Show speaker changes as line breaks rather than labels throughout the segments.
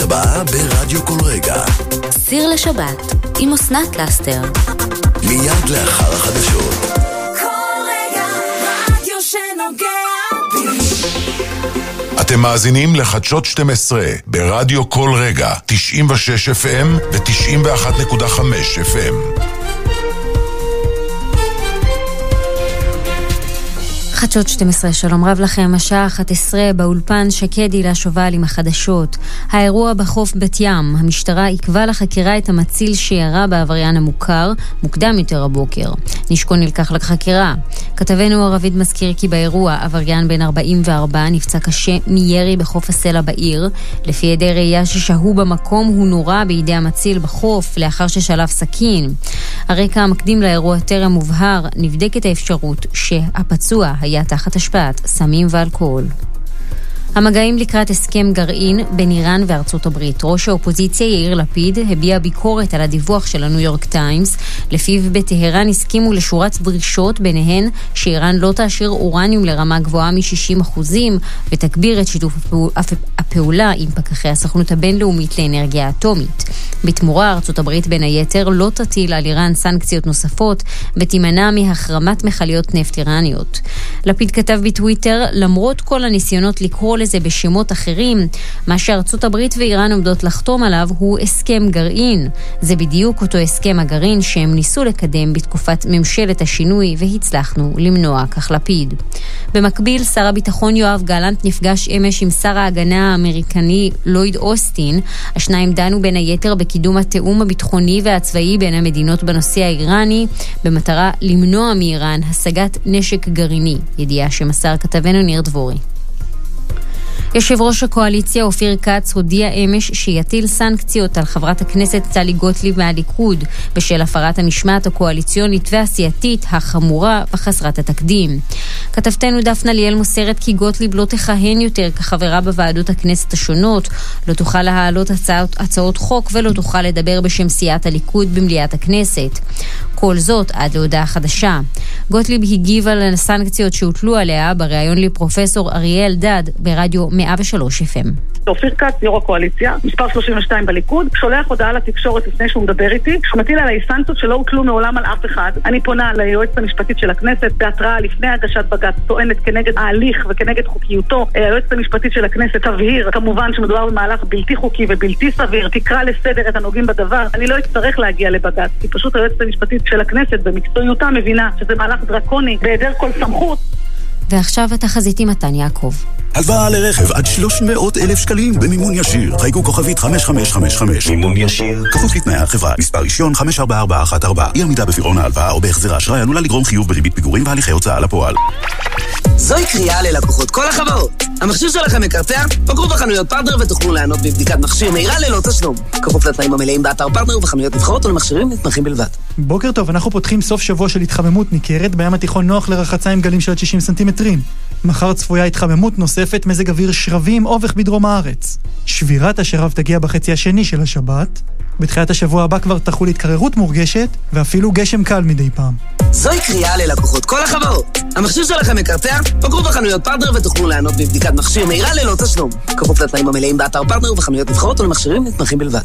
הבאה ברדיו כל רגע.
סיר לשבת עם אסנת לסטר.
מיד לאחר החדשות.
כל רגע רדיו שנוגע בי.
אתם מאזינים לחדשות 12 ברדיו כל רגע, 96 FM ו-91.5 FM.
חדשות 12, שלום רב לכם, השעה 11 באולפן שקד הילה שובל עם החדשות. האירוע בחוף בת ים, המשטרה עיכבה לחקירה את המציל שירה בעבריין המוכר, מוקדם יותר הבוקר. נשקו נלקח לחקירה. כתבנו ערבית מזכיר כי באירוע עבריין בן 44 נפצע קשה מירי בחוף הסלע בעיר. לפי עדי ראייה ששהו במקום הוא נורה בידי המציל בחוף לאחר ששלף סכין. הרקע המקדים לאירוע טרם מובהר, נבדקת האפשרות שהפצוע היה תחת השפעת סמים ואלכוהול. המגעים לקראת הסכם גרעין בין איראן וארצות הברית. ראש האופוזיציה יאיר לפיד הביע ביקורת על הדיווח של הניו יורק טיימס, לפיו בטהרן הסכימו לשורת דרישות, ביניהן שאיראן לא תאשר אורניום לרמה גבוהה מ-60% ותגביר את שיתוף הפעולה עם פקחי הסוכנות הבינלאומית לאנרגיה אטומית. בתמורה ארצות הברית בין היתר לא תטיל על איראן סנקציות נוספות ותימנע מהחרמת מכליות נפט איראניות. לפיד כתב בטוויטר, למרות כל הניסיונות לקרוא לזה בשמות אחרים, מה שארצות הברית ואיראן עומדות לחתום עליו הוא הסכם גרעין. זה בדיוק אותו הסכם הגרעין שהם ניסו לקדם בתקופת ממשלת השינוי והצלחנו למנוע, כך לפיד. במקביל, שר הביטחון יואב גלנט נפגש אמש עם שר ההגנה האמריקני לויד אוסטין. השניים דנו בין היתר בקידום התאום הביטחוני והצבאי בין המדינות בנושא האיראני, במטרה למנוע מאיראן השגת נשק גרעיני. ידיעה שמסר כתבנו ניר דבורי. יושב ראש הקואליציה אופיר כץ הודיע אמש שיטיל סנקציות על חברת הכנסת טלי גוטליב מהליכוד בשל הפרת המשמעת הקואליציונית והסיעתית החמורה וחסרת התקדים. כתבתנו דפנה ליאל מוסרת כי גוטליב לא תכהן יותר כחברה בוועדות הכנסת השונות, לא תוכל להעלות הצעות חוק ולא תוכל לדבר בשם סיעת הליכוד במליאת הכנסת. כל זאת עד להודעה חדשה. גוטליב הגיבה לסנקציות שהוטלו עליה בריאיון לפרופסור אריאל דד ברדיו 103 FM.
אופיר כץ, יו"ר הקואליציה, מספר 32 בליכוד, שולח הודעה לתקשורת לפני שהוא מדבר איתי, שהוא מטיל עליי סנקציות שלא הוטלו מעולם על אף אחד. אני פונה ליועצת המשפטית של הכנסת בהתראה לפני הגשת בג"ץ, טוענת כנגד ההליך וכנגד חוקיותו. היועצת המשפטית של הכנסת תבהיר כמובן שמדובר במהלך בלתי חוקי ובלתי סביר, תקרא לסדר את הנוגעים בדבר. אני לא אצטרך להגיע לבג"ץ, כי פשוט היועצת המשפטית של הכנסת במקצועיותה מבינה שזה מהלך דרקוני בהיעדר כל סמכות.
ועכשיו התחזית עם מתן יעקב.
הלוואה לרכב עד 300,000 שקלים במימון ישיר. חייגו כוכבית 5555. מימון ישיר. כפוף לתנאי החברה. מספר רישיון 544414. אי עמידה בפירעון ההלוואה או בהחזר האשראי עלולה לגרום חיוב בריבית פיגורים והליכי הוצאה לפועל.
זוהי קריאה ללקוחות כל החברות. המכשיר שלכם מקרטע? פגרו בחנויות פרטנר ותוכלו ליהנות בבדיקת מכשיר מהירה ללא תשלום. כפוף לתנאים המלאים באתר פרטנר ובחנויות נבחרות ולמכשירים נתמכים בלבד.
בוקר טוב, אנחנו פותחים סוף שבוע של התחממות ניכרת בים התיכון, נוח לרחצה עם גלים של 60 סנטימטרים. מחר צפויה התחממות נוספת, מזג אוויר שרבי עם אובך בדרום הארץ. שבירת השרב תגיע בחצי השני של השבת. בתחילת השבוע הבא כבר תחול התקררות מורגשת ואפילו גשם קל מדי פעם.
זוהי קריאה ללקוחות כל החברות. המכשיר שלכם מקרטע? פגרו בחנויות פרטנר ותוכלו ליהנות בבדיקת מכשיר מהירה ללא תשלום. כפוף לתנאים המלאים באתר פרטנר ובחנויות נבחרות ולמכשירים נתמכים בלבד.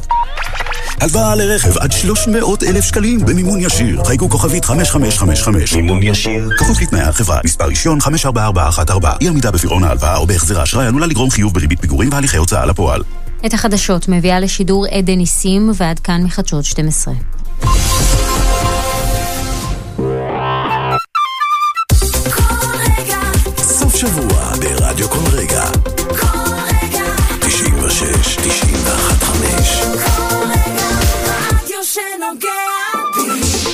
הלוואה לרכב עד 300,000 שקלים במימון ישיר. חייגו כוכבית 5555. מימון ישיר. כפוף לתנאי החברה. מספר רישיון 544414. אי עמידה בפירעון ההלוואה או בהחזר האשראי עלולה לגרום חיוב בריבית פיגורים והליכי הוצאה לפועל.
את החדשות מביאה לשידור עדן ניסים, ועד כאן מחדשות 12.
סוף שבוע ברדיו כל רגע. 96, 91.5.
רדיו שנוגע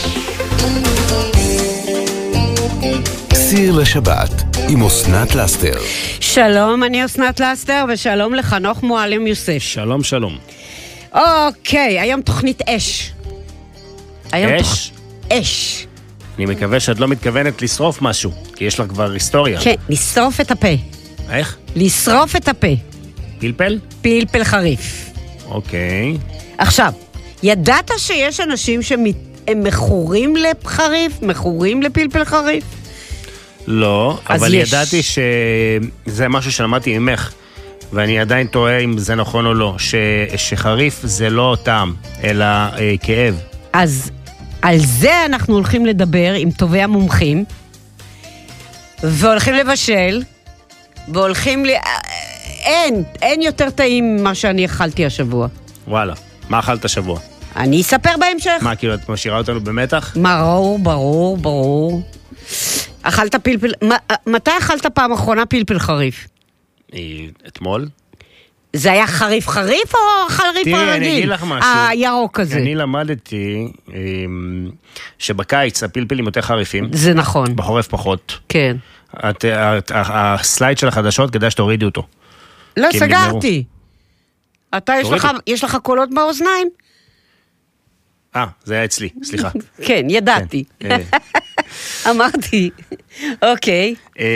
בי.
סיר לשבת עם אסנת לסטר.
שלום, אני אסנת לסטר, ושלום לחנוך מועלם יוסף.
שלום, שלום.
אוקיי, היום תוכנית אש.
אש?
אש.
אני מקווה שאת לא מתכוונת לשרוף משהו, כי יש לך כבר היסטוריה.
כן, לשרוף את הפה.
איך?
לשרוף את הפה.
פלפל?
פלפל חריף.
אוקיי.
עכשיו, ידעת שיש אנשים שהם מכורים לחריף? מכורים לפלפל חריף?
לא, אבל
יש.
ידעתי שזה משהו שלמדתי ממך. ואני עדיין טועה אם זה נכון או לא, שחריף זה לא טעם, אלא כאב.
אז על זה אנחנו הולכים לדבר עם טובי המומחים, והולכים לבשל, והולכים אין יותר טעים ממה שאני אכלתי השבוע.
וואלה, מה אכלת השבוע?
אני אספר בהמשך.
מה, כאילו, את משאירה אותנו במתח?
ברור. אכלת פלפל, מתי אכלת פעם אחרונה פלפל חריף?
אתמול.
זה היה חריף או חריף הרגיל?
תראי, אני אגיד לך משהו.
הירוק הזה.
אני למדתי שבקיץ הפלפלים יותר חריפים.
זה נכון.
בחורף פחות.
כן.
הסלייד של החדשות, כדאי שתורידי אותו.
לא, סגרתי. אתה, יש לך קולות באוזניים?
זה היה אצלי, סליחה.
כן, ידעתי. אמרתי. אוקיי.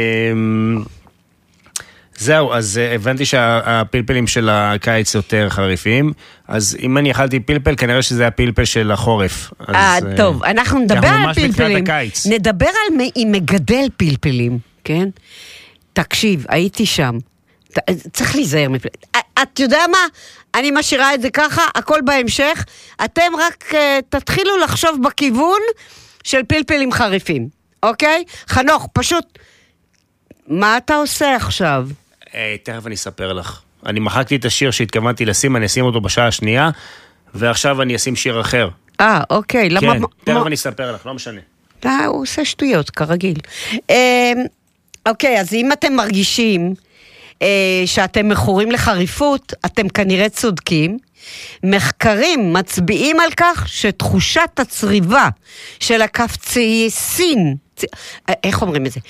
זהו, אז הבנתי שהפלפלים של הקיץ יותר חריפים, אז אם אני אכלתי פלפל, כנראה שזה היה פלפל של החורף.
טוב, אנחנו נדבר על פלפלים. נדבר על אם מגדל פלפלים, כן? תקשיב, הייתי שם. צריך להיזהר מפלפלים. את יודע מה? אני משאירה את זה ככה, הכל בהמשך. אתם רק תתחילו לחשוב בכיוון של פלפלים חריפים, אוקיי? חנוך, פשוט, מה אתה עושה עכשיו?
תכף אני אספר לך. אני מחקתי את השיר שהתכוונתי לשים, אני אשים אותו בשעה השנייה, ועכשיו אני אשים שיר אחר.
אוקיי.
כן, תכף אני אספר לך, לא משנה.
הוא עושה שטויות, כרגיל. אוקיי, אז אם אתם מרגישים שאתם מכורים לחריפות, אתם כנראה צודקים. מחקרים מצביעים על כך שתחושת הצריבה של הקפצייסין, איך אומרים את זה?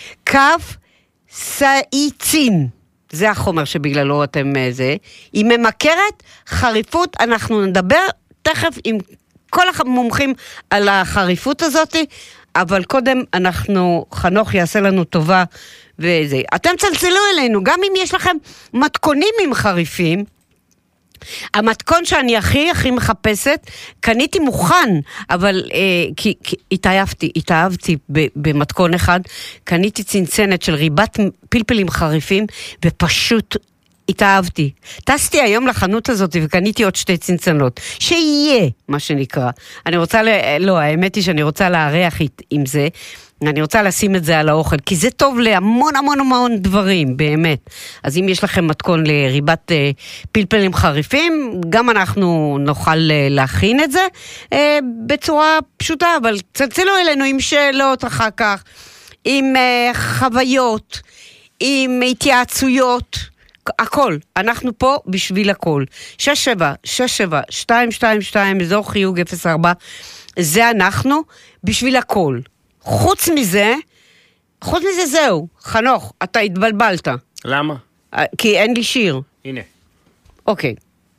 קפצייצין, זה החומר שבגללו אתם זה, היא ממכרת חריפות. אנחנו נדבר תכף עם כל המומחים על החריפות הזאת, אבל קודם חנוך יעשה לנו טובה וזה. אתם צלצלו אלינו, גם אם יש לכם מתכונים עם חריפים. המתכון שאני הכי מחפשת, קניתי מוכן, אבל כי התאהבתי במתכון אחד, קניתי צנצנת של ריבת פלפלים חריפים, ופשוט התאהבתי. טסתי היום לחנות הזאת וקניתי עוד 2 צנצנות, שיהיה מה שנקרא. אני רוצה, האמת היא שאני רוצה להריח עם זה, אני רוצה לשים את זה על האוכל, כי זה טוב להמון המון דברים, באמת. אז אם יש לכם מתכון לריבת פלפלים חריפים, גם אנחנו נוכל להכין את זה בצורה פשוטה, אבל צלצלו אלינו עם שאלות אחר כך, עם חוויות, עם התייעצויות, הכל. אנחנו פה בשביל הכל. 67-67-222, אזור חיוג 04, זה אנחנו בשביל הכל. חוץ מזה זהו. חנוך, אתה התבלבלת.
למה?
כי אין לי שיר.
הנה.
אוקיי.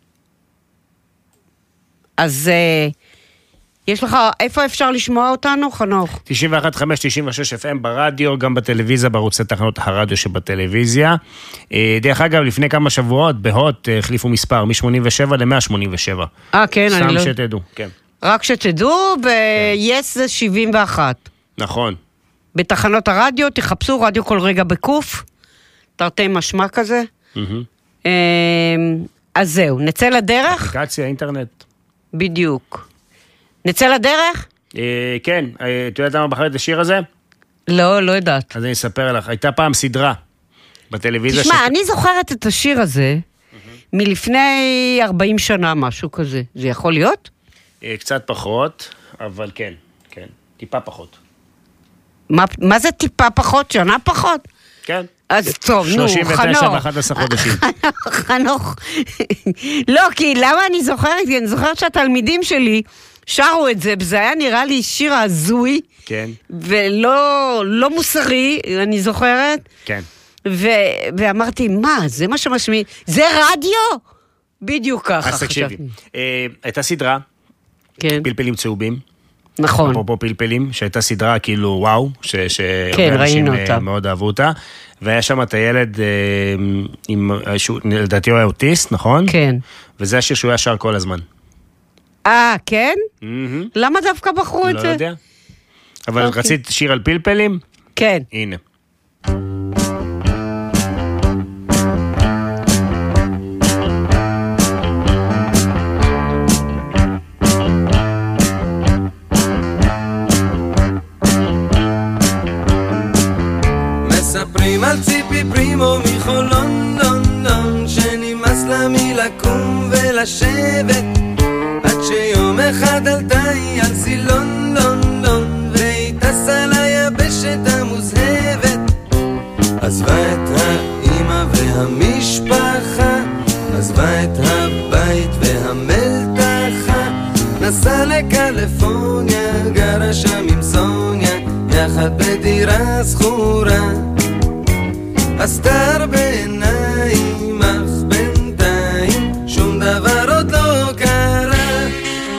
אז יש לך, איפה אפשר לשמוע אותנו, חנוך?
91.5, 96 FM ברדיו, גם בטלוויזיה, בערוצי תחנות הרדיו שבטלוויזיה. דרך אגב, לפני כמה שבועות, בהוט החליפו מספר, מ-87 ל-187.
כן, אני לא...
סתם שתדעו, כן.
רק שתדעו, ב-yes זה 71.
נכון.
בתחנות הרדיו, תחפשו רדיו כל רגע בקוף, תרתי משמע כזה. אז זהו, נצא לדרך?
אפליקציה, אינטרנט.
בדיוק. נצא לדרך?
כן, את יודעת למה בחרת את השיר הזה?
לא יודעת.
אז אני אספר לך, הייתה פעם סדרה בטלוויזיה.
תשמע, אני זוכרת את השיר הזה מלפני 40 שנה, משהו כזה. זה יכול להיות?
קצת פחות, אבל כן, טיפה פחות.
מה זה טיפה פחות? שנה פחות?
כן.
אז טוב, נו, חנוך.
39 ו-11 חודשים.
חנוך. לא, כי למה אני זוכרת? כי אני זוכרת שהתלמידים שלי שרו את זה, וזה היה נראה לי שיר הזוי,
כן.
ולא מוסרי, אני זוכרת.
כן.
ואמרתי, מה, זה מה שמשמיע? זה רדיו? בדיוק ככה.
אז תקשיבי, הייתה סדרה, פלפלים צהובים.
נכון.
אפרופו פלפלים, שהייתה סדרה כאילו וואו,
כן, ראינו אותה.
מאוד אהבו אותה, והיה שם את הילד, לדעתי הוא היה אוטיסט, נכון?
כן.
וזה השיר שהוא היה שר כל הזמן.
כן? למה דווקא בחרו את זה?
לא יודע. אבל רצית שיר על פלפלים?
כן.
הנה.
לשבת, עד שיום אחד עלתה היא על סילון לונדון, והיא טסה ליבשת המוזהבת. עזבה את האמא והמשפחה, עזבה את הבית והמלתחה, נסעה לקליפורניה, גרה שם עם סוניה, יחד בדירה סחורה. עשתה הרבה עיניים, אך בינתיים שום דבר עוד לא קרה.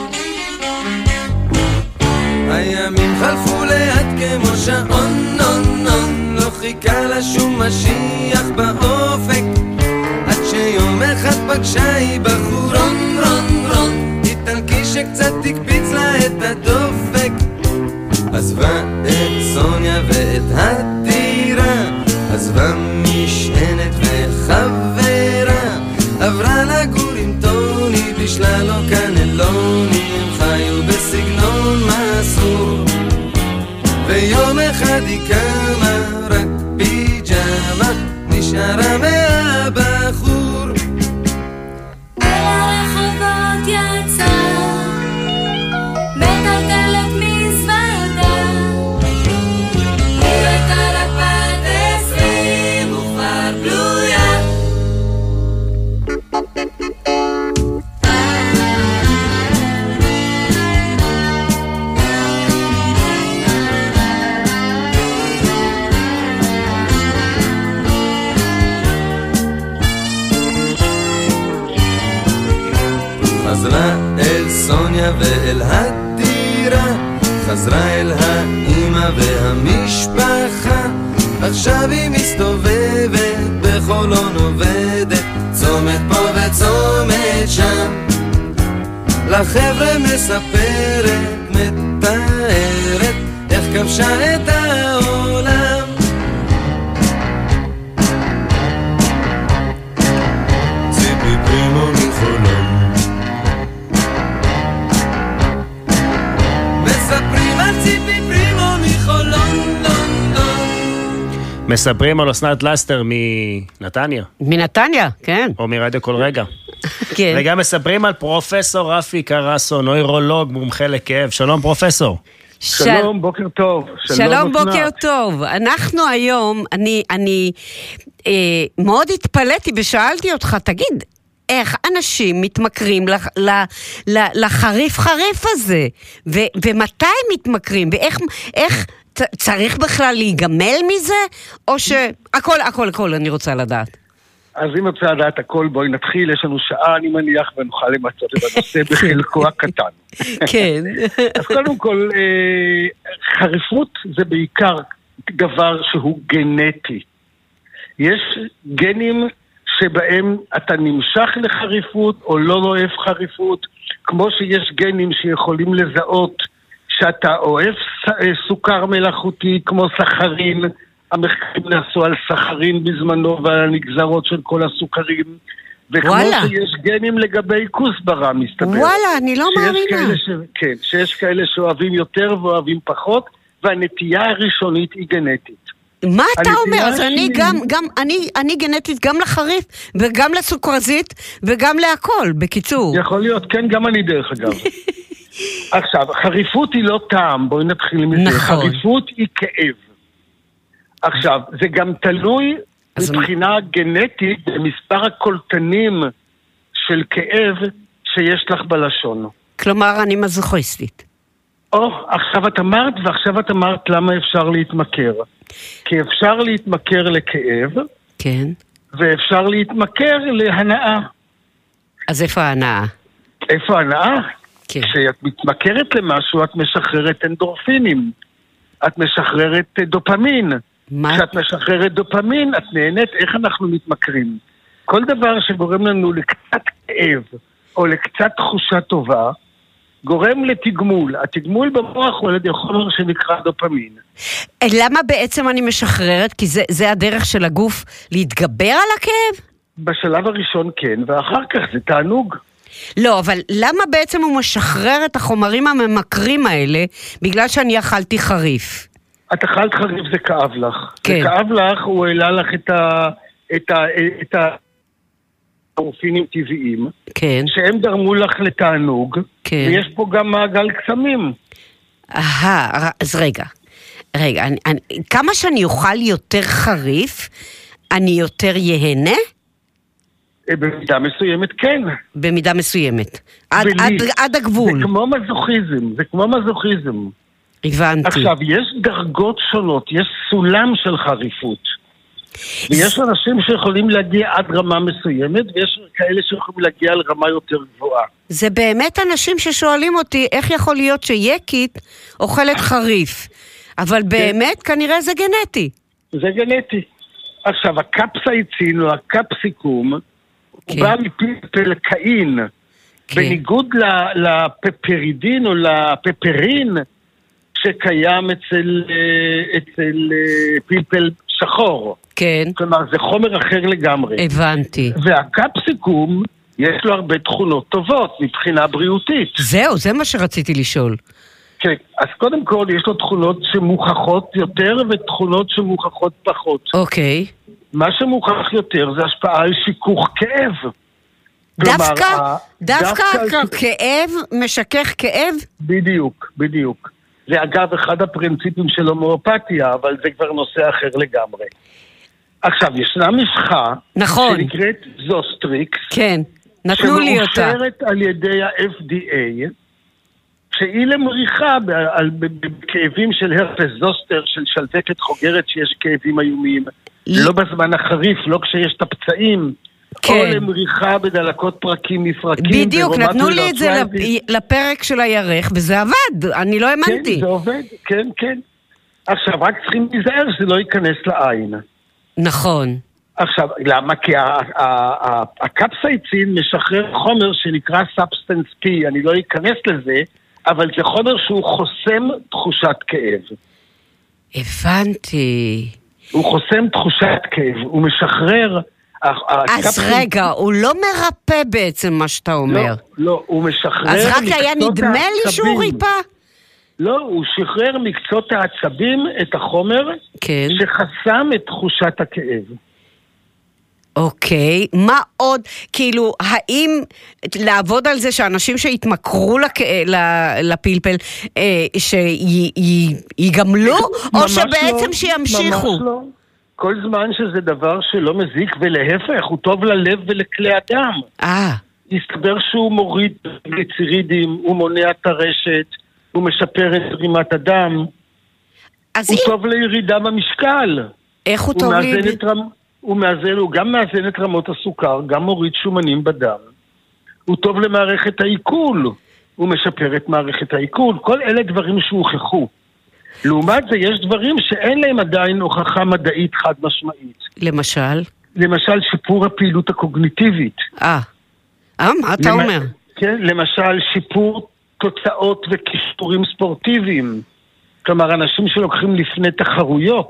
הימים חלפו לאט כמו שעון, לא חיכה לה שום משיח באופק, עד שיום אחד פגשה היא בחור רון, איטלקי שקצת תקפיץ לה את הדופק. עזבה את סוניה ואת הדירה, עזבה משענת וחברה, עברה לגור עם טוני, בישלה לו קנלוני, הם חיו בסגנון מסור. ויום אחד היא קמה, רק פיג'מה נשארה מהבחור.
אל הרחובות יצא, מטלטלת מזוודה, היא הייתה רק בת 20 וכבר בלויה.
חזרה אל סוניה ואל הדירה, חזרה אל האמא והמשפחה, עכשיו היא מסתובבת בחולון, עובדת צומת פה וצומת שם, לחבר'ה מספרת, מתארת איך כבשה את העולם. ציפי פרימו מחולון, מספרים על ציפי פרימו מחולון,
מספרים על אסנת לסטר מנתניה.
מנתניה, כן.
או מרדיו כל רגע.
כן.
וגם מספרים על פרופסור רפי קרסו, נוירולוג, מומחה לכאב. שלום פרופסור.
שלום, בוקר טוב.
שלום, בוקר טוב. אנחנו היום, אני מאוד התפלאתי ושאלתי אותך, תגיד, איך אנשים מתמכרים לחריף הזה? ומתי מתמכרים? ואיך צריך בכלל להיגמל מזה? או שהכל אני רוצה לדעת.
אז אם רוצה לדעת הכל, בואי נתחיל, יש לנו שעה, אני מניח, ונוכל למצות את הנושא בחלקו הקטן.
כן.
אז קודם כל, חריפות זה בעיקר דבר שהוא גנטי. יש גנים שבהם אתה נמשך לחריפות או לא אוהב חריפות, כמו שיש גנים שיכולים לזהות שאתה אוהב סוכר מלאכותי כמו סחרין, המחקרים נעשו על סחרין בזמנו ועל הנגזרות של כל הסוכרים, וכמו שיש גנים לגבי כוסברה מסתבר.
וואלה, אני לא מאמינה.
כן, שיש כאלה שאוהבים יותר ואוהבים פחות, והנטייה הראשונית היא גנטית.
מה אתה אומר? אז אני גנטית גם לחריף וגם לסוכרזית וגם להכל, בקיצור.
יכול להיות, כן, גם אני דרך אגב. עכשיו, חריפות היא לא טעם, בואי נתחיל מזה. נכון. חריפות היא כאב. עכשיו, זה גם תלוי מבחינה גנטית במספר הקולטנים של כאב שיש לך בלשון.
כלומר, אני מזוכיסטית.
עכשיו את אמרת, ועכשיו את אמרת למה אפשר להתמכר. כי אפשר להתמכר לכאב,
כן.
ואפשר להתמכר להנאה.
אז איפה ההנאה?
איפה ההנאה?
כן.
כשאת מתמכרת למשהו, את משחררת אנדורפינים. את משחררת דופמין. כשאת משחררת דופמין, את נהנית. איך אנחנו מתמכרים? כל דבר שגורם לנו לקצת כאב, או לקצת תחושה טובה, גורם לתגמול. התגמול במוח הוא על ידי חומר שנקרא דופמין.
למה בעצם אני משחררת? כי זה הדרך של הגוף להתגבר על הכאב?
בשלב הראשון כן, ואחר כך זה תענוג.
לא, אבל למה בעצם הוא משחרר את החומרים הממכרים האלה? בגלל שאני אכלתי חריף.
את אכלת חריף, זה כאב לך.
כן.
זה כאב לך, הוא העלה לך את אורפינים טבעיים,
כן.
שהם גרמו לך לתענוג,
כן.
ויש פה גם מעגל קסמים.
אז רגע, כמה שאני אוכל יותר חריף, אני יותר יהנה?
במידה מסוימת כן.
במידה מסוימת. עד הגבול.
זה כמו מזוכיזם.
הבנתי.
עכשיו, יש דרגות שונות, יש סולם של חריפות. ויש אנשים שיכולים להגיע עד רמה מסוימת, ויש כאלה שיכולים להגיע לרמה יותר גבוהה.
זה באמת אנשים ששואלים אותי, איך יכול להיות שיקית אוכלת חריף? אבל באמת כנראה זה גנטי.
זה גנטי. עכשיו, הקפסאיצין או הקפסיקום, הוא בא מפלפל קאין, בניגוד לפפרידין או לפפרין, שקיים אצל פלפל שחור.
כן.
כלומר, זה חומר אחר לגמרי.
הבנתי.
והקפסיקום, יש לו הרבה תכונות טובות מבחינה בריאותית.
זהו, זה מה שרציתי לשאול.
כן, אז קודם כל יש לו תכונות שמוכחות יותר ותכונות שמוכחות פחות.
אוקיי.
מה שמוכח יותר זה השפעה על שיכוך כאב.
דווקא כאב משכך כאב?
בדיוק. זה אגב אחד הפרינציפים של הומאופתיה, אבל זה כבר נושא אחר לגמרי. עכשיו, ישנה משחה,
נכון,
שנקראת זוסטריקס,
כן, נתנו לי אותה,
שמאושרת על ידי ה-FDA, שהיא למריחה בכאבים של הרפס זוסטר, של שלווקת חוגרת שיש כאבים איומיים, לא בזמן החריף, לא כשיש את הפצעים, כן. או למריחה בדלקות פרקים מפרקים.
בדיוק, נתנו לי את זה לפרק של הירך, וזה עבד, אני לא האמנתי.
כן, זה עובד, כן. עכשיו, רק צריכים להיזהר שזה לא ייכנס לעין.
נכון.
עכשיו, למה? כי הקפסאיצין משחרר חומר שנקרא סאבסטנס P, אני לא אכנס לזה, אבל זה חומר שהוא חוסם תחושת כאב.
הבנתי.
הוא חוסם תחושת כאב, הוא משחרר...
אז רגע, הוא לא מרפא בעצם מה שאתה אומר.
לא, הוא משחרר...
אז רק היה נדמה לי שהוא ריפא?
לא, הוא שחרר מקצות העצבים את החומר שחסם את תחושת הכאב.
אוקיי, מה עוד? כאילו, האם לעבוד על זה שאנשים שהתמכרו לפלפל, שיגמלו, או שבעצם שימשיכו?
ממש לא. כל זמן שזה דבר שלא מזיק, ולהפך, הוא טוב ללב ולכלי הדם. יסתבר שהוא מוריד גליצרידים, הוא מונע את הרשת, הוא משפר את זרימת הדם, הוא טוב לירידה במשקל.
איך הוא טוב לירידה?
הוא גם מאזן את רמות הסוכר, גם מוריד שומנים בדם. הוא טוב למערכת העיכול, הוא משפר את מערכת העיכול. כל אלה דברים שהוכחו. לעומת זה יש דברים שאין להם עדיין הוכחה מדעית חד משמעית.
למשל?
למשל שיפור הפעילות הקוגניטיבית.
מה אתה אומר?
כן, למשל שיפור תוצאות וכישורים ספורטיביים. כלומר, אנשים שלוקחים לפני תחרויות.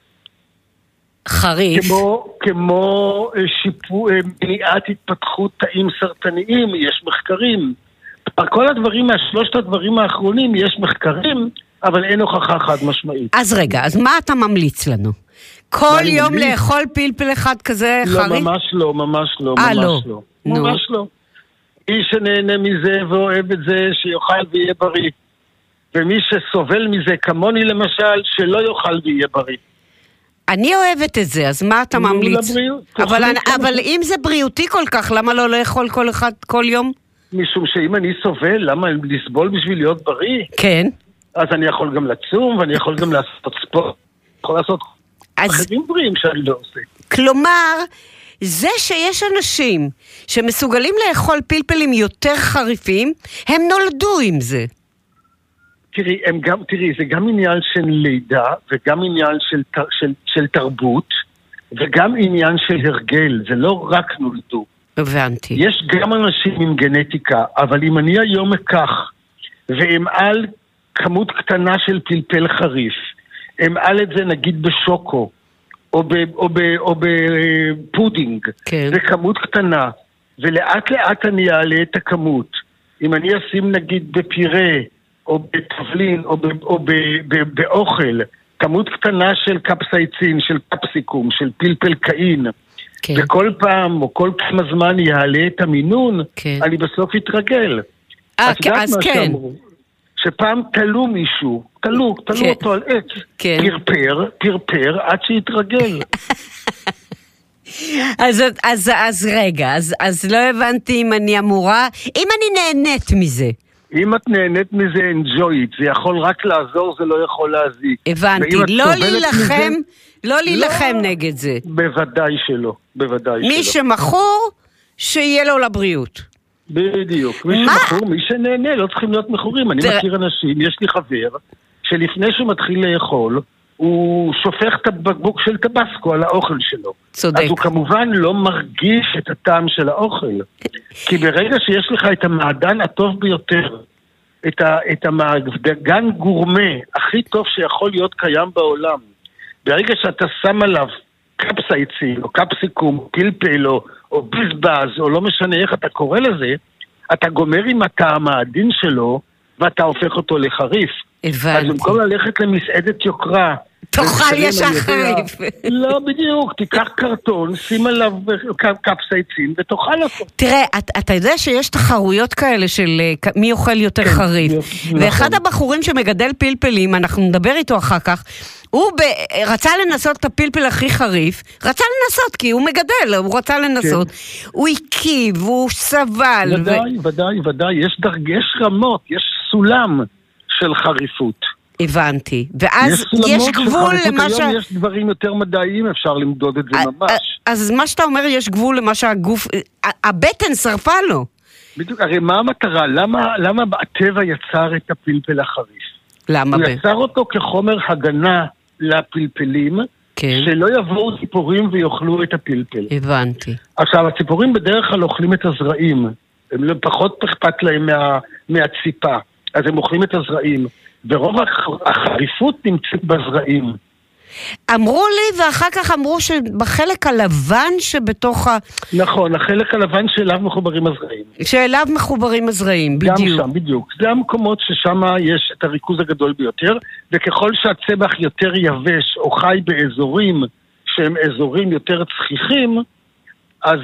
חריף.
כמו שיפור, מניעת התפתחות תאים סרטניים, יש מחקרים. כל הדברים, שלושת הדברים האחרונים, יש מחקרים, אבל אין הוכחה חד משמעית.
אז רגע, אז מה אתה ממליץ לנו? כל יום לאכול פלפל אחד כזה חריף?
לא, ממש לא. ממש לא. מי שנהנה מזה ואוהב את זה, שיוכל ויהיה בריא. ומי שסובל מזה, כמוני למשל, שלא יוכל ויהיה בריא.
אני אוהבת את זה, אז מה אתה ממליץ? אבל אם זה בריאותי כל כך, למה לא לאכול כל אחד כל יום?
משום שאם אני סובל, למה לסבול בשביל להיות בריא?
כן.
אז אני יכול גם לצום, ואני יכול גם לעשות ספורט. יכול לעשות אחרים בריאים שאני לא עושה.
כלומר, זה שיש אנשים שמסוגלים לאכול פלפלים יותר חריפים, הם נולדו עם זה.
תראי, זה גם עניין של לידה, וגם עניין של תרבות, וגם עניין של הרגל, זה לא רק נולדו.
הבנתי.
יש גם אנשים עם גנטיקה, אבל אם אני היום אקח, ואמעל כמות קטנה של פלפל חריף, אמעל את זה נגיד בשוקו, או בפודינג, זה כמות קטנה, ולאט לאט אני אעלה את הכמות. אם אני אשים נגיד בפירה, או בטבלין, או באוכל, כמות קטנה של קפסאיצין, של קפסיקום, של פלפל קאין,
כן.
וכל פעם, או כל כמה זמן יעלה את המינון,
כן.
אני בסוף אתרגל.
אז כן.
שאמרו, שפעם תלו מישהו, תלו
כן.
אותו על עץ,
כן.
פרפר, עד שיתרגל.
אז רגע, אז לא הבנתי אם אני אמורה, אם אני נהנית מזה.
אם את נהנית מזה, enjoy it. זה יכול רק לעזור, זה לא יכול להזיק.
הבנתי, לא להילחם נגד זה.
בוודאי שלא, בוודאי שלא.
מי שמכור, שיהיה לו לבריאות.
בדיוק. מי שמכור, מי שנהנה, לא צריכים להיות מכורים. אני מכיר אנשים, יש לי חבר, שלפני שהוא מתחיל לאכול, הוא שופך את הבקבוק של טבסקו על האוכל שלו.
צודק.
אז הוא כמובן לא מרגיש את הטעם של האוכל. כי ברגע שיש לך את המעדן הטוב ביותר, את המעדן גורמה הכי טוב שיכול להיות קיים בעולם, ברגע שאתה שם עליו קפסאיצין, או קפסיקום, או פלפל, או בזבז, או לא משנה איך אתה קורא לזה, אתה גומר עם הטעם העדין שלו, ואתה הופך אותו לחריף.
הבנתי.
אז במקום ללכת למסעדת יוקרה,
תאכל ישר חריף.
לא בדיוק, תיקח קרטון, שים עליו קפסאיצין ותאכל אותו.
תראה, אתה יודע שיש תחרויות כאלה של מי אוכל יותר חריף. ואחד הבחורים שמגדל פלפלים, אנחנו נדבר איתו אחר כך, הוא רצה לנסות את הפלפל הכי חריף, רצה לנסות כי הוא מגדל, הוא רצה לנסות. הוא עיכיב, הוא סבל.
ודאי, יש רמות, יש סולם של חריפות.
הבנתי, ואז יש גבול למה
היום יש דברים יותר מדעיים, אפשר למדוד את זה ממש.
אז מה שאתה אומר, יש גבול למה שהגוף, הבטן שרפה לו.
בדיוק, הרי מה המטרה? למה הטבע יצר את הפלפל החריף?
למה?
הוא יצר אותו כחומר הגנה לפלפלים, שלא יבואו ציפורים ויאכלו את הפלפל.
הבנתי.
עכשיו, הציפורים בדרך כלל אוכלים את הזרעים, הם פחות אכפת להם מהציפה, אז הם אוכלים את הזרעים. ורוב החריפות נמצאת בזרעים.
אמרו לי, ואחר כך אמרו שבחלק הלבן שבתוך
נכון, החלק הלבן שאליו מחוברים הזרעים.
שאליו מחוברים הזרעים, בדיוק.
גם שם, בדיוק. זה המקומות ששם יש את הריכוז הגדול ביותר, וככל שהצמח יותר יבש או חי באזורים שהם אזורים יותר צחיחים, אז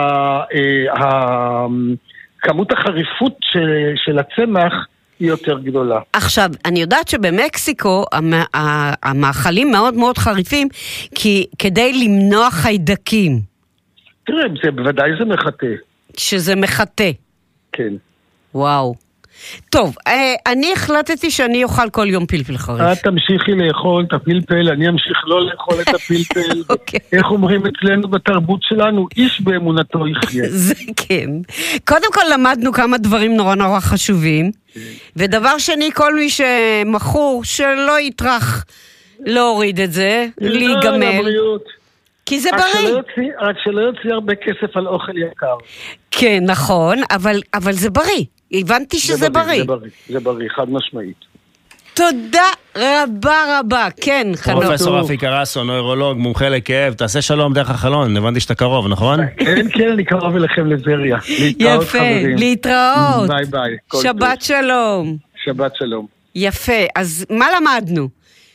כמות החריפות של הצמח היא יותר גדולה.
עכשיו, אני יודעת שבמקסיקו המאכלים מאוד מאוד חריפים, כדי למנוע חיידקים.
תראה, בוודאי זה מחטא.
שזה מחטא.
כן.
וואו. טוב, אני החלטתי שאני אוכל כל יום פלפל חריף.
את תמשיכי לאכול את הפלפל, אני אמשיך לא לאכול את הפלפל. איך אומרים אצלנו בתרבות שלנו, איש באמונתו יחיה.
זה כן. קודם כל למדנו כמה דברים נורא נורא חשובים, ודבר שני, כל מי שמכור, שלא יטרח להוריד את זה, להיגמל. כי זה בריא.
רק שלא יוציא הרבה כסף על אוכל יקר.
כן, נכון, אבל זה בריא. הבנתי שזה בריא.
זה בריא, חד משמעית.
תודה רבה. כן, חנוך.
פרופסור רפי קרסו, נוירולוג, מומחה לכאב, תעשה שלום דרך החלון, הבנתי שאתה קרוב, נכון?
כן, אני קרוב אליכם לזריה.
יפה, להתראות.
ביי ביי.
שבת שלום.
שבת שלום.
יפה, אז מה למדנו?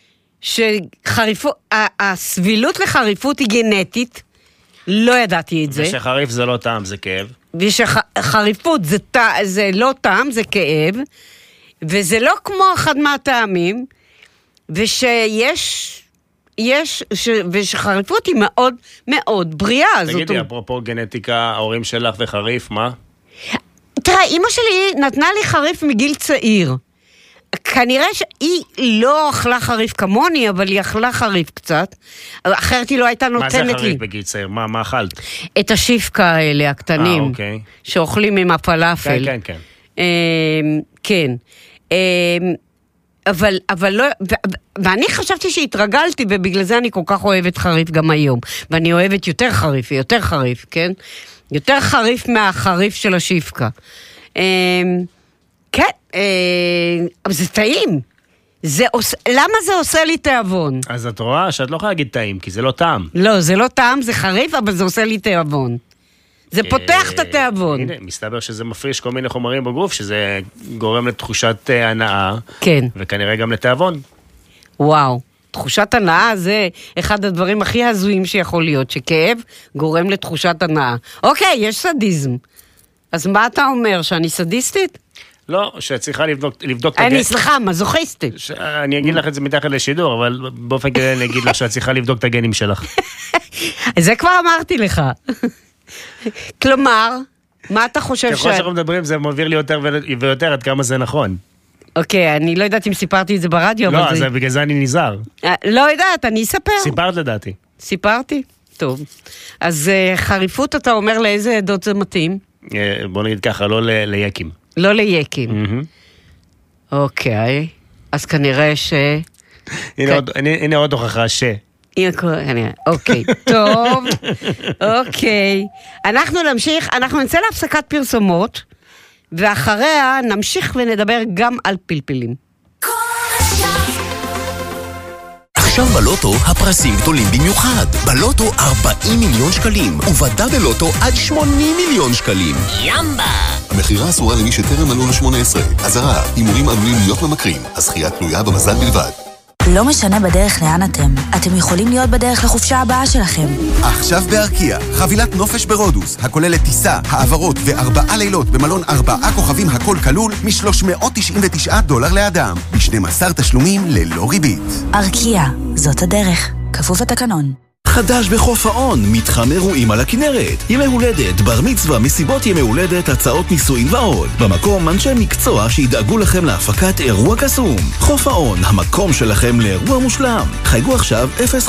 שהסבילות לחריפות היא גנטית, לא ידעתי את זה.
ושחריף זה לא טעם, זה כאב.
ושחריפות זה לא טעם, זה כאב, וזה לא כמו אחד מהטעמים, ושחריפות היא מאוד מאוד בריאה.
תגידי, אפרופו גנטיקה, ההורים שלך וחריף, מה?
תראה, אמא שלי נתנה לי חריף מגיל צעיר. כנראה שהיא לא אכלה חריף כמוני, אבל היא אכלה חריף קצת, אחרת היא לא הייתה נותנת לי.
מה זה חריף בגיל צעיר? מה אכלת?
את השיפקה האלה, הקטנים,
אוקיי.
שאוכלים עם הפלאפל.
כן.
כן. אבל לא, ואני חשבתי שהתרגלתי, ובגלל זה אני כל כך אוהבת חריף גם היום. ואני אוהבת יותר חריף, כן? יותר חריף מהחריף של השיפקה. כן, אבל זה טעים. למה זה עושה לי תיאבון?
אז את רואה שאת לא יכולה להגיד טעים, כי זה לא טעם.
לא, זה לא טעם, זה חריף, אבל זה עושה לי תיאבון. זה פותח את התיאבון.
הנה, מסתבר שזה מפריש כל מיני חומרים בגוף, שזה גורם לתחושת הנאה.
כן.
וכנראה גם לתיאבון.
וואו. תחושת הנאה זה אחד הדברים הכי הזויים שיכול להיות, שכאב גורם לתחושת הנאה. אוקיי, יש סדיזם. אז מה אתה אומר, שאני סדיסטית?
לא, שצריכה לבדוק את הגנים.
אני, סליחה, מזוכיסטית.
אני אגיד לך את זה מתחת לשידור, אבל באופן כדי אני אגיד לך שאת צריכה לבדוק את הגנים שלך.
זה כבר אמרתי לך. כלומר, מה אתה חושב
ככל שאנחנו מדברים, זה מבהיר לי יותר ויותר עד כמה זה נכון.
אוקיי, אני לא יודעת אם סיפרתי את זה ברדיו.
לא, אז בגלל זה אני נזהר.
לא יודעת, אני אספר.
סיפרת לדעתי.
סיפרתי? טוב. אז חריפות אתה אומר לאיזה עדות זה מתאים?
בוא נגיד ככה, לא ליקים.
לא ליקים. אוקיי, אז כנראה ש...
הנה עוד הוכחה ש...
אוקיי, טוב. אוקיי. אנחנו נמשיך, אנחנו נצא להפסקת פרסומות, ואחריה נמשיך ונדבר גם על פלפלים.
עכשיו בלוטו הפרסים גדולים במיוחד. בלוטו 40 מיליון שקלים, ובדה בלוטו עד 80 מיליון שקלים. ימבה!
המחירה אסורה למי שטרם מלאו לו 18. אזהרה, הימורים עלולים להיות ממכרים. הזכייה תלויה במזל בלבד.
לא משנה בדרך לאן אתם יכולים להיות בדרך לחופשה הבאה שלכם.
עכשיו בארקיע, חבילת נופש ברודוס, הכוללת טיסה, העברות ו4 לילות במלון 4 כוכבים הכל כלול, $399 לאדם, ב12 תשלומים ללא ריבית.
ארקיע, זאת הדרך. כפוף לתקנון.
חדש בחוף האון, מתחם אירועים על הכנרת. ימי הולדת, בר מצווה, מסיבות ימי הולדת, הצעות נישואין ועוד. במקום אנשי מקצוע שידאגו לכם להפקת אירוע קסום. חוף האון, המקום שלכם לאירוע מושלם. חייגו עכשיו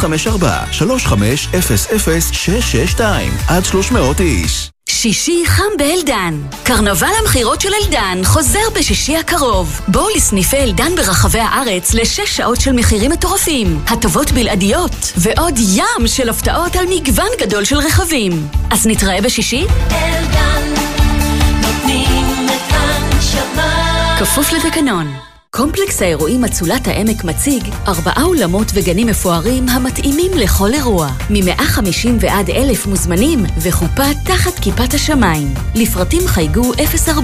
054-3500-662 עד 300 איש.
שישי חם באלדן. קרנבל המחירות של אלדן חוזר בשישי הקרוב. בואו לסניפי אלדן ברחבי הארץ ל6 שעות של מחירים מטורפים, הטבות בלעדיות ועוד ים של הפתעות על מגוון גדול של רכבים. אז נתראה בשישי?
אלדן, נותנים את הנשמה.
כפוף לתקנון. קומפלקס האירועים מצולת העמק מציג 4 אולמות וגנים מפוארים המתאימים לכל אירוע. מ-150 ועד 1,000 מוזמנים וחופה תחת כיפת השמיים. לפרטים חייגו 04-640-2026.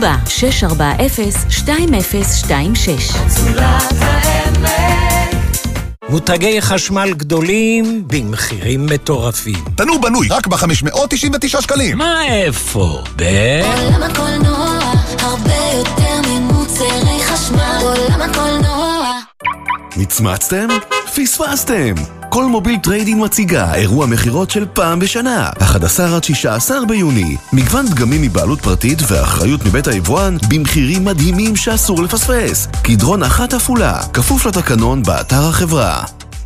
מצולת העמק. מותגי חשמל גדולים במחירים מטורפים.
תנור בנוי רק ב599 שקלים.
מה איפה?
עולם הקולנוע, הרבה יותר ממוצרי חשמל. עולם הקולנוע.
מצמצתם? פספסתם! כל מוביל טריידין מציגה אירוע מחירות של פעם בשנה, 11 עד 16 ביוני. מגוון דגמים מבעלות פרטית ואחריות מבית היבואן במחירים מדהימים שאסור לפספס. כדרון אחת אפולה, כפוף לתקנון באתר החברה.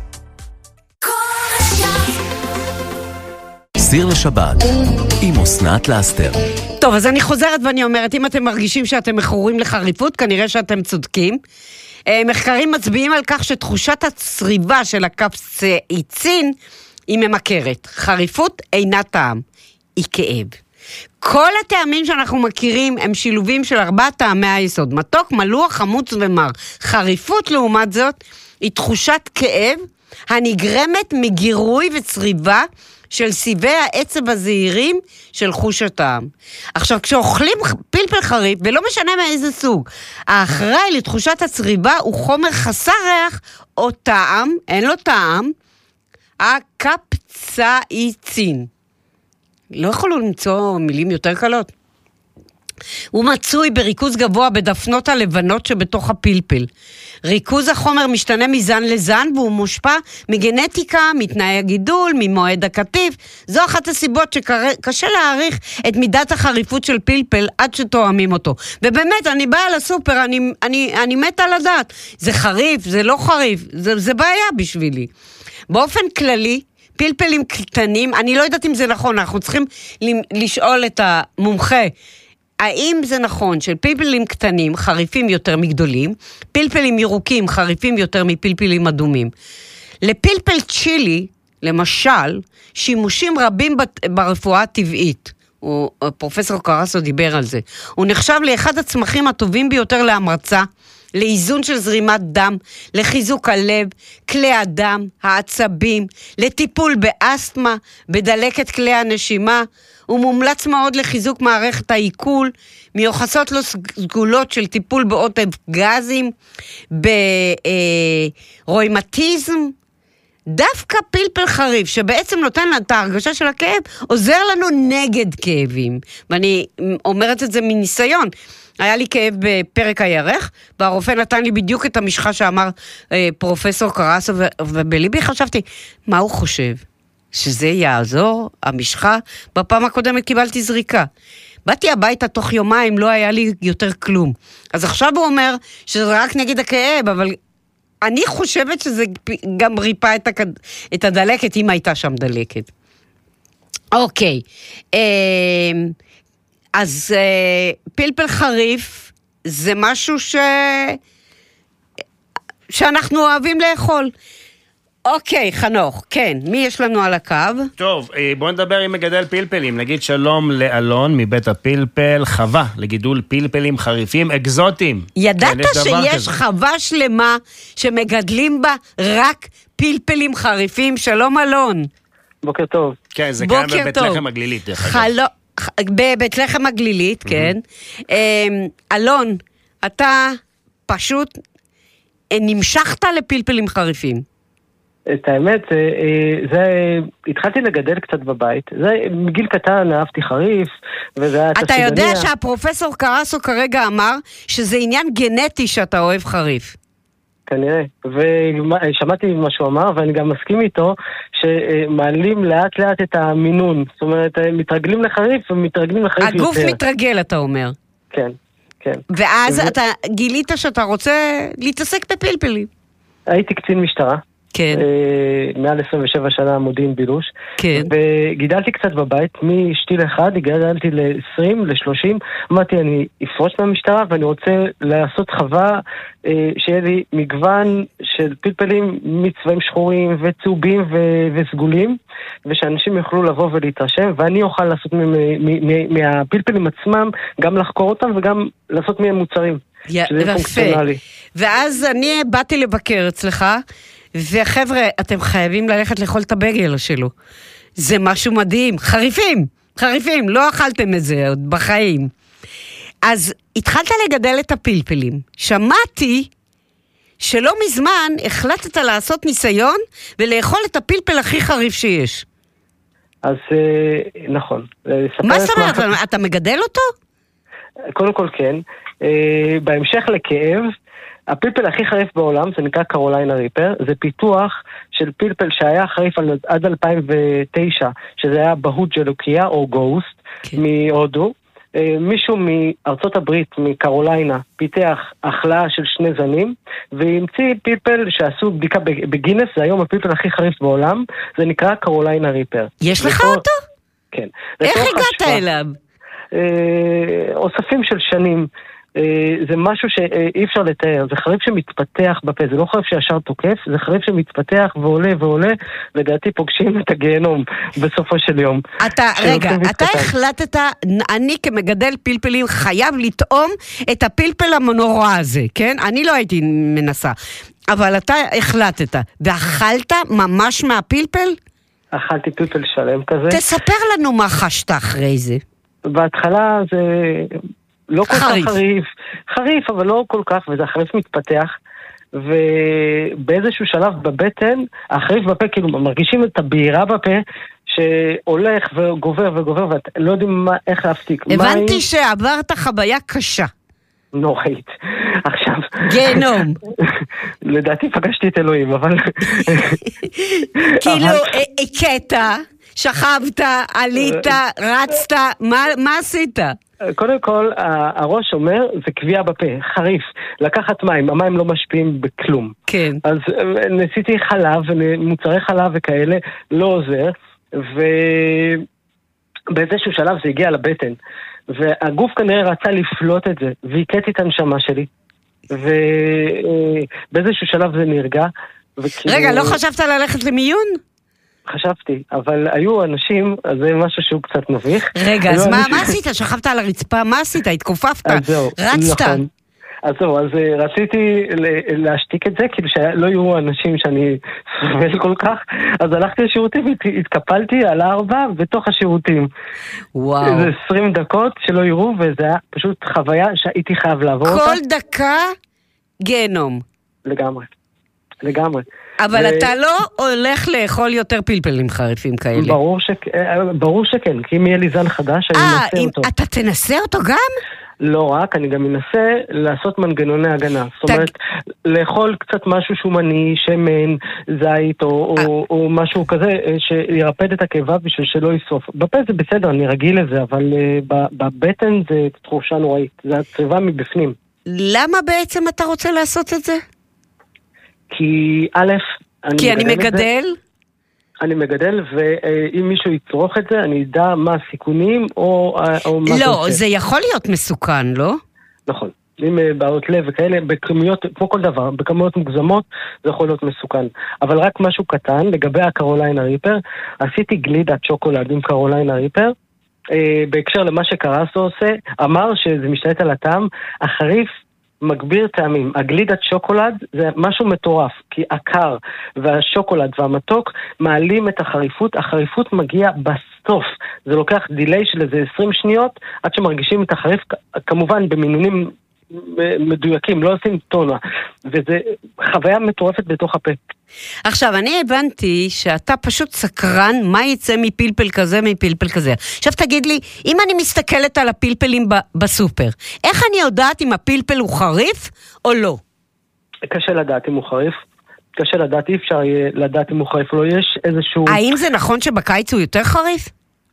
סיר לשבת עם אסנת לאסתר.
טוב, אז אני חוזרת ואני אומרת, אם אתם מרגישים שאתם מכורים לחריפות, כנראה שאתם צודקים. מחקרים מצביעים על כך שתחושת הצריבה של הקפסאיצין היא ממכרת. חריפות אינה טעם, היא כאב. כל הטעמים שאנחנו מכירים הם שילובים של 4 טעמי היסוד. מתוק, מלוח, חמוץ ומר. חריפות לעומת זאת היא תחושת כאב הנגרמת מגירוי וצריבה של סיבי העצב הזעירים של חוש הטעם. עכשיו, כשאוכלים פלפל חריף, ולא משנה מאיזה סוג, האחראי לתחושת הצריבה הוא חומר חסר ריח או טעם, אין לו טעם, הקפסאיצין. לא יכולו למצוא מילים יותר קלות. הוא מצוי בריכוז גבוה בדפנות הלבנות שבתוך הפלפל. ריכוז החומר משתנה מזן לזן, והוא מושפע מגנטיקה, מתנאי הגידול, ממועד הקטיף. זו אחת הסיבות שקשה להעריך את מידת החריפות של פלפל עד שתואמים אותו. ובאמת, אני באה לסופר, אני מתה לדעת. זה חריף, זה לא חריף, זה בעיה בשבילי. באופן כללי, פלפלים קטנים, אני לא יודעת אם זה נכון, אנחנו צריכים לשאול את המומחה, האם זה נכון של פלפלים קטנים חריפים יותר מגדולים, פלפלים ירוקים חריפים יותר מפלפלים אדומים. לפלפל צ'ילי, למשל, שימושים רבים ברפואה הטבעית. פרופסור קרסו דיבר על זה. הוא נחשב לאחד הצמחים הטובים ביותר להמרצה, לאיזון של זרימת דם, לחיזוק הלב, כלי הדם, העצבים, לטיפול באסתמה, בדלקת כלי הנשימה. הוא מומלץ מאוד לחיזוק מערכת העיכול, מיוחסות לו סגולות של טיפול בעודף גזים, ברוימטיזם, דווקא פלפל חריף, שבעצם נותן את ההרגשה של הכאב, עוזר לנו נגד כאבים. ואני אומרת את זה מניסיון. היה לי כאב בפרק הירך, והרופא נתן לי בדיוק את המשחה שאמר פרופסור קרסו, ובליבי חשבתי, מה הוא חושב? שזה יעזור, המשחה? בפעם הקודמת קיבלתי זריקה. באתי הביתה תוך יומיים, לא היה לי יותר כלום. אז עכשיו הוא אומר שזה רק נגד הכאב, אבל אני חושבת שזה גם ריפה את הדלקת, אם הייתה שם דלקת. אוקיי. אז פלפל חריף זה משהו שאנחנו אוהבים לאכול. אוקיי, חנוך, כן, מי יש לנו על הקו?
טוב, בואו נדבר עם מגדל פלפלים. נגיד שלום לאלון מבית הפלפל, חווה לגידול פלפלים חריפים אקזוטיים.
ידעת שיש חווה שלמה שמגדלים בה רק פלפלים חריפים? שלום אלון.
בוקר טוב.
כן, זה קיים בבית לחם הגלילית.
בבית לחם הגלילית, כן. אלון, אתה פשוט נמשכת לפלפלים חריפים.
את האמת, התחלתי לגדל קצת בבית. מגיל קטן אהבתי חריף, וזה היה
אתה יודע שהפרופסור קרסו כרגע אמר שזה עניין גנטי שאתה אוהב חריף.
כנראה, ושמעתי מה שהוא אמר, ואני גם מסכים איתו שמעלים לאט לאט את המינון. זאת אומרת, מתרגלים לחריף ומתרגלים לחריף יותר.
הגוף מתרגל, אתה אומר.
כן, כן.
ואז אתה גילית שאתה רוצה להתעסק בפלפלים.
הייתי קצין משטרה.
כן.
מעל 27 שנה מודיעין בילוש.
כן.
וגידלתי קצת בבית, משתיל אחד, גידלתי ל-20, ל-30. אמרתי, אני אפרוש מהמשטרה ואני רוצה לעשות חווה שיהיה לי מגוון של פלפלים מצבעים שחורים וצהובים וסגולים, ושאנשים יוכלו לבוא ולהתרשם, ואני אוכל לעשות מהפלפלים עצמם, גם לחקור אותם וגם לעשות מהם מוצרים.
יפה. ואז אני באתי לבקר אצלך, וחבר'ה, אתם חייבים ללכת לאכול את הבגל שלו. זה משהו מדהים. חריפים, לא אכלתם את זה עוד בחיים. אז התחלת לגדל את הפלפלים. שמעתי שלא מזמן החלטת לעשות ניסיון ולאכול את הפלפל הכי חריף שיש.
אז נכון.
מה זאת אומרת? אתה מגדל אותו?
קודם כל כן. בהמשך לכאב, הפלפל הכי חריף בעולם, זה נקרא קרוליינה ריפר, זה פיתוח של פלפל שהיה חריף עד 2009, שזה היה בהות ג'לוקיה או גוסט, מהודו. מישהו מארצות הברית, מקרוליינה, פיתח החלאה של 2 זנים, והמציא פלפל שעשו בדיקה בגינס, זה היום הפלפל הכי חריף בעולם, זה נקרא קרוליינה ריפר.
יש לך אותו?
כן.
איך הגעת אליו?
אוספים של שנים. זה משהו שאי אפשר לתאר, זה חריף שמתפתח בפה, זה לא חריף שישר תוקף, זה חריף שמתפתח ועולה ועולה, לדעתי פוגשים את הגיהנום בסופו של יום.
אתה החלטת, אני כמגדל פלפלים חייב לטעום את הפלפל המנורא הזה, כן? אני לא הייתי מנסה, אבל אתה החלטת, ואכלת ממש מהפלפל?
אכלתי פלפל שלם כזה.
תספר לנו מה חשת אחרי זה.
בהתחלה זה לא כל כך חריף, אבל לא כל כך, וזה החריף מתפתח, ובאיזשהו שלב בבטן, החריף בפה, כאילו מרגישים את הבעירה בפה, שהולך וגובר וגובר, ואתם לא יודעים איך להפסיק.
הבנתי שעברת חוויה קשה.
נוראית. עכשיו...
גיהנום.
לדעתי פגשתי את אלוהים, אבל...
כאילו, הקטע, שכבת, עלית, רצת, מה עשית?
קודם כל, הראש אומר, זה קביעה בפה, חריף. לקחת מים, המים לא משפיעים בכלום.
כן.
אז ניסיתי חלב, מוצרי חלב וכאלה, לא עוזר, ובאיזשהו שלב זה הגיע לבטן. והגוף כנראה רצה לפלוט את זה, והקטתי את הנשמה שלי. ובאיזשהו שלב זה נרגע.
רגע, לא חשבת ללכת למיון?
חשבתי, אבל היו אנשים, אז זה משהו שהוא קצת נביך.
רגע, אז מה עשית? שכבת על הרצפה? מה עשית? התכופפת? רצת?
נכון. אז זהו, אז רציתי להשתיק את זה, כאילו שלא יהיו אנשים שאני סובל כל כך, אז הלכתי לשירותים והתקפלתי על 4 בתוך השירותים.
וואו.
זה 20 דקות שלא יראו, וזה היה פשוט חוויה שהייתי חייב לעבור אותה.
כל דקה גיהנום.
לגמרי. לגמרי.
אבל אתה לא הולך לאכול יותר פלפלים חריפים כאלה.
ברור שכן, כי אם יהיה לי זן חדש, אני אנסה אותו.
אתה תנסה אותו גם?
לא רק, אני גם מנסה לעשות מנגנוני הגנה. זאת אומרת, לאכול קצת משהו שומני, שמן, זית או משהו כזה, שירפד את הקיבה בשביל שלא יסוף. בפה זה בסדר, אני רגיל לזה, אבל בבטן זה תחושה נוראית. זה הצבע מבפנים.
למה בעצם אתה רוצה לעשות את זה?
כי א',
אני מגדל?
אני מגדל, ואם מישהו יצרוך את זה, אני אדע מה הסיכונים או מה...
לא, זה יכול להיות מסוכן, לא?
נכון. אם בעיות לב וכאלה, בכמויות, כמו כל דבר, בכמויות מוגזמות, זה יכול להיות מסוכן. אבל רק משהו קטן, לגבי הקרוליינה ריפר, עשיתי גלידת שוקולד עם קרוליינה ריפר, בהקשר למה שקרסו עושה, אמר שזה משתלט על הטעם, החריף מגביר טעמים. הגלידת שוקולד זה משהו מטורף, כי הקר והשוקולד והמתוק מעלים את החריפות, החריפות מגיעה בסוף. זה לוקח דילי של איזה 20 שניות, עד שמרגישים את החריף, כמובן במינונים מדויקים, לא עושים טונה. וזה חוויה מטורפת בתוך הפה.
עכשיו, אני הבנתי שאתה פשוט סקרן מה יצא מפלפל כזה, מפלפל כזה. עכשיו תגיד לי, אם אני מסתכלת על הפלפלים בסופר, איך אני יודעת אם הפלפל הוא חריף או לא?
קשה לדעת אם הוא חריף. קשה לדעת, אי אפשר לדעת אם הוא חריף או לא. יש איזשהו...
האם זה נכון שבקיץ הוא יותר חריף?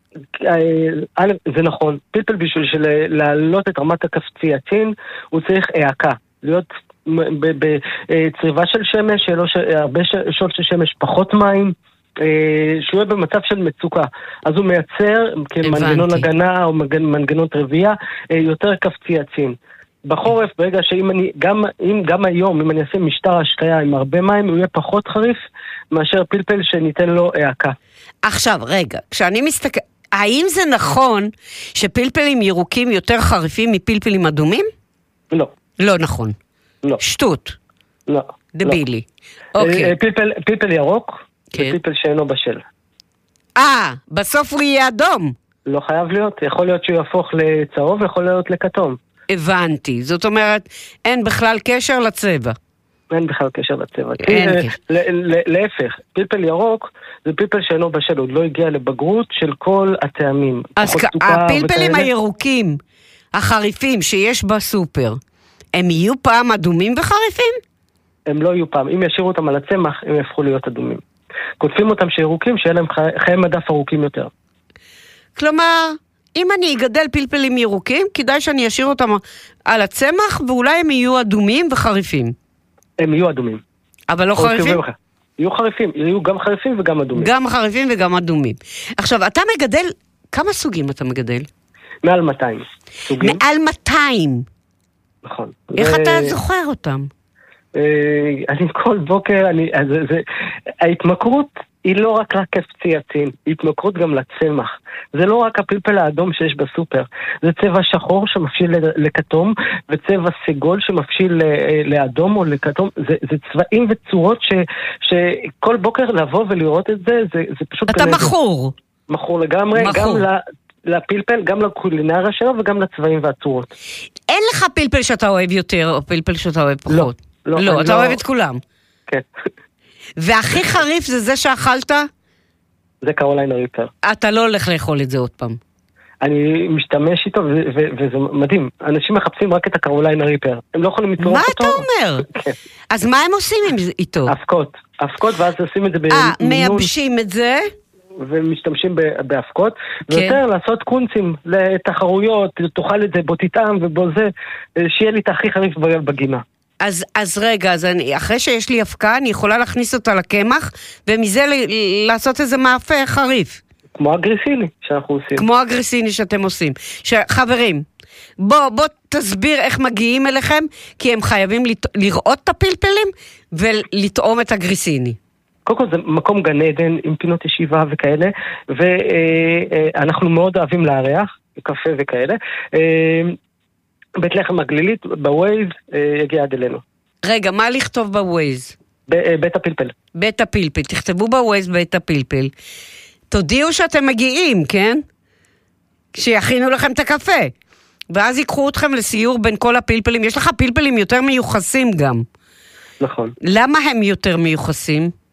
זה נכון. פלפל בשביל להעלות את רמת הקפציאצין, הוא צריך העקה. להיות בצריבה של שמש, הרבה שעות של שמש, פחות מים, שהוא יהיה במצב של מצוקה. אז הוא מייצר כמנגנון הגנה או מנגנון רבייה יותר קפציאצין. בחורף, ברגע שאם אני, גם היום, אם אני אעשה משטר השקיה עם הרבה מים, הוא יהיה פחות חריף מאשר פלפל שניתן לו העקה.
עכשיו, רגע, כשאני מסתכל, האם זה נכון שפלפלים ירוקים יותר חריפים מפלפלים אדומים?
לא.
לא נכון.
לא.
שטות.
לא.
דבילי. אוקיי.
פלפל ירוק, פלפל שאינו בשל.
בסוף הוא יהיה אדום.
לא חייב להיות, יכול להיות שהוא יהפוך לצהוב, יכול להיות לכתום.
הבנתי, זאת אומרת, אין בכלל קשר לצבע.
אין בכלל קשר לצבע. להפך, פלפל ירוק זה פלפל שאינו בשל, עוד לא הגיע לבגרות של כל הטעמים.
אז הפלפלים הירוקים, החריפים שיש בסופר, הם יהיו פעם אדומים וחריפים?
הם לא יהיו פעם. אם ישאירו אותם על הצמח, הם יהפכו להיות אדומים. כותבים אותם שירוקים, שיהיה להם חיי מדף ארוכים יותר.
כלומר, אם אני אגדל פלפלים ירוקים, כדאי שאני אשאיר אותם על הצמח, ואולי הם יהיו אדומים וחריפים.
הם יהיו אדומים.
אבל לא חריפים?
יהיו חריפים, יהיו גם חריפים וגם אדומים.
גם חריפים וגם אדומים. עכשיו, אתה מגדל, כמה סוגים אתה מגדל?
מעל 200 סוגים.
מעל 200?
נכון.
איך אתה זוכר אותם?
אני כל בוקר, ההתמכרות היא לא רק קפציאצין, היא התמכרות גם לצמח. זה לא רק הפלפל האדום שיש בסופר, זה צבע שחור שמפשיל לכתום, וצבע סגול שמפשיל לאדום או לכתום. זה צבעים וצורות שכל בוקר לבוא ולראות את זה, זה פשוט...
אתה מכור.
מכור לגמרי, גם לפלפל, גם לקולינריה שלו וגם לצבעים והצורות.
אין לך פלפל שאתה אוהב יותר או פלפל שאתה אוהב פחות? לא, אתה אוהב את כולם.
כן.
והכי חריף זה שאכלת?
זה קרוליינה ריפר.
אתה לא הולך לאכול את זה עוד פעם.
אני משתמש איתו, וזה מדהים. אנשים מחפשים רק את הקרוליינה ריפר. הם לא יכולים לצרוך אותו.
מה אתה אומר? אז מה הם עושים איתו?
אבקות, ואז עושים את זה במינון.
מייבשים את זה?
ומשתמשים באבקות, ויותר לעשות קונצים לתחרויות, תאכל את זה, בוא תטעם ובוא זה, שיהיה לי את הכי חריף בגינה.
אז רגע, אחרי שיש לי אבקה, אני יכולה להכניס אותה לקמח, ומזה לעשות איזה מאפה חריף.
כמו הגריסיני שאנחנו עושים.
כמו הגריסיני שאתם עושים. חברים, בוא תסביר איך מגיעים אליכם, כי הם חייבים לראות את הפלפלים, ולטעום את הגריסיני.
קודם כל זה מקום גן עדן עם פינות ישיבה וכאלה, ואנחנו מאוד אוהבים לארח, קפה וכאלה. בית לחם הגלילית, בווייז, יגיע עד אלינו.
רגע, מה לכתוב בווייז?
בית הפלפל.
בית הפלפל, תכתבו בווייז בית הפלפל. תודיעו שאתם מגיעים, כן? שיכינו לכם את הקפה. ואז ייקחו אתכם לסיור בין כל הפלפלים. יש לך פלפלים יותר מיוחסים גם.
נכון.
למה הם יותר מיוחסים?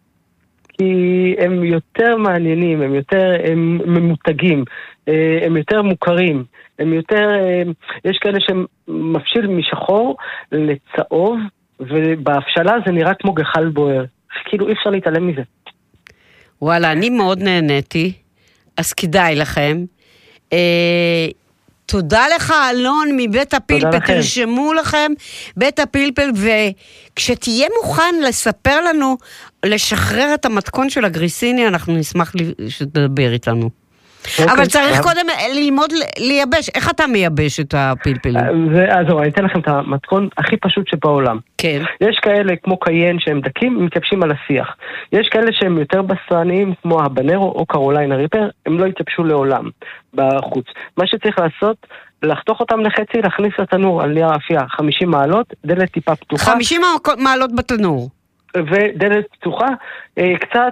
כי הם יותר מעניינים, הם ממותגים, הם יותר מוכרים, הם יותר, יש כאלה שהם מפשיל משחור לצהוב, ובהפשלה זה נראה כמו גחל בוער. כאילו אי אפשר להתעלם מזה.
וואלה, אני מאוד נהניתי, אז כדאי לכם. תודה לך אלון מבית הפלפל, תרשמו לכם בית הפלפל, וכשתהיה מוכן לספר לנו, לשחרר את המתכון של הגריסיני, אנחנו נשמח שתדבר איתנו. אבל צריך קודם ללמוד לייבש. איך אתה מייבש את הפלפלים?
אז אני אתן לכם את המתכון הכי פשוט שבעולם.
כן.
יש כאלה כמו קיין שהם דקים, מתייבשים על השיח. יש כאלה שהם יותר בשרניים כמו הבנרו או קרוליינה ריפר, הם לא יתייבשו לעולם בחוץ. מה שצריך לעשות, לחתוך אותם לחצי, להכניס לתנור על נייר אפייה 50 מעלות, דלת טיפה פתוחה.
50 מעלות בתנור.
ודלת פתוחה, קצת,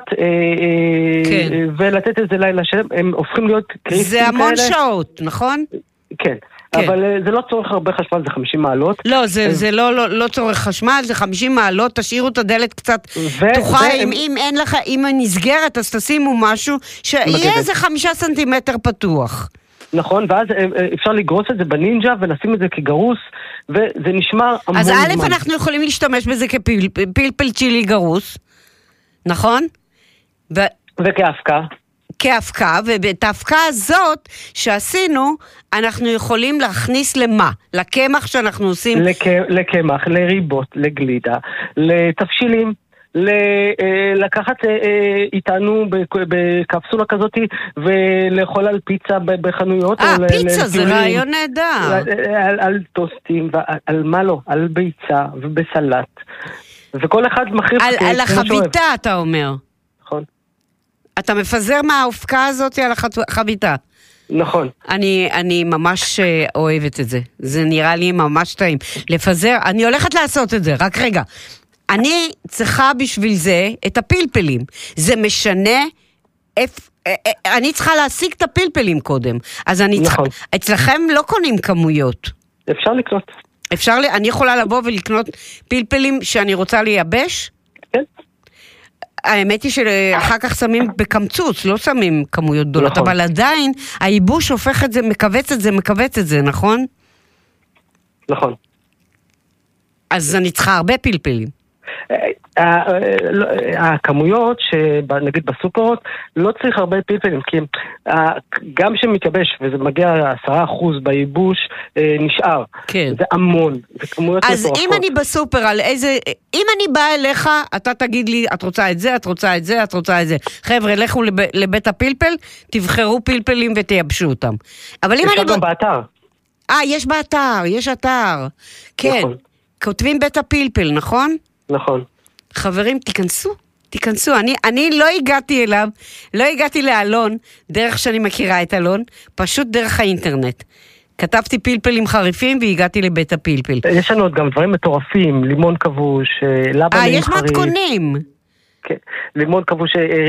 ולתת את זה לילה שלם, הם הופכים להיות קריסטים כאלה.
זה המון שעות, נכון?
כן, אבל זה לא צורך הרבה חשמל, זה 50 מעלות.
לא, זה לא צורך חשמל, זה 50 מעלות, תשאירו את הדלת קצת פתוחה, אם אין לך, אם נסגרת, אז תשימו משהו, שיהיה איזה 5 סנטימטר פתוח.
נכון, ואז אפשר לגרוס את זה בנינג'ה ולשים את זה כגרוס, וזה נשמר המון זמן.
אז א', אנחנו יכולים להשתמש בזה כפלפל צ'ילי גרוס, נכון?
וכאבקה.
כאבקה, ואת האבקה הזאת שעשינו, אנחנו יכולים להכניס למה? לקמח שאנחנו עושים?
לקמח, לריבות, לגלידה, לתבשילים. לקחת איתנו בקפסולה כזאת ולאכול על פיצה בחנויות.
פיצה זה רעיון נהדר.
על טוסטים, על מה לא, על ביצה ובסלט. וכל אחד מחריף
על החביתה אתה אומר.
נכון.
אתה מפזר מהאופקה הזאת על החביתה.
נכון.
אני ממש אוהבת את זה. זה נראה לי ממש טעים. לפזר, אני הולכת לעשות את זה, רק רגע. אני צריכה בשביל זה את הפלפלים. זה משנה, אני צריכה להשיג את הפלפלים קודם. אז אצלכם לא קונים כמויות.
אפשר לקנות.
אני יכולה לבוא ולקנות פלפלים שאני רוצה לייבש?
כן.
האמת היא שאחר כך שמים בקמצוץ, לא שמים כמויות גדולות, אבל עדיין הייבוש הופך את זה, מכווץ את זה, נכון?
נכון.
אז אני צריכה הרבה פלפלים.
הכמויות שנגיד בסופרות לא צריך הרבה פלפלים, כי גם שמתייבש וזה מגיע 10% בייבוש נשאר, זה המון, זה כמויות מטורפות.
אז אם אני בסופר על איזה, אם אני באה אליך, אתה תגיד לי את רוצה את זה, את רוצה את זה, את רוצה את זה, חבר'ה לכו לבית הפלפל, תבחרו פלפלים ותייבשו אותם. אבל אם אני
גם באתר.
יש באתר, יש אתר, כן, כותבים בית הפלפל, נכון?
נכון.
חברים, תיכנסו. אני לא הגעתי אליו, לא הגעתי לאלון, דרך שאני מכירה את אלון, פשוט דרך האינטרנט. כתבתי פלפלים חריפים והגעתי לבית הפלפל.
יש לנו עוד גם דברים מטורפים, לימון כבוש, לבנים
יש
חריף.
מתכונים.
כן, לימון כבוש,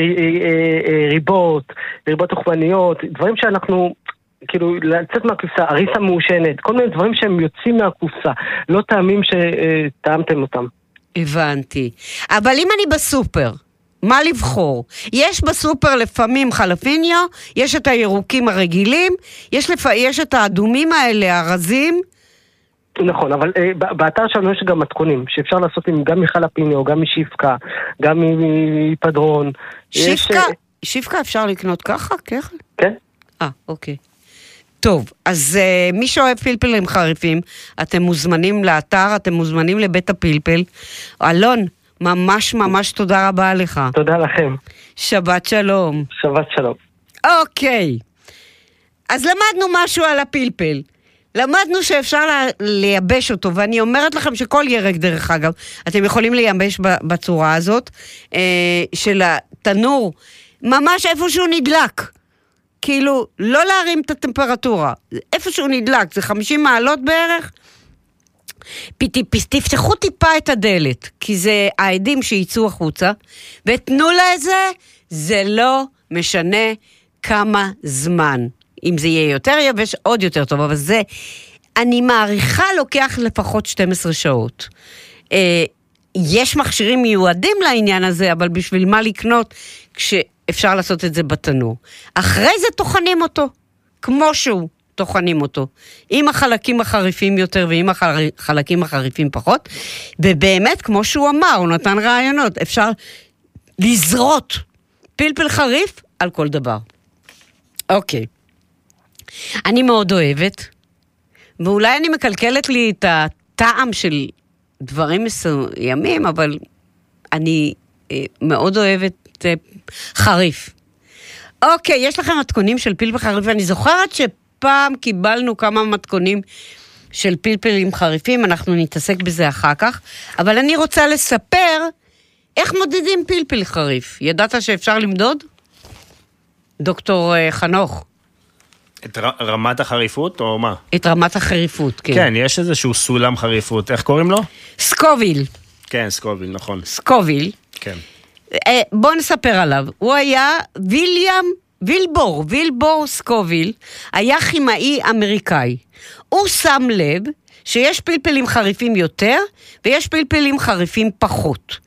ריבות תוכמניות, דברים שאנחנו... כאילו, לצאת מהקופסה, אריסה מעושנת, כל מיני דברים שהם יוצאים מהקופסה, לא טעמים שטעמתם אותם.
הבנתי. אבל אם אני בסופר, מה לבחור? יש בסופר לפעמים חלפיניו, יש את הירוקים הרגילים, יש את האדומים האלה, הרזים.
נכון, אבל באתר שלנו יש גם מתכונים, שאפשר לעשות גם מחלפיניו, גם משיפקה, גם מפדרון.
שיפקה אפשר לקנות ככה?
כן.
אוקיי. טוב, אז מי שאוהב פלפלים חריפים, אתם מוזמנים לאתר, אתם מוזמנים לבית הפלפל. אלון, ממש ממש תודה רבה לך.
תודה לכם.
שבת שלום.
שבת שלום.
אוקיי. אז למדנו משהו על הפלפל. למדנו שאפשר לייבש אותו, ואני אומרת לכם שכל ירק דרך אגב, אתם יכולים לייבש בצורה הזאת, של התנור, ממש איפה שהוא נדלק. כאילו, לא להרים את הטמפרטורה. איפה שהוא נדלק, זה 50 מעלות בערך. תפתחו טיפה את הדלת, כי זה העדים שיצאו החוצה, ותנו לזה, זה לא משנה כמה זמן. אם זה יהיה יותר יבש, עוד יותר טוב, אבל זה, אני מעריכה לוקח לפחות 12 שעות. יש מכשירים מיועדים לעניין הזה, אבל בשביל מה לקנות כשאפשר לעשות את זה בתנור. אחרי זה תוכנים אותו, כמו שהוא. תוכנים אותו, עם החלקים החריפים יותר ועם החלקים החריפים פחות, ובאמת, כמו שהוא אמר, הוא נתן רעיונות, אפשר לזרות פלפל חריף על כל דבר. אוקיי. אני מאוד אוהבת, ואולי אני מקלקלת לי את הטעם של דברים מסוימים, אבל אני מאוד אוהבת חריף. אוקיי, יש לכם מתכונים של פלפל חריף, ואני זוכרת פעם קיבלנו כמה מתכונים של פלפלים חריפים, אנחנו נתעסק בזה אחר כך, אבל אני רוצה לספר איך מודדים פלפל חריף. ידעת שאפשר למדוד? דוקטור חנוך.
את רמת החריפות או מה?
את רמת החריפות, כן.
כן, יש איזשהו סולם חריפות, איך קוראים לו?
סקוביל.
כן, סקוביל, נכון.
סקוביל.
כן.
בוא נספר עליו. הוא היה וילבור סקוביל, היה כימאי אמריקאי. הוא שם לב שיש פלפלים חריפים יותר, ויש פלפלים חריפים פחות.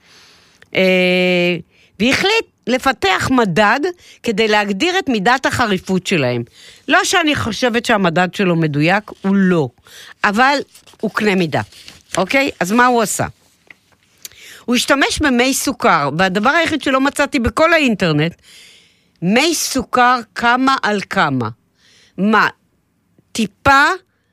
והחליט לפתח מדד כדי להגדיר את מידת החריפות שלהם. לא שאני חושבת שהמדד שלו מדויק, הוא לא. אבל הוא קנה מידה. אוקיי? אז מה הוא עשה? הוא השתמש במי סוכר, והדבר היחיד שלא מצאתי בכל האינטרנט, מי סוכר כמה על כמה. מה? טיפה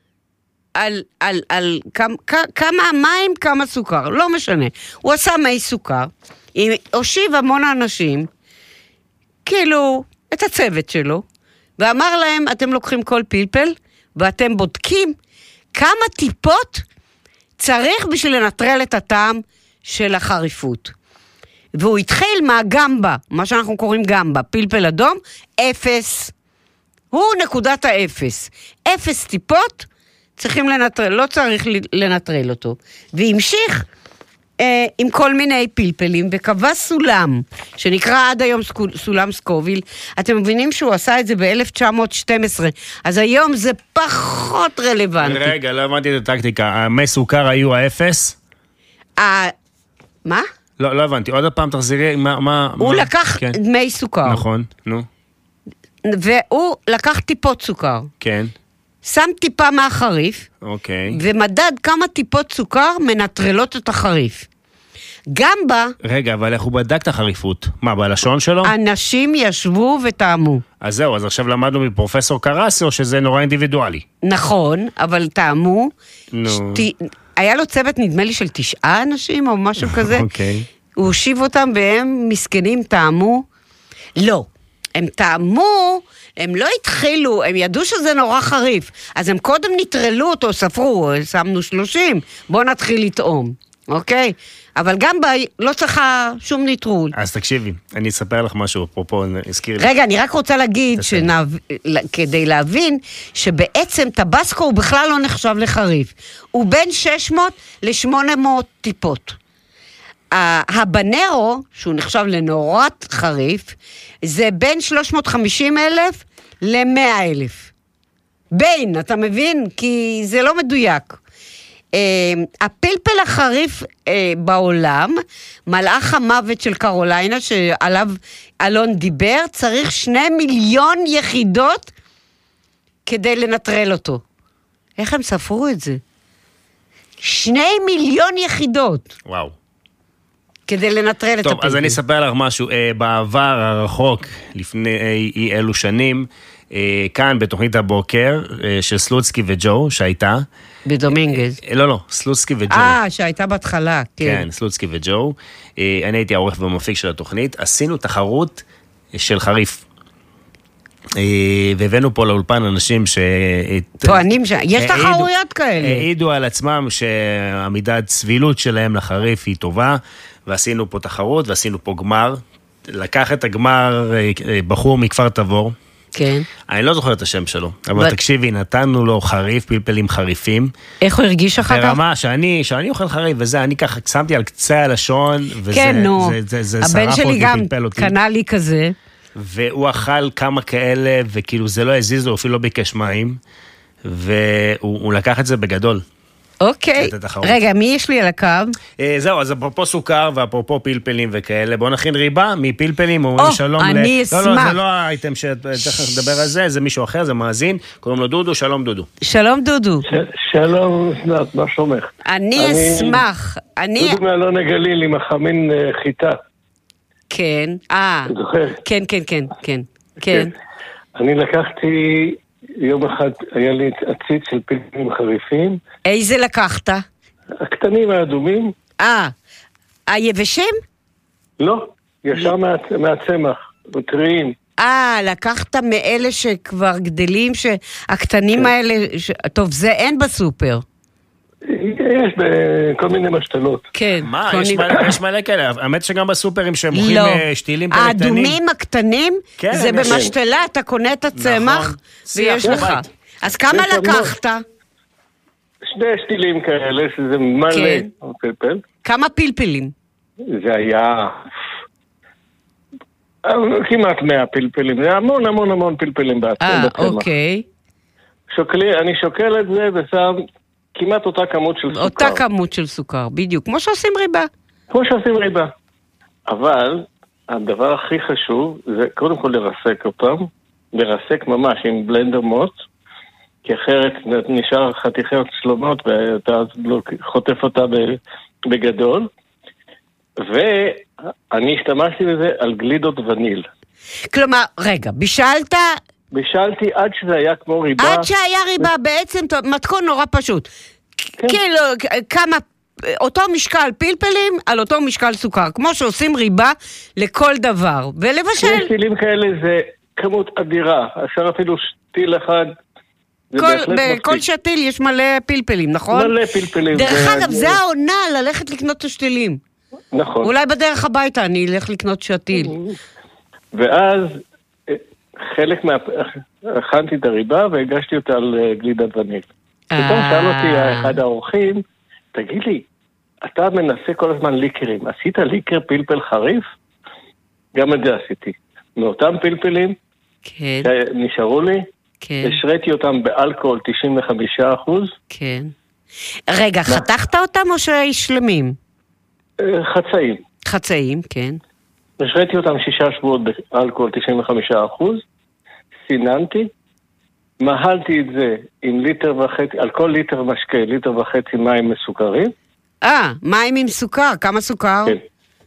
על כמה מים, כמה סוכר. לא משנה. הוא עשה מי סוכר, הושיב המון אנשים, כאילו, את הצוות שלו, ואמר להם, אתם לוקחים כל פלפל, ואתם בודקים כמה טיפות צריך בשביל לנטרל את הטעם של החריפות. והוא התחיל מהגמבה, מה שאנחנו קוראים גמבה, פלפל אדום, 0. הוא נקודת האפס. 0 טיפות צריכים לנטרל, לא צריך לנטרל אותו. והמשיך עם כל מיני פלפלים, וקבע סולם, שנקרא עד היום סולם סקוביל. אתם מבינים שהוא עשה את זה ב-1912, אז היום זה פחות רלוונטי.
רגע, לא הבנתי את הטקטיקה. המי סוכר היו האפס?
מה?
לא הבנתי. עוד פעם תחזירי,
הוא לקח מי סוכר.
נכון, נו.
והוא לקח טיפות סוכר.
כן.
שם טיפה מהחריף.
אוקיי.
ומדד כמה טיפות סוכר מנטרלות את החריף. גמבה...
רגע, אבל איך הוא בדק את החריפות? מה, בלשון שלו?
אנשים ישבו וטעמו.
אז זהו, אז עכשיו למדנו מפרופסור קרסי, או שזה נורא אינדיבידואלי?
נכון, אבל טעמו.
נו.
היה לו צוות, נדמה לי, של 9 אנשים או משהו כזה.
אוקיי.
הוא הושיב אותם והם מסכנים טעמו. לא, הם טעמו, הם לא התחילו, הם ידעו שזה נורא חריף. אז הם קודם נטרלו אותו, ספרו, שמנו 30, בואו נתחיל לטעום. אוקיי? אבל גם לא צריכה שום ניטרול.
אז תקשיבי, אני אספר לך משהו, אפרופו, הזכיר לי.
רגע, אני רק רוצה להגיד, כדי להבין, שבעצם טבסקו הוא בכלל לא נחשב לחריף. הוא בין 600 ל-800 טיפות. הבנרו, שהוא נחשב לנורת חריף, זה בין 350,000 ל-100,000. בין, אתה מבין? כי זה לא מדויק. הפלפל החריף בעולם, מלאך המוות של קרוליינה, שעליו אלון דיבר, צריך 2 מיליון יחידות כדי לנטרל אותו. איך הם ספרו את זה? 2 מיליון יחידות.
וואו.
כדי לנטרל את הפלפל.
טוב, אז אני אספר לך משהו. בעבר הרחוק, לפני אי אלו שנים, כאן בתוכנית הבוקר של סלוצקי וג'ו, שהייתה...
בדומינגז.
לא, סלוצקי וג'ו.
שהייתה בהתחלה, כן.
כן, סלוצקי וג'ו. אני הייתי העורך ומפיק של התוכנית. עשינו תחרות של חריף. והבאנו פה לאולפן אנשים ש...
טוענים יש תחרויות כאלה.
העידו על עצמם שהמידת סבילות שלהם לחריף היא טובה, ועשינו פה תחרות ועשינו פה גמר. לקח את הגמר בחור מכפר תבור.
כן.
אני לא זוכר את השם שלו, אבל תקשיבי, נתנו לו חריף, פלפלים חריפים.
איך הוא הרגיש אחר כך?
ברמה שאני אוכל חריף וזה, אני ככה שמתי על קצה הלשון, וזה
כן, נו. הבן שלי גם קנה לי כזה.
והוא אכל כמה כאלה, וכאילו זה לא הזיז לו, אפילו לא ביקש מים, והוא לקח את זה בגדול.
אוקיי. רגע, מי יש לי על הקו?
זהו, אז אפרופו סוכר ואפרופו פלפלים וכאלה, בואו נכין ריבה מפלפלים, אומרים שלום
אני אשמח.
לא, זה לא האייטם שתכף נדבר על זה, זה מישהו אחר, זה מאזין, קוראים לו דודו, שלום דודו.
שלום דודו.
שלום, אסנת, מה שלומך?
אני אשמח.
דודו מאלון הגליל עם החמין חיטה.
כן,
זוכר?
כן.
אני לקחתי, יום אחד היה לי עציץ של פלפלים חריפים.
איזה לקחת?
הקטנים האדומים.
היבשים?
לא, ישר מהצמח, טריים.
לקחת מאלה שכבר גדלים, שהקטנים האלה, טוב, זה אין בסופר.
יש בכל מיני משתלות.
כן.
מה, יש מלא כאלה, האמת שגם בסופרים שמוכרים שתילים כאלה קטנים.
האדומים הקטנים, זה במשתלה, אתה קונה את הצמח, ויש לך. אז כמה לקחת?
2 שתילים כאלה, שזה מלא פלפל.
כמה פלפלים?
זה היה כמעט 100 פלפלים, זה המון פלפלים בצמח.
אוקיי.
אני שוקל את זה ושם כמעט אותה כמות של סוכר.
אותה כמות של סוכר, בדיוק, כמו שעושים ריבה.
אבל הדבר הכי חשוב זה קודם כל לרסק אותם, לרסק ממש עם בלנדר מוץ, כי אחרת נשאר חתיכות שלומות ואתה חוטף אותה בגדול. ואני השתמשתי בזה על גלידות וניל.
כלומר, רגע,
בישלתי עד שזה היה כמו ריבה.
עד שהיה ריבה, בעצם מתכון נורא פשוט. כאילו, אותו משקל פלפלים על אותו משקל סוכר, כמו שעושים ריבה לכל דבר, ולבשל.
שתילים כאלה זה כמות אדירה, אפשר אפילו שתיל אחד.
בכל שתיל יש מלא פלפלים, נכון?
מלא פלפלים.
דרך אגב, זה העונה ללכת לקנות את השתילים.
נכון.
אולי בדרך הביתה אני אלך לקנות שתיל.
ואז חלק הכנתי את הריבה והגשתי אותה על גלידת וניל. פתאום שאל אותי אחד האורחים, תגיד לי, אתה מנסה כל הזמן ליקרים, עשית ליקר פלפל חריף? גם את זה עשיתי. מאותם פלפלים שנשארו לי, השריתי אותם באלכוהול 95%.
כן. רגע, חתכת אותם או שלמים? חצאים, כן.
השריתי אותם 6 שבועות באלכוהול 95%, סיננתי, מהלתי את זה עם 1.5 ליטר, על כל ליטר משקה, 1.5 ליטר מים מסוכרים.
מים עם סוכר, כמה סוכר?
כן.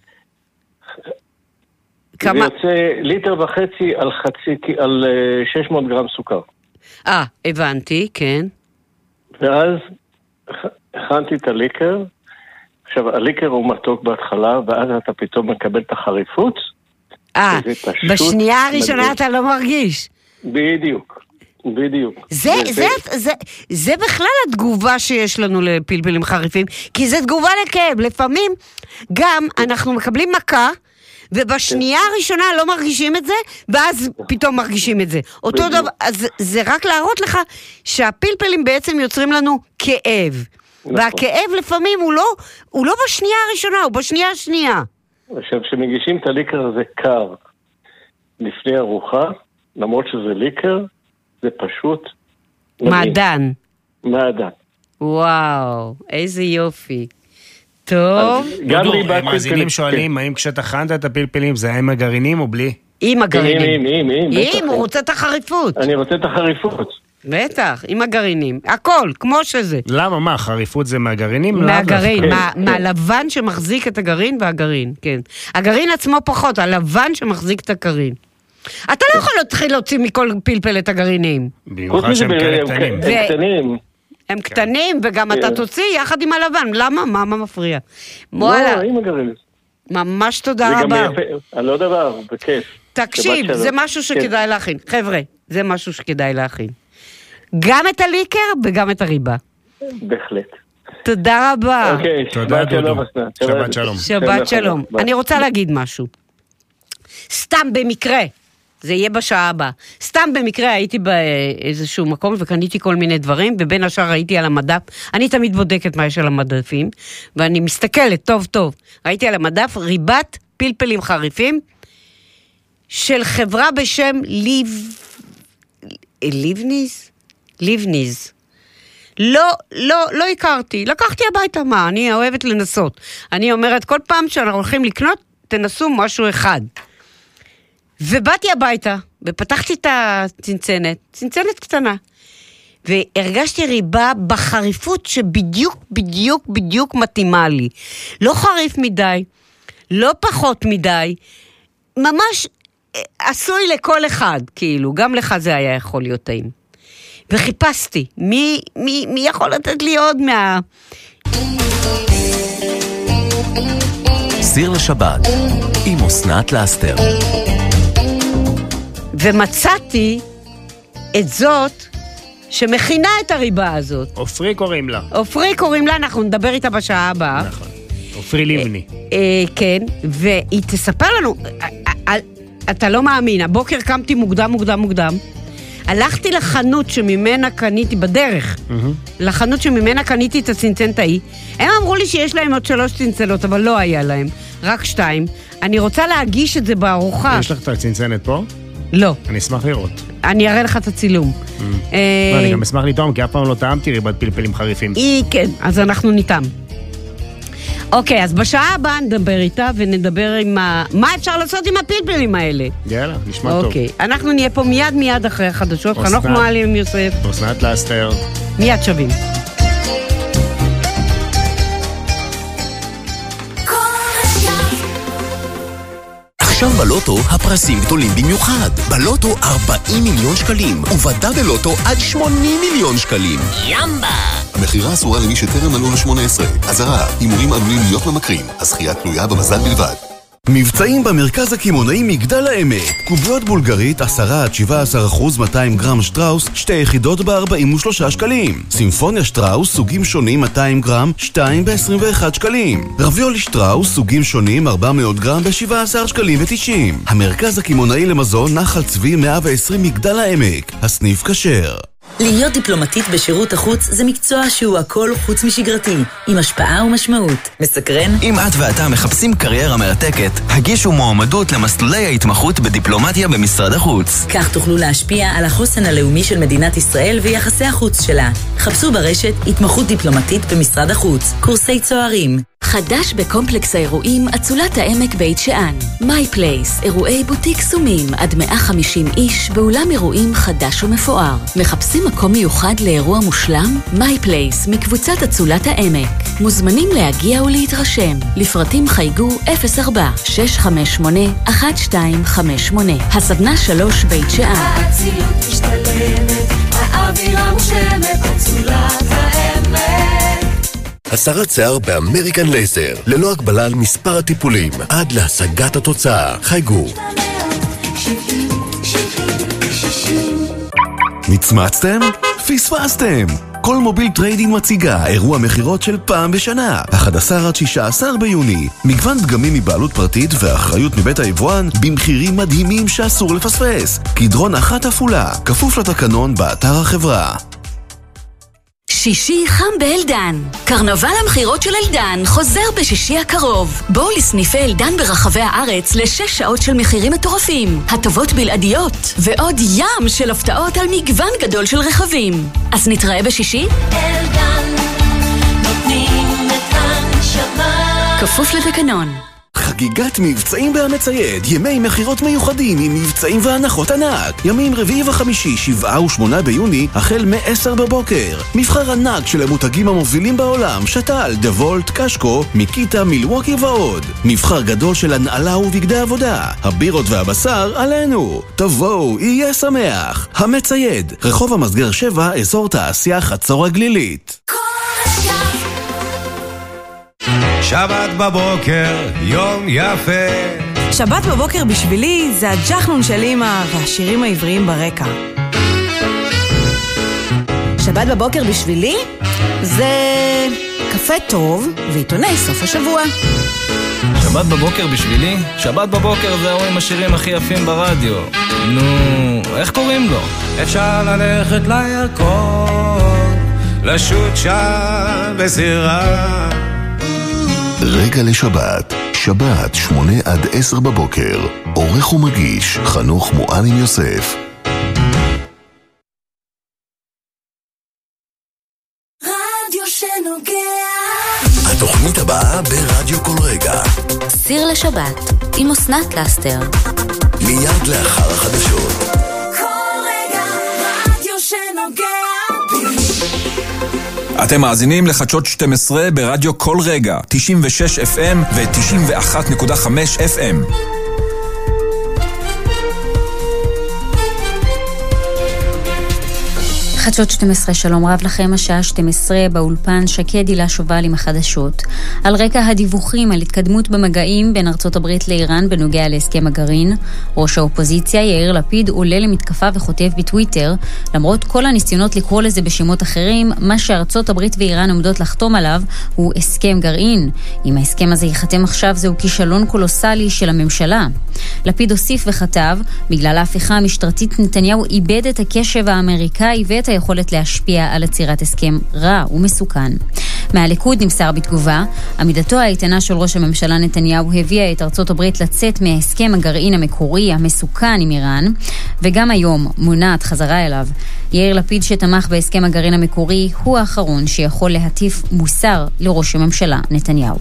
כמה?
זה יוצא 1.5 ליטר על 600 גרם סוכר.
הבנתי, כן.
ואז הכנתי את הליקר. עכשיו, הליקר הוא מתוק בהתחלה, ואז אתה פתאום מקבל את החריפות.
בשנייה הראשונה אתה לא מרגיש.
בדיוק.
זה בכלל התגובה שיש לנו לפלפלים חריפים, כי זה תגובה לכאב. לפעמים גם אנחנו מקבלים מכה, ובשנייה הראשונה לא מרגישים את זה, ואז פתאום מרגישים את זה. אותו דבר, אז זה רק להראות לך שהפלפלים בעצם יוצרים לנו כאב. והכאב לפעמים הוא לא בשנייה הראשונה, הוא בשנייה השנייה.
עכשיו, כשמגישים את הליקר הזה קר לפני ארוחה, למרות שזה ליקר, זה פשוט
מעדן.
וואו, איזה יופי. טוב.
דודו, מאזינים שואלים, האם כשתכנת את הפלפלים זה היה עם הגרעינים או בלי?
עם הגרעינים.
עם,
הוא רוצה את החריפות.
אני רוצה את החריפות.
בטח, עם הגרעינים. הכל, כמו שזה.
למה, מה? חריפות זה מהגרעינים?
מהגרעין, מהלבן שמחזיק את הגרעין והגרעין, כן. הגרעין עצמו פחות, הלבן שמחזיק את הגרעין. אתה לא יכול להתחיל להוציא מכל פלפל את הגרעינים.
במיוחד שהם כאלה קטנים.
הם קטנים, וגם אתה תוציא יחד עם הלבן. למה? מה מפריע?
לא, עם הגרעין.
ממש תודה רבה.
על לא דבר, בכיף.
תקשיב, זה משהו שכדאי להכין. חבר'ה, זה משהו שכדאי להכין. גם את הליקר וגם את הריבה.
בהחלט.
תודה רבה.
אוקיי,
תודה דודו. שבת שלום.
שבת שלום. אני רוצה להגיד משהו. סתם במקרה, זה יהיה בשעה הבאה. סתם במקרה הייתי באיזשהו מקום וקניתי כל מיני דברים, ובין השאר ראיתי על המדף, אני תמיד בודקת מה יש על המדפים, ואני מסתכלת טוב טוב. ראיתי על המדף ריבת פלפלים חריפים, של חברה בשם ליבניז. לא הכרתי, לקחתי הביתה, מה, אני אוהבת לנסות. אני אומרת, כל פעם שאנחנו הולכים לקנות, תנסו משהו אחד. ובאתי הביתה, ופתחתי את הצנצנת, צנצנת קטנה, והרגשתי ריבה בחריפות שבדיוק מתאימה לי. לא חריף מדי, לא פחות מדי, ממש עשוי לכל אחד, כאילו, גם לך זה היה יכול להיות טעים. וחיפשתי, מי יכול לתת לי עוד
סיר לשבת, עם אסנת לאסתר.
ומצאתי את זאת שמכינה את הריבה הזאת.
אופרי קוראים לה.
אופרי קוראים לה, אנחנו נדבר איתה בשעה הבאה.
נכון, אופרי ליבני.
כן, והיא תספר לנו, אתה לא מאמין, הבוקר קמתי מוקדם, הלכתי לחנות שממנה קניתי בדרך, לחנות שממנה קניתי את הצנצנת ההיא, הם אמרו לי שיש להם עוד 3 צנצנות, אבל לא היה להם, רק 2. אני רוצה להגיש את זה בארוחה.
יש לך את הצנצנת פה?
לא.
אני אשמח לראות.
אני אראה לך את הצילום.
אני גם אשמח לטעום, כי אף פעם לא טעמתי ריבת פלפלים חריפים.
כן, אז אנחנו נטעם. אוקיי, אז בשעה הבאה נדבר איתה ונדבר עם מה אפשר לעשות עם הפלפלים האלה.
יאללה, נשמע טוב.
אוקיי, אנחנו נהיה פה מיד אחרי החדשות. חנוך מועלם יוסף.
אסנת לאסתר.
מיד שווים.
עכשיו בלוטו הפרסים גדולים במיוחד. בלוטו 40 מיליון שקלים, ובדה בלוטו עד 80 מיליון שקלים. ימבה!
המחירה אסורה למי שטרם מלאו ל-18. אזהרה, הימורים עלולים להיות ממכרים. הזכייה תלויה במזל בלבד.
מבצעים במרכז הקמעונאי מגדל העמק. קוביות בולגרית 10-17% 200 גרם שטראוס, 2 יחידות ב-43 שקלים. סימפוניה שטראוס סוגים שונים 200 גרם, 2 ב-21 שקלים. רביולי שטראוס סוגים שונים 400 גרם ב-17 שקלים ו-90. המרכז הקמעונאי למזון נחל צבי 120 מגדל העמק. הסניף כשר.
להיות דיפלומטית בשירות החוץ זה מקצוע שהוא הכל חוץ משגרתי, עם השפעה ומשמעות. מסקרן?
אם את ואתה מחפשים קריירה מרתקת, הגישו מועמדות למסלולי ההתמחות בדיפלומטיה במשרד החוץ.
כך תוכלו להשפיע על החוסן הלאומי של מדינת ישראל ויחסי החוץ שלה. חפשו ברשת התמחות דיפלומטית במשרד החוץ, קורסי צוערים.
חדש בקומפלקס האירועים אצולת העמק בית שאן. מיי פלייס, אירועי בוטיק סומים עד 150 איש באולם אירועים חדש ומפואר. מחפשים מקום מיוחד לאירוע מושלם? מיי פלייס מקבוצת אצולת העמק. מוזמנים להגיע ולהתרשם. לפרטים חייגו 04-658-1258. הסדנה 3 בית שאן.
האצילות משתלמת, האווירה מושלמת, אצולת העמק.
הסרת שיער באמריקן לייזר, ללא הגבלה על מספר הטיפולים, עד להשגת התוצאה. חייגו.
נצמצתם? פספסתם! כל מוביל טריידינג מציגה אירוע מחירות של פעם בשנה, 11 עד 16 ביוני. מגוון דגמים מבעלות פרטית ואחריות מבית היבואן במחירים מדהימים שאסור לפספס. קדרון אחת אפולה, כפוף לתקנון באתר החברה.
שישי חם באלדן. קרנבל המחירות של אלדן חוזר בשישי הקרוב. בואו לסניפי אלדן ברחבי הארץ ל6 שעות של מחירים מטורפים, הטבות בלעדיות ועוד ים של הפתעות על מגוון גדול של רכבים. אז נתראה בשישי?
אלדן, נותנים את הנשמה.
כפוף לתקנון.
חגיגת מבצעים בהמצייד, ימי מחירות מיוחדים עם מבצעים והנחות ענק. ימים רביעי וחמישי, 7 ו-8 ביוני, החל מ-10 בבוקר. מבחר ענק של המותגים המובילים בעולם, שטל, דוולט, קשקו, מיקיטה, מילווקי ועוד. מבחר גדול של הנעלה ובגדי עבודה. הבירות והבשר עלינו. תבואו, יהיה שמח. המצייד, רחוב המסגר 7, אזור תעשייה חצור הגלילית.
שבת בבוקר, יום יפה.
שבת בבוקר בשבילי זה הג'חנון של אמא והשירים העבריים ברקע. שבת בבוקר בשבילי זה קפה טוב ועיתוני סוף השבוע.
שבת בבוקר בשבילי? שבת בבוקר זה עם השירים הכי יפים ברדיו. נו, איך קוראים לו?
אפשר ללכת לירקון, לשוט שם בסירה.
רגע לשבת, שבת 8 עד 10 בבוקר. עורך ומגיש חנוך מועלם יוסף. ברדיו כל רגע.
סיר לשבת עם אסנת לסטר.
מיד לאחר החדשות.
כל רגע רדיו שנוגע בי.
אתם מאזינים לחדשות 12 ברדיו כל רגע, 96 FM ו-91.5 FM.
חדשות 12, שלום רב לכם, השעה 12 באולפן שקד הילה שובל עם החדשות. על רקע הדיווחים על התקדמות במגעים בין ארצות הברית לאיראן בנוגע להסכם הגרעין, ראש האופוזיציה יאיר לפיד עולה למתקפה וכותב בטוויטר, למרות כל הניסיונות לקרוא לזה בשמות אחרים, מה שארצות הברית ואיראן עומדות לחתום עליו הוא הסכם גרעין. אם ההסכם הזה ייחתם עכשיו זהו כישלון קולוסלי של הממשלה. לפיד הוסיף וכתב, בגלל ההפיכה המשטרתית נתניהו איבד את הקשב האמריקאי ואת היכולת להשפיע על עצירת הסכם רע ומסוכן. מהליכוד נמסר בתגובה, עמידתו האיתנה של ראש הממשלה נתניהו הביאה את ארצות הברית לצאת מהסכם הגרעין המקורי המסוכן עם איראן, וגם היום מונעת חזרה אליו. יאיר לפיד שתמך בהסכם הגרעין המקורי הוא האחרון שיכול להטיף מוסר לראש הממשלה נתניהו.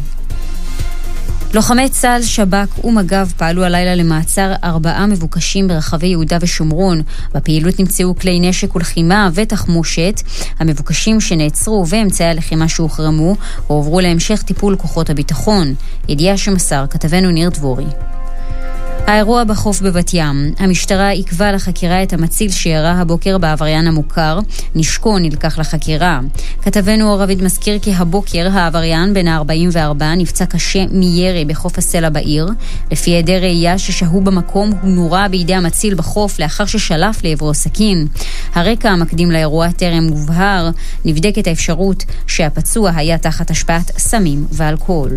לוחמי צה"ל, שב"כ ומג"ב פעלו הלילה למעצר 4 מבוקשים ברחבי יהודה ושומרון. בפעילות נמצאו כלי נשק ולחימה ותחמושת. המבוקשים שנעצרו ואמצעי הלחימה שהוחרמו הועברו להמשך טיפול כוחות הביטחון. ידיעה שמסר כתבנו ניר דבורי. האירוע בחוף בבת ים. המשטרה עיכבה לחקירה את המציל שירה הבוקר בעבריין המוכר. נשקו נלקח לחקירה. כתבנו רביד מזכיר כי הבוקר העבריין בן ה-44 נפצע קשה מירי בחוף הסלע בעיר. לפי עדי ראייה ששהו במקום הוא נורה בידי המציל בחוף לאחר ששלף לעברו סכין. הרקע המקדים לאירוע טרם מובהר. נבדקת האפשרות שהפצוע היה תחת השפעת סמים ואלכוהול.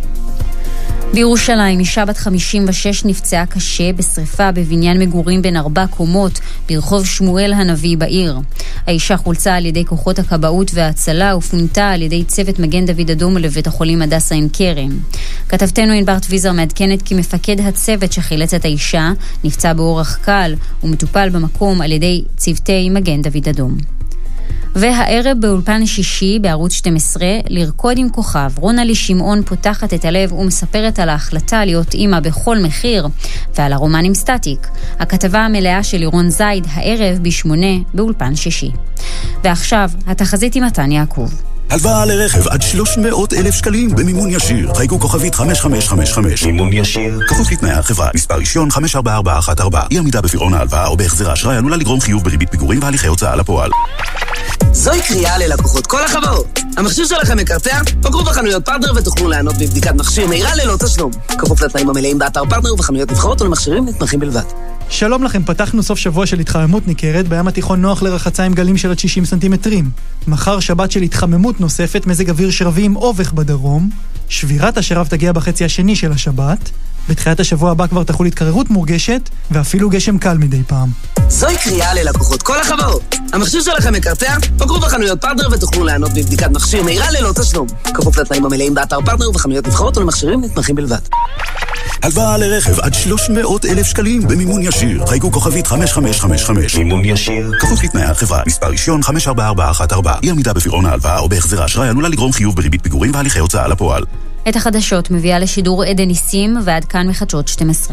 בירושלים, אישה בת 56 נפצעה קשה בשריפה בבניין מגורים בין 4 קומות ברחוב שמואל הנביא בעיר. האישה חולצה על ידי כוחות הכבאות וההצלה ופונתה על ידי צוות מגן דוד אדום לבית החולים הדסה עין כרם. כתבתנו ענבר טוויזר מעדכנת כי מפקד הצוות שחילץ את האישה נפצע באורח קל ומטופל במקום על ידי צוותי מגן דוד אדום. והערב באולפן שישי בערוץ 12 לרקוד עם כוכב, רונלי שמעון פותחת את הלב ומספרת על ההחלטה להיות אימא בכל מחיר ועל הרומן עם סטטיק. הכתבה המלאה של לירון זייד הערב ב8 באולפן שישי. ועכשיו התחזית עם מתן יעקב.
הלוואה לרכב עד 300,000 שקלים במימון ישיר. חייגו כוכבית 5555. מימון ישיר. כפוף לתנאי החברה. מספר רישיון 54414. אי עמידה בפירעון ההלוואה או בהחזר האשראי עלולה לגרום חיוב בריבית פיגורים והליכי הוצאה לפועל.
זוהי קריאה ללקוחות כל החברות. המכשיר שלכם מקרטע? פגרו בחנויות פרטנר ותוכלו לענות בבדיקת מכשיר מהירה ללא תשלום. כפוף לתנאים המלאים באתר פרטנר ובחנויות נבחרות ולמכשירים נתמכים בלבד.
שלום לכם, פתחנו סוף שבוע של התחממות ניכרת, בים התיכון נוח לרחצה עם גלים של עד 60 סנטימטרים. מחר שבת של התחממות נוספת, מזג אוויר שרבי עם אובך בדרום, שבירת השרב תגיע בחצי השני של השבת, בתחילת השבוע הבא כבר תחול התקררות מורגשת, ואפילו גשם קל מדי פעם.
זוהי קריאה ללקוחות כל החברות. המכשיר שלכם מקרטע? פגרו בחנויות פרטנר ותוכלו לענות בבדיקת מכשיר מהירה ללא תשלום. כפוף לתנאים המלאים באתר פרטנר ובחנויות נבחרות ולמכשירים נתמכים בלבד.
הלוואה לרכב עד 300,000 שקלים במימון ישיר. חייגו כוכבית 5555. מימון ישיר. כפוף לתנאי החברה. מספר רישיון 54414. אי עמידה בפירעון ההלוואה או בהחזר האשראי עלולה לגרום חיוב בריבית פיגורים והליכי הוצאה לפועל.
את החדשות מביאה לשידור עדן ניסים, ועד כאן מחדשות 12.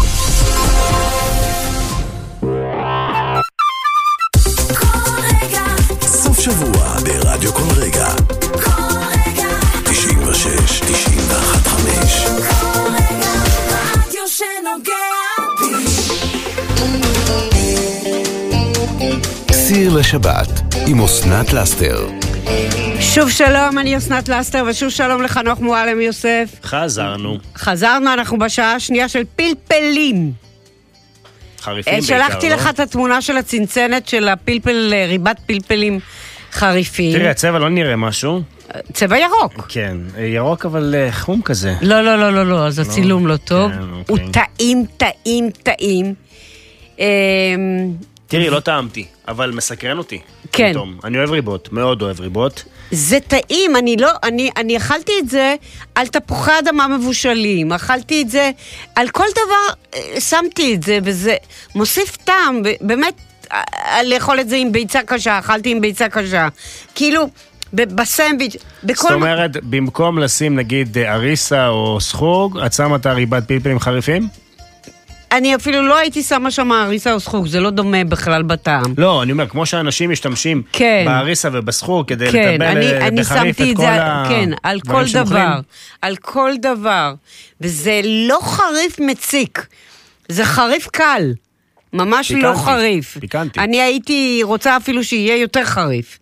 סוף שבוע ברדיו כל רגע. 96, 91.5.
רדיו שנוגע בי.
סיר לשבת עם אסנת לסטר.
שוב שלום, אני אסנת לסטר, ושוב שלום לחנוך מועלם יוסף.
חזרנו,
אנחנו בשעה השנייה של פלפלים.
חריפים בעיקר,
שלחתי לך את התמונה של הצנצנת של הפלפל, ריבת פלפלים חריפים.
תראי, הצבע לא נראה משהו.
צבע ירוק.
כן, ירוק אבל חום כזה.
לא, אז הצילום לא טוב. הוא טעים.
תראי, לא טעמתי, אבל מסקרן אותי.
כן.
אני אוהב ריבות, מאוד אוהב ריבות.
זה טעים, אני אכלתי את זה על תפוחי אדמה מבושלים, אכלתי את זה, על כל דבר שמתי את זה, וזה מוסיף טעם, באמת, לאכול את זה עם ביצה קשה, אכלתי עם ביצה קשה. כאילו, בסנדוויץ',
זאת אומרת, במקום לשים נגיד אריסה או סחוג, את שמה את הריבת פלפלים חריפים?
אני אפילו לא הייתי שמה שם אריסה או סחוג, זה לא דומה בכלל בטעם.
לא, אני אומר, כמו שאנשים משתמשים באריסה ובסחוג כדי לטבל בחריף את כל
כן, על כל דבר. על כל דבר. וזה לא חריף מציק, זה חריף קל. ממש לא חריף.
פיקנטי.
אני הייתי רוצה אפילו שיהיה יותר חריף.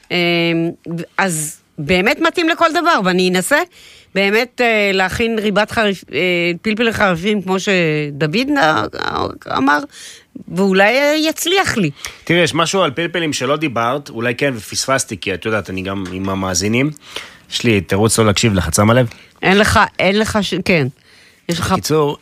אז באמת מתאים לכל דבר, ואני אנסה באמת להכין ריבת פלפל חריפים, כמו שדוד אמר, ואולי יצליח לי.
תראי, יש משהו על פלפלים שלא דיברת, אולי כן, ופספסתי, כי את יודעת, אני גם עם המאזינים, יש לי תירוץ לא להקשיב לך, צמה לב?
אין לך, כן.
קיצור,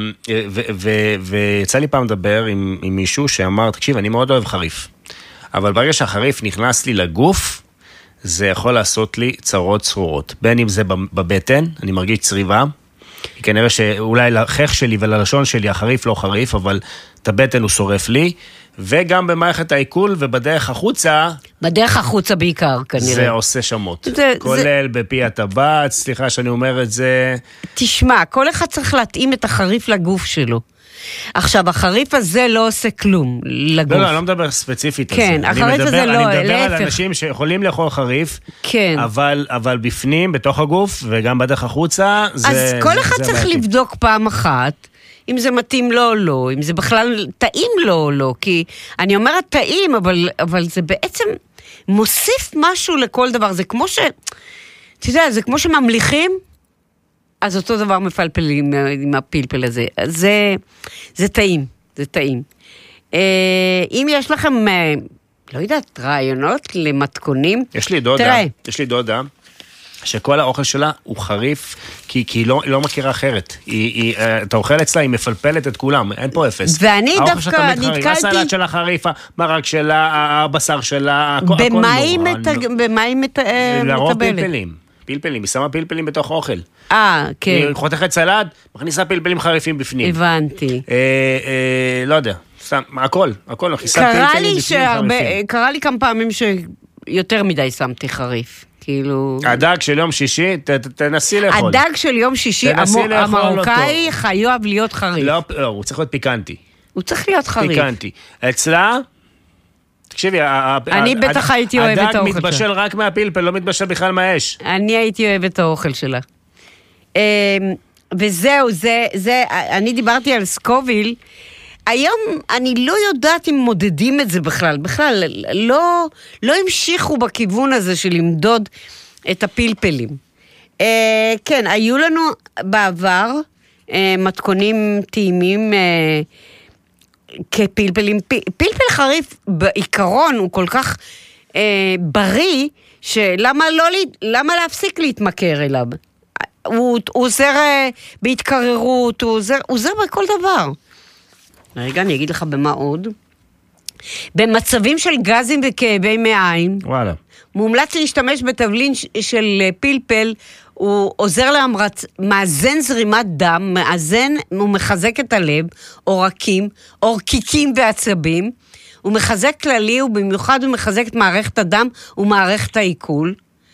ויצא לי פעם לדבר עם מישהו שאמר, תקשיב, אני מאוד אוהב חריף, אבל ברגע שהחריף נכנס לי לגוף, זה יכול לעשות לי צרות צרורות. בין אם זה בבטן, אני מרגיש צריבה, כנראה שאולי לחך שלי וללשון שלי החריף לא חריף, אבל את הבטן הוא שורף לי, וגם במערכת העיכול ובדרך החוצה.
בדרך החוצה בעיקר, כנראה.
זה עושה שמות. כולל בפי הטבעת, סליחה שאני אומר את זה.
תשמע, כל אחד צריך להתאים את החריף לגוף שלו. עכשיו, החריף הזה לא עושה כלום לגוף.
לא, אני לא מדבר ספציפית על זה.
כן, החריף הזה לא,
אני מדבר על אנשים שיכולים לאכול חריף,
כן.
אבל בפנים, בתוך הגוף, וגם בדרך החוצה, זה...
אז כל אחד צריך לבדוק פעם אחת, אם זה מתאים לו או לא, אם זה בכלל טעים לו או לא, כי אני אומרת טעים, אבל זה בעצם מוסיף משהו לכל דבר. זה כמו אתה יודע, זה כמו שממליכים, אז אותו דבר מפלפלים עם הפלפל הזה. זה טעים, זה טעים. אם יש לכם, לא יודעת, רעיונות למתכונים,
יש לי דודה, שכל האוכל שלה הוא חריף, כי היא לא מכירה אחרת. אתה אוכל אצלה, היא מפלפלת את כולם, אין פה אפס.
ואני דווקא נתקלתי...
הסלט שלה חריף, המרק שלה, הבשר שלה, הכל נורא.
במה היא מטבלת?
לרוב פלפלים, היא שמה פלפלים בתוך אוכל.
כן.
היא חותכת סלט, מכניסה פלפלים חריפים בפנים.
הבנתי.
לא יודע, הכל, מכניסה פלפלים בפנים חריפים.
קרה לי כמה פעמים שיותר מדי שמתי חריף. כאילו...
הדג של יום שישי, תנסי לאכול.
הדג של יום שישי, המרוקאי חייב להיות חריף.
לא, הוא צריך להיות פיקנטי.
הוא צריך להיות חריף.
פיקנטי. אצלה... תקשיבי,
אני בטח הייתי אוהבת את האוכל שלה.
הדג מתבשל רק מהפלפל, לא מתבשל בכלל מהאש.
אני הייתי אוהבת את האוכל שלה. וזהו, אני דיברתי על סקוביל, היום אני לא יודעת אם מודדים את זה בכלל, לא המשיכו בכיוון הזה של למדוד את הפלפלים. כן, היו לנו בעבר מתכונים טעימים כפלפלים. פלפל חריף בעיקרון הוא כל כך בריא, שלמה להפסיק להתמכר אליו? הוא עוזר בהתקררות, הוא עוזר בכל דבר. רגע, אני אגיד לך במה עוד. במצבים של גזים וכאבי מעיים, מומלץ להשתמש בתבלין של פלפל, הוא עוזר מאזן זרימת דם, הוא מחזק את הלב, עורקיקים ועצבים, הוא מחזק כללי, ובמיוחד הוא מחזק את מערכת הדם ומערכת העיכול,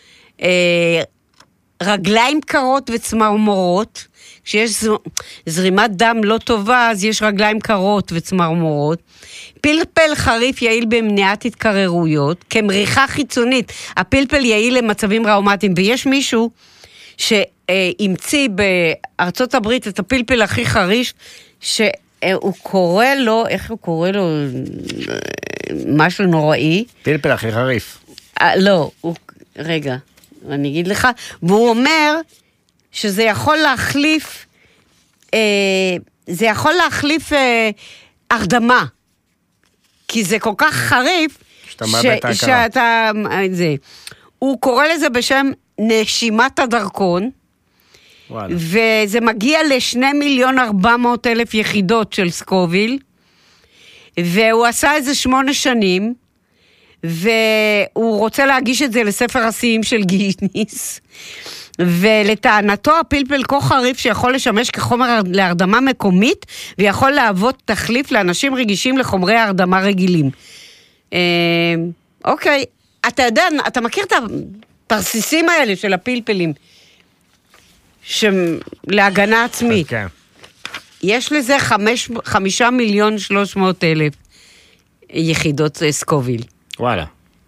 רגליים קרות וצמרמורות, כשיש זרימת דם לא טובה, אז יש רגליים קרות וצמרמורות. פלפל חריף יעיל במניעת התקררויות, כמריחה חיצונית, הפלפל יעיל למצבים ראומטיים, ויש מישהו שהמציא בארצות הברית את הפלפל הכי חריש, שהוא קורא לו, איך הוא קורא לו? משהו נוראי.
פלפל הכי חריף.
לא, רגע, אני אגיד לך, והוא אומר שזה יכול להחליף, הרדמה, כי זה כל כך חריף, הוא קורא לזה בשם נשימת הדרכון, וזה מגיע ל2,400,000 יחידות של סקוביל, והוא עשה את זה 8 שנים, והוא רוצה להגיש את זה לספר השיאים של גיניס, ולטענתו הפלפל כה חריף שיכול לשמש כחומר להרדמה מקומית, ויכול להוות תחליף לאנשים רגישים לחומרי הרדמה רגילים. אוקיי, אתה יודע, אתה מכיר את התרסיסים האלה של הפלפלים, להגנה עצמית.
כן.
יש לזה 5,300,000 יחידות סקוביל.
וואלה.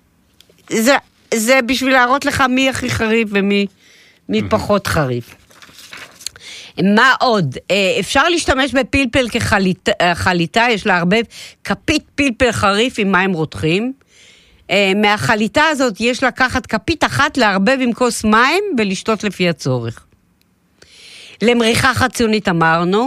זה בשביל להראות לך מי הכי חריף ומי פחות חריף. מה עוד? אפשר להשתמש בפלפל כחליטה, יש לערבב כפית פלפל חריף עם מים רותחים. מהחליטה הזאת יש לקחת כפית אחת, לערבב עם כוס מים ולשתות לפי הצורך. למריחה חציונית אמרנו,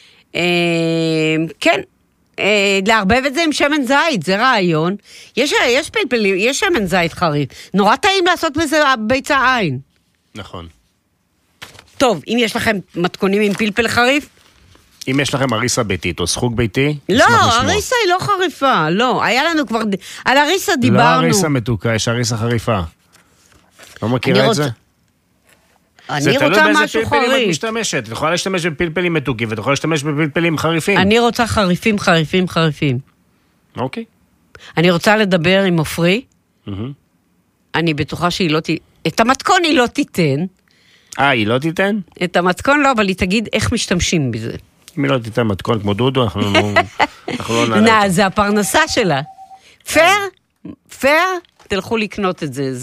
כן, לערבב את זה עם שמן זית, זה רעיון. יש פלפלים, יש שמן זית חריף. נורא טעים לעשות בזה ביצה עין.
נכון.
טוב, אם יש לכם מתכונים עם פלפל חריף?
אם יש לכם אריסה ביתית או סחוג ביתי,
לא, אריסה היא לא חריפה, לא. היה לנו כבר, על אריסה דיברנו.
לא אריסה מתוקה, יש אריסה חריפה. לא מכירה את זה?
אני רוצה משהו חריף. זה תלוי באיזה פלפלים את
משתמשת. את יכולה להשתמש בפלפלים מתוקים, ואת יכולה להשתמש בפלפלים חריפים.
אני רוצה חריפים.
אוקיי.
אני רוצה לדבר עם עופרי. אני בטוחה שהיא לא את המתכון היא לא תיתן.
היא לא תיתן?
את המתכון לא, אבל היא תגיד איך משתמשים בזה.
אם היא לא תיתן מתכון כמו דודו, אנחנו לא נעלה.
זה הפרנסה שלה. פייר, תלכו לקנות את זה.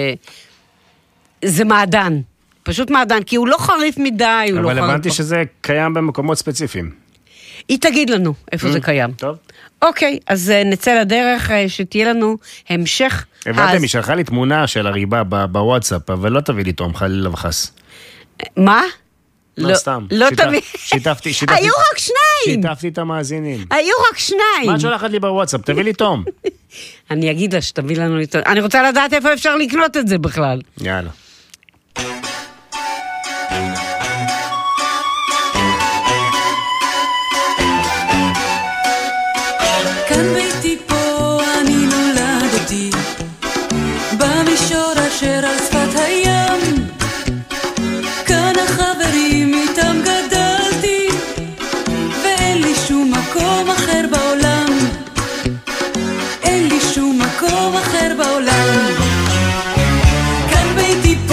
זה מעדן. פשוט מעדן, כי הוא לא חריף מדי, הוא לא חריף.
אבל הבנתי שזה קיים במקומות ספציפיים.
היא תגיד לנו איפה זה קיים.
טוב.
אוקיי, אז נצא לדרך שתהיה לנו המשך.
הבנתם, היא שלחה לי תמונה של הריבה בוואטסאפ, אבל לא תביא לי תום, חלילה וחס.
מה?
לא סתם.
לא תביא.
שיתפתי.
היו רק 2.
שיתפתי את המאזינים.
היו רק 2.
מה את שולחת לי בוואטסאפ? תביא לי תום.
אני אגיד לה שתביא לנו לי תום. אני רוצה לדעת איפה אפשר לקנות את זה בכלל.
יאללה.
כאן ביתי פה אני נולדתי, במישור אשר על שפת הים, כאן החברים איתם גדלתי, ואין לי שום מקום אחר בעולם, אין לי שום מקום אחר בעולם. כאן ביתי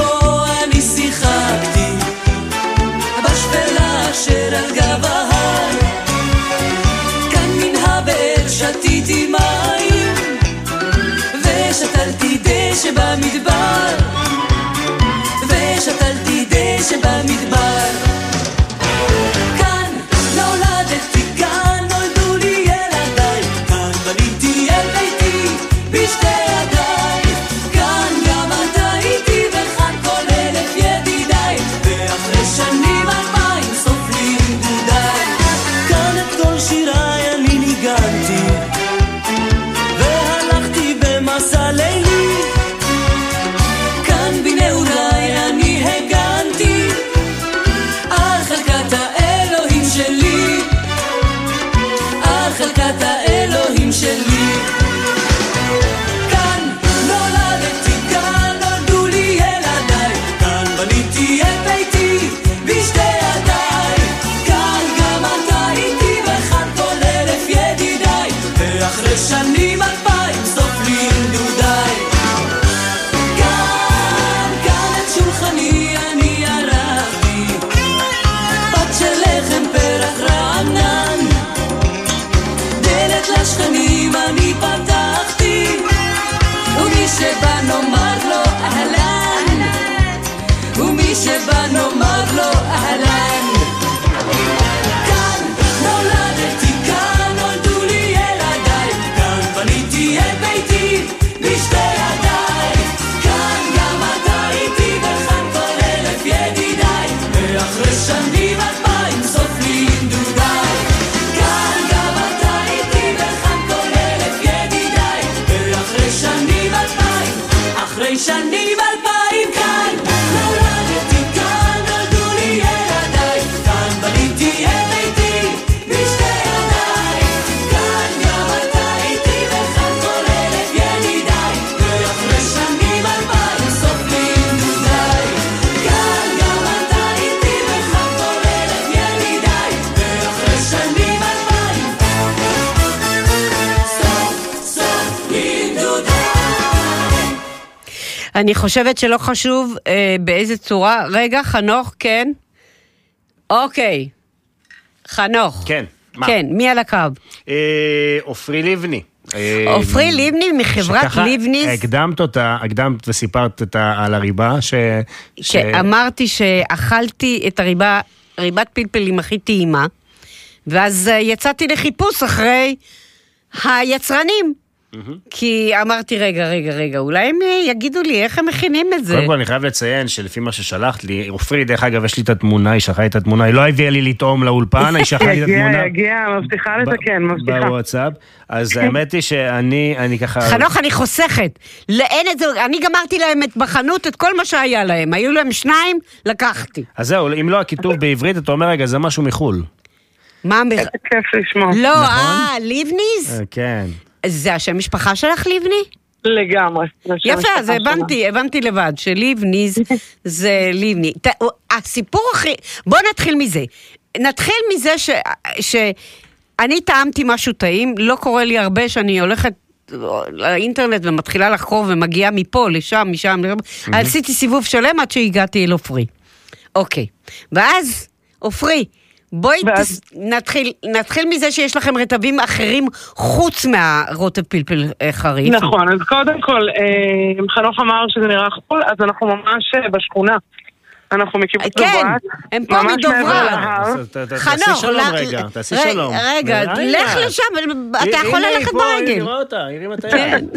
אני חושבת שלא חשוב באיזה צורה. רגע, חנוך, כן? אוקיי. חנוך.
כן.
כן, מי על הקו?
עופרי לבני.
עופרי לבני מחברת לבניס.
הקדמת וסיפרת על הריבה
שאמרתי שאכלתי את ריבת פלפלים הכי טעימה, ואז יצאתי לחיפוש אחרי היצרנים. כי אמרתי, רגע, אולי הם יגידו לי איך הם מכינים את זה.
קודם כל אני חייב לציין שלפי מה ששלחת לי, עופרי, דרך אגב, יש לי את התמונה, היא שלחה לי את התמונה, היא לא הביאה לי לטעום לאולפן, היא שלחה לי את התמונה.
הגיעה, מבטיחה לתקן, מבטיחה.
בוואטסאפ, אז האמת היא שאני ככה...
חנוך, אני חוסכת. אני גמרתי להם בחנות את כל מה שהיה להם. היו להם 2, לקחתי.
אז זהו, אם לא הכיתוב בעברית, אתה אומר, רגע, זה משהו מחול.
מה?
כיף לשמוע.
לא, ליבניס?
כן.
זה השם משפחה שלך, לבני?
לגמרי.
יפה, אז הבנתי לבד, שליבניס זה לבני. הסיפור הכי... בוא נתחיל מזה. נתחיל מזה שאני טעמתי משהו טעים, לא קורה לי הרבה שאני הולכת לאינטרנט ומתחילה לחקור ומגיעה מפה, לשם, משם. עשיתי סיבוב שלם עד שהגעתי אל עופרי. אוקיי. ואז, עופרי, בואי נתחיל מזה שיש לכם רטבים אחרים חוץ מהרוטב פלפל חריף.
נכון, אז קודם כל, חנוך אמר שזה נראה חול, אז אנחנו ממש בשכונה. אנחנו מקיבוץ דוברת.
כן, הם פה מדוברת.
תעשי שלום רגע, תעשי שלום.
רגע, לך לשם, אתה יכול ללכת ברגל.
נראה אותה, הרימה את היד.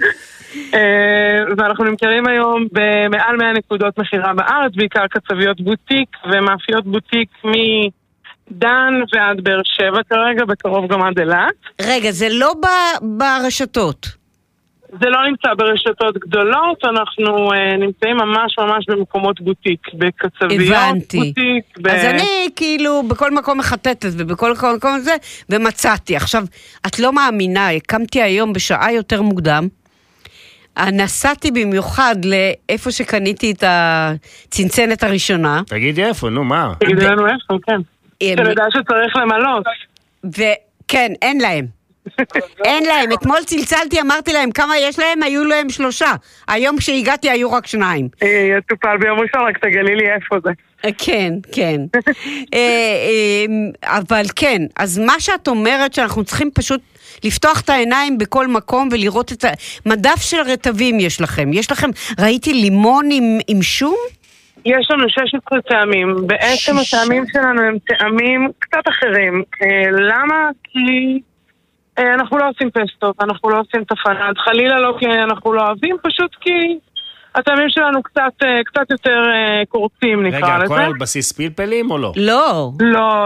ואנחנו נמכרים היום במעל 100 נקודות מחירה בארץ, בעיקר קצביות בוטיק ומאפיות בוטיק דן ועד באר שבע כרגע, בקרוב גם עד אילת.
רגע, זה לא ברשתות?
זה לא נמצא ברשתות גדולות, אנחנו נמצאים ממש במקומות בוטיק, בקצביות בוטיק.
אז אני כאילו בכל מקום מחטטת ובכל מקום זה, ומצאתי. עכשיו, את לא מאמינה, הקמתי היום בשעה יותר מוקדם, נסעתי במיוחד לאיפה שקניתי את הצנצנת הראשונה.
תגידי איפה, נו מה?
תגידי לנו איפה, כן. שנדע שצריך למלות.
וכן, אין להם. אין להם. אתמול צלצלתי, אמרתי להם כמה יש להם, היו להם 3. היום כשהגעתי היו רק 2.
יטופל ביום ראשון, רק תגלי לי איפה זה.
כן. אבל כן, אז מה שאת אומרת שאנחנו צריכים פשוט לפתוח את העיניים בכל מקום ולראות את המדף של הרטבים יש לכם. יש לכם, ראיתי לימון עם שום?
יש לנו 16 טעמים. בעצם הטעמים שלנו הם טעמים קצת אחרים. למה? כי אנחנו לא עושים פסטות, אנחנו לא עושים תפנד. חלילה לא כי אנחנו לא אוהבים, פשוט כי הטעמים שלנו קצת יותר קורצים, נקרא לזה.
רגע, הכל על בסיס פלפלים או לא?
לא.
לא.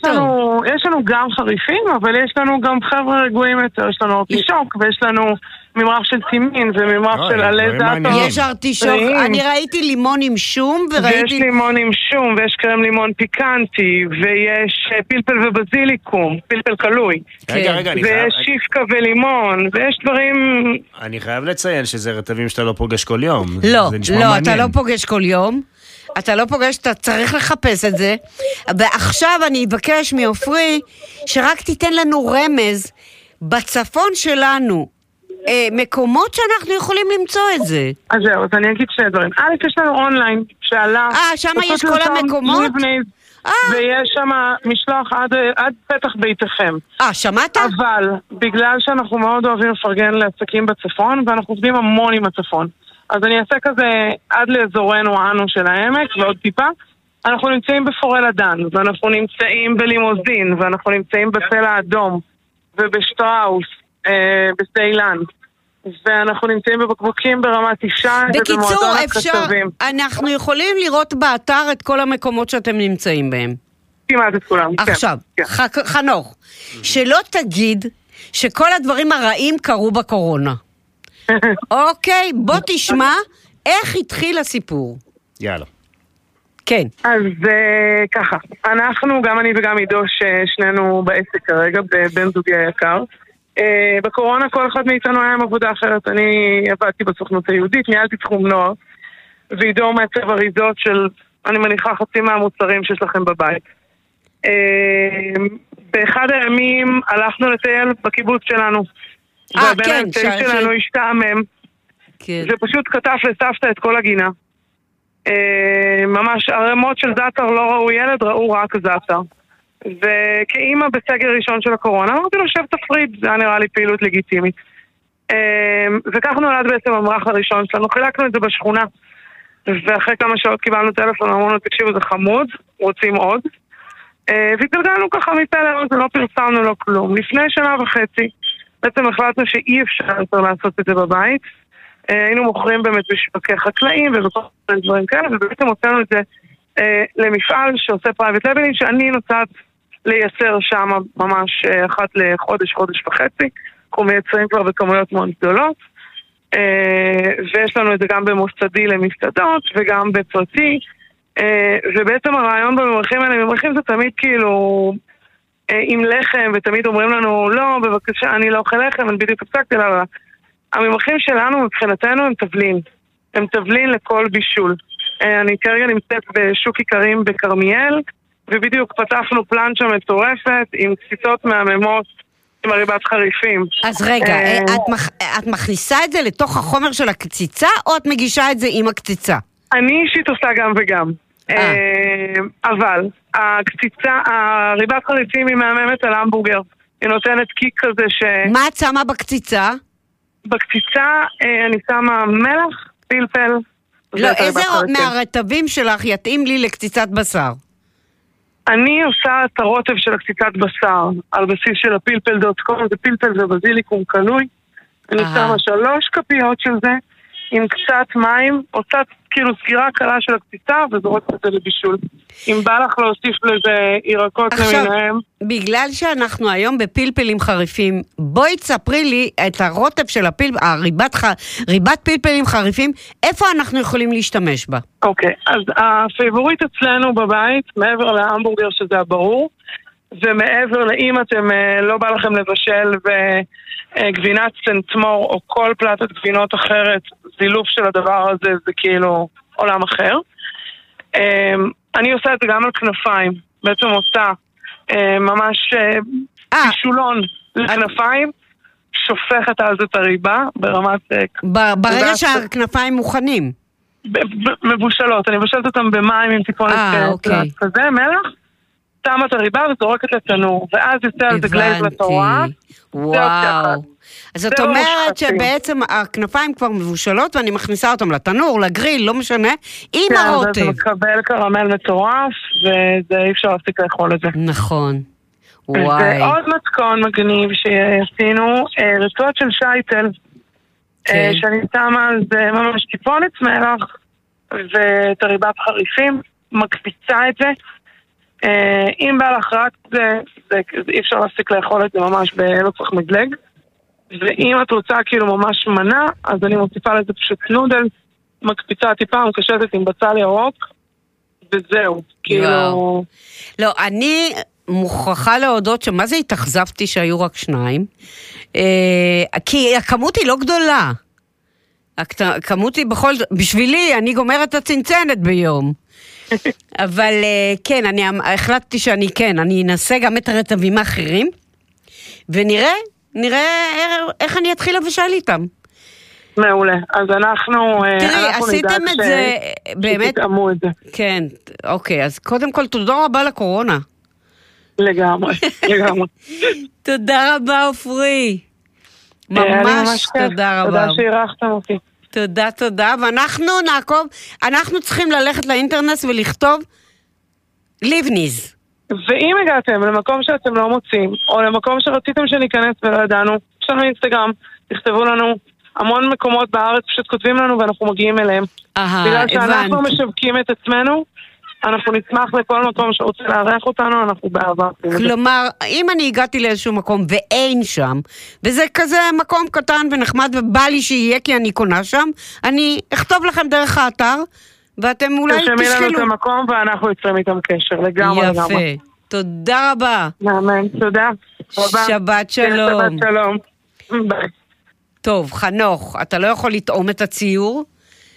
יש לנו גם חריפים, אבל יש לנו גם חבר'ה רגועים יותר. יש לנו ארטישוק, ויש לנו ממרח של צימין, וממרח של עלי זעתון.
יש ארטישוק, אני ראיתי לימון עם שום,
ויש לימון עם שום, ויש קרם לימון פיקנטי, ויש פלפל ובזיליקום, פלפל קלוי.
רגע,
ויש שיפקה ולימון, ויש דברים...
אני חייב לציין שזה רטבים שאתה לא פוגש כל יום.
לא, אתה לא פוגש כל יום. אתה לא פוגש, אתה צריך לחפש את זה. ועכשיו אני אבקש מעופרי שרק תיתן לנו רמז בצפון שלנו, מקומות שאנחנו יכולים למצוא את זה.
אז זהו, אז אני אגיד 2 דברים. יש לנו אונליין שעלה...
שם יש כל המקומות?
ויש שם משלוח עד פתח ביתכם.
שמעת?
אבל בגלל שאנחנו מאוד אוהבים לפרגן לעסקים בצפון, ואנחנו עובדים המון עם הצפון. אז אני אעשה כזה עד לאזורנו אנו של העמק ועוד טיפה. אנחנו נמצאים בפורל הדן, ואנחנו נמצאים בלימוזין, ואנחנו נמצאים בצלע האדום, ובשטראוס, בסטיילן, ואנחנו נמצאים בבקבוקים ברמת ישי.
בקיצור, אנחנו יכולים לראות באתר את כל המקומות שאתם נמצאים בהם.
כמעט את כולם.
עכשיו, חנוך, שלא תגיד שכל הדברים הרעים קרו בקורונה. אוקיי, בוא תשמע איך התחיל הסיפור.
יאללה.
כן.
אז ככה, אנחנו, גם אני וגם עידו, ששנינו בעסק כרגע, בבן זוגי היקר. בקורונה כל אחד מאיתנו היה עם עבודה אחרת. אני עבדתי בסוכנות היהודית, ניהלתי תחום נוער, ועידו מעצב אריזות של, אני מניחה, חצי מהמוצרים שיש לכם בבית. באחד הימים הלכנו לטייל בקיבוץ שלנו. והבן האמצעי שלנו השתעמם. ופשוט כתב לסבתא את כל הגינה. ממש הרמות של זאטר לא ראו ילד, ראו רק זאטר. וכאימא בסגר ראשון של הקורונה, אמרתי לו, שב תפריד, זה היה נראה לי פעילות לגיטימית. וכך נולד בעצם המרח הראשון שלנו, חילקנו את זה בשכונה, ואחרי כמה שעות קיבלנו טלפון, אמרנו, תקשיבו, זה חמוד, רוצים עוד. והתגלגלנו ככה מפה לאוזן, לא פרסמנו לו כלום. לפני שנה וחצי, בעצם החלטנו שאי אפשר יותר לעשות את זה בבית. היינו מוכרים באמת בשווקי חקלאים ובכל מיני דברים כאלה, ובעצם הוצאנו את זה למפעל שעושה פרייבט לבלינג, שאני נוצאת לייצר שם ממש אחת לחודש, חודש וחצי. אנחנו מייצרים כבר בכמויות מאוד גדולות, ויש לנו את זה גם במוסדי למסעדות וגם בפרטי, ובעצם הרעיון בממרחים האלה, ממרחים זה תמיד כאילו עם לחם, ותמיד אומרים לנו, לא, בבקשה, אני לא אוכל לחם, אני בדיוק הפסקתי לה. הממרחים שלנו מבחינתנו הם תבלין, הם תבלין לכל בישול. אני כרגע נמצאת בשוק עיקרים בקרמיאל, ובדיוק פתחנו פלנצ'ה מטורפת עם קציצות מהממות, עם הריבת חריפים.
אז רגע, את מכניסה את זה לתוך החומר של הקציצה, או את מגישה את זה עם הקציצה?
אני אישית עושה גם וגם. אבל הקציצה, הריבת חריפים היא מהממת על המבורגר. היא נותנת קיק כזה ש...
מה את שמה בקציצה?
בקציצה אני שמה מלח, פלפל.
לא, איזה מהרטבים שלך יתאים לי לקציצת בשר?
אני עושה את הרוטב של הקציצת בשר על בסיס של הפלפל.com, זה פלפל ובזיליקום קלוי. אני שמה 3 כפיות של זה עם קצת מים, עושה כאילו סגירה קלה של הקציצה וזורקת את זה לבישול. אם בא לך להוסיף לזה ירקות למיניהם.
בגלל שאנחנו היום בפלפלים חריפים, בואי תספרי לי את הרוטב של ריבת פלפלים חריפים, איפה אנחנו יכולים להשתמש בה?
אוקיי, אז הפייבורית אצלנו בבית, מעבר להמבורגר שזה הברור, ומעבר לאם אתם לא בא לכם לבשל וגבינת צנטמור או כל פלטת גבינות אחרת, זילוף של הדבר הזה זה כאילו עולם אחר. אני עושה את זה גם על כנפיים, בעצם עושה ממש בישולון לכנפיים, שופכת על זה את הריבה ברמת...
ברגע שהכנפיים מוכנים?
מבושלות, אני מבשלת אותם במים עם טיפונת כזה, מלח, שמה את הריבה וזורקת לתנור, ואז יוצא על זה גלייז לתורה.
וואו. אז זאת אומרת שבעצם הכנפיים כבר מבושלות, ואני מכניסה אותם לתנור, לגריל, לא משנה, עם הרוטב.
זה מקבל קרמל מטורף, וזה אי אפשר להפסיק לאכול את זה.
נכון. וואי.
ועוד מתכון מגניב שעשינו, רצועות של שייטל, שאני שמה על זה ממש טיפונת מלח, ואת הריבת חריפים, מקפיצה את זה. אם בא לך רק זה, אי אפשר להפסיק לאכול את זה ממש לא צריך מדלג. ואם את רוצה כאילו ממש מנה, אז אני מוסיפה לזה פשוט נודל, מקפיצה טיפה, מקשטת עם בצל ירוק, וזהו, כאילו...
לא, אני מוכרחה להודות שמה זה התאכזבתי שהיו רק 2, כי הכמות היא לא גדולה. הכמות היא בשבילי, אני גומרת את הצנצנת ביום. אבל כן, אני החלטתי אני אנסה גם את הרטבים האחרים, ונראה איך אני אתחיל לבשל איתם.
מעולה. אז אנחנו...
תראי, עשיתם את זה, באמת...
שתתאמו את זה.
כן, אוקיי, אז קודם כל תודה רבה לקורונה.
לגמרי, לגמרי.
תודה רבה, אופרי. ממש תודה רבה.
תודה שהירחתם אותי.
תודה, ואנחנו נעקוב, אנחנו צריכים ללכת לאינטרנט ולכתוב ליבניז.
ואם הגעתם למקום שאתם לא מוצאים, או למקום שרציתם שניכנס ולא ידענו, יש לנו אינסטגרם, תכתבו לנו המון מקומות בארץ, פשוט כותבים לנו ואנחנו מגיעים אליהם. בגלל שאנחנו משווקים את עצמנו, אנחנו נשמח לכל מקום שרוצה לארח אותנו, אנחנו באהבה.
כלומר, אם אני הגעתי לאיזשהו מקום ואין שם, וזה כזה מקום קטן ונחמד ובא לי שיהיה כי אני קונה שם, אני אכתוב לכם דרך האתר, ואתם אולי תשקלו.
תשמי לנו את המקום ואנחנו יוצרים איתם קשר, לגמרי.
יפה, תודה רבה.
נאמן, תודה.
שבת שלום.
שבת שלום. ביי.
טוב, חנוך, אתה לא יכול לטעום את הציור,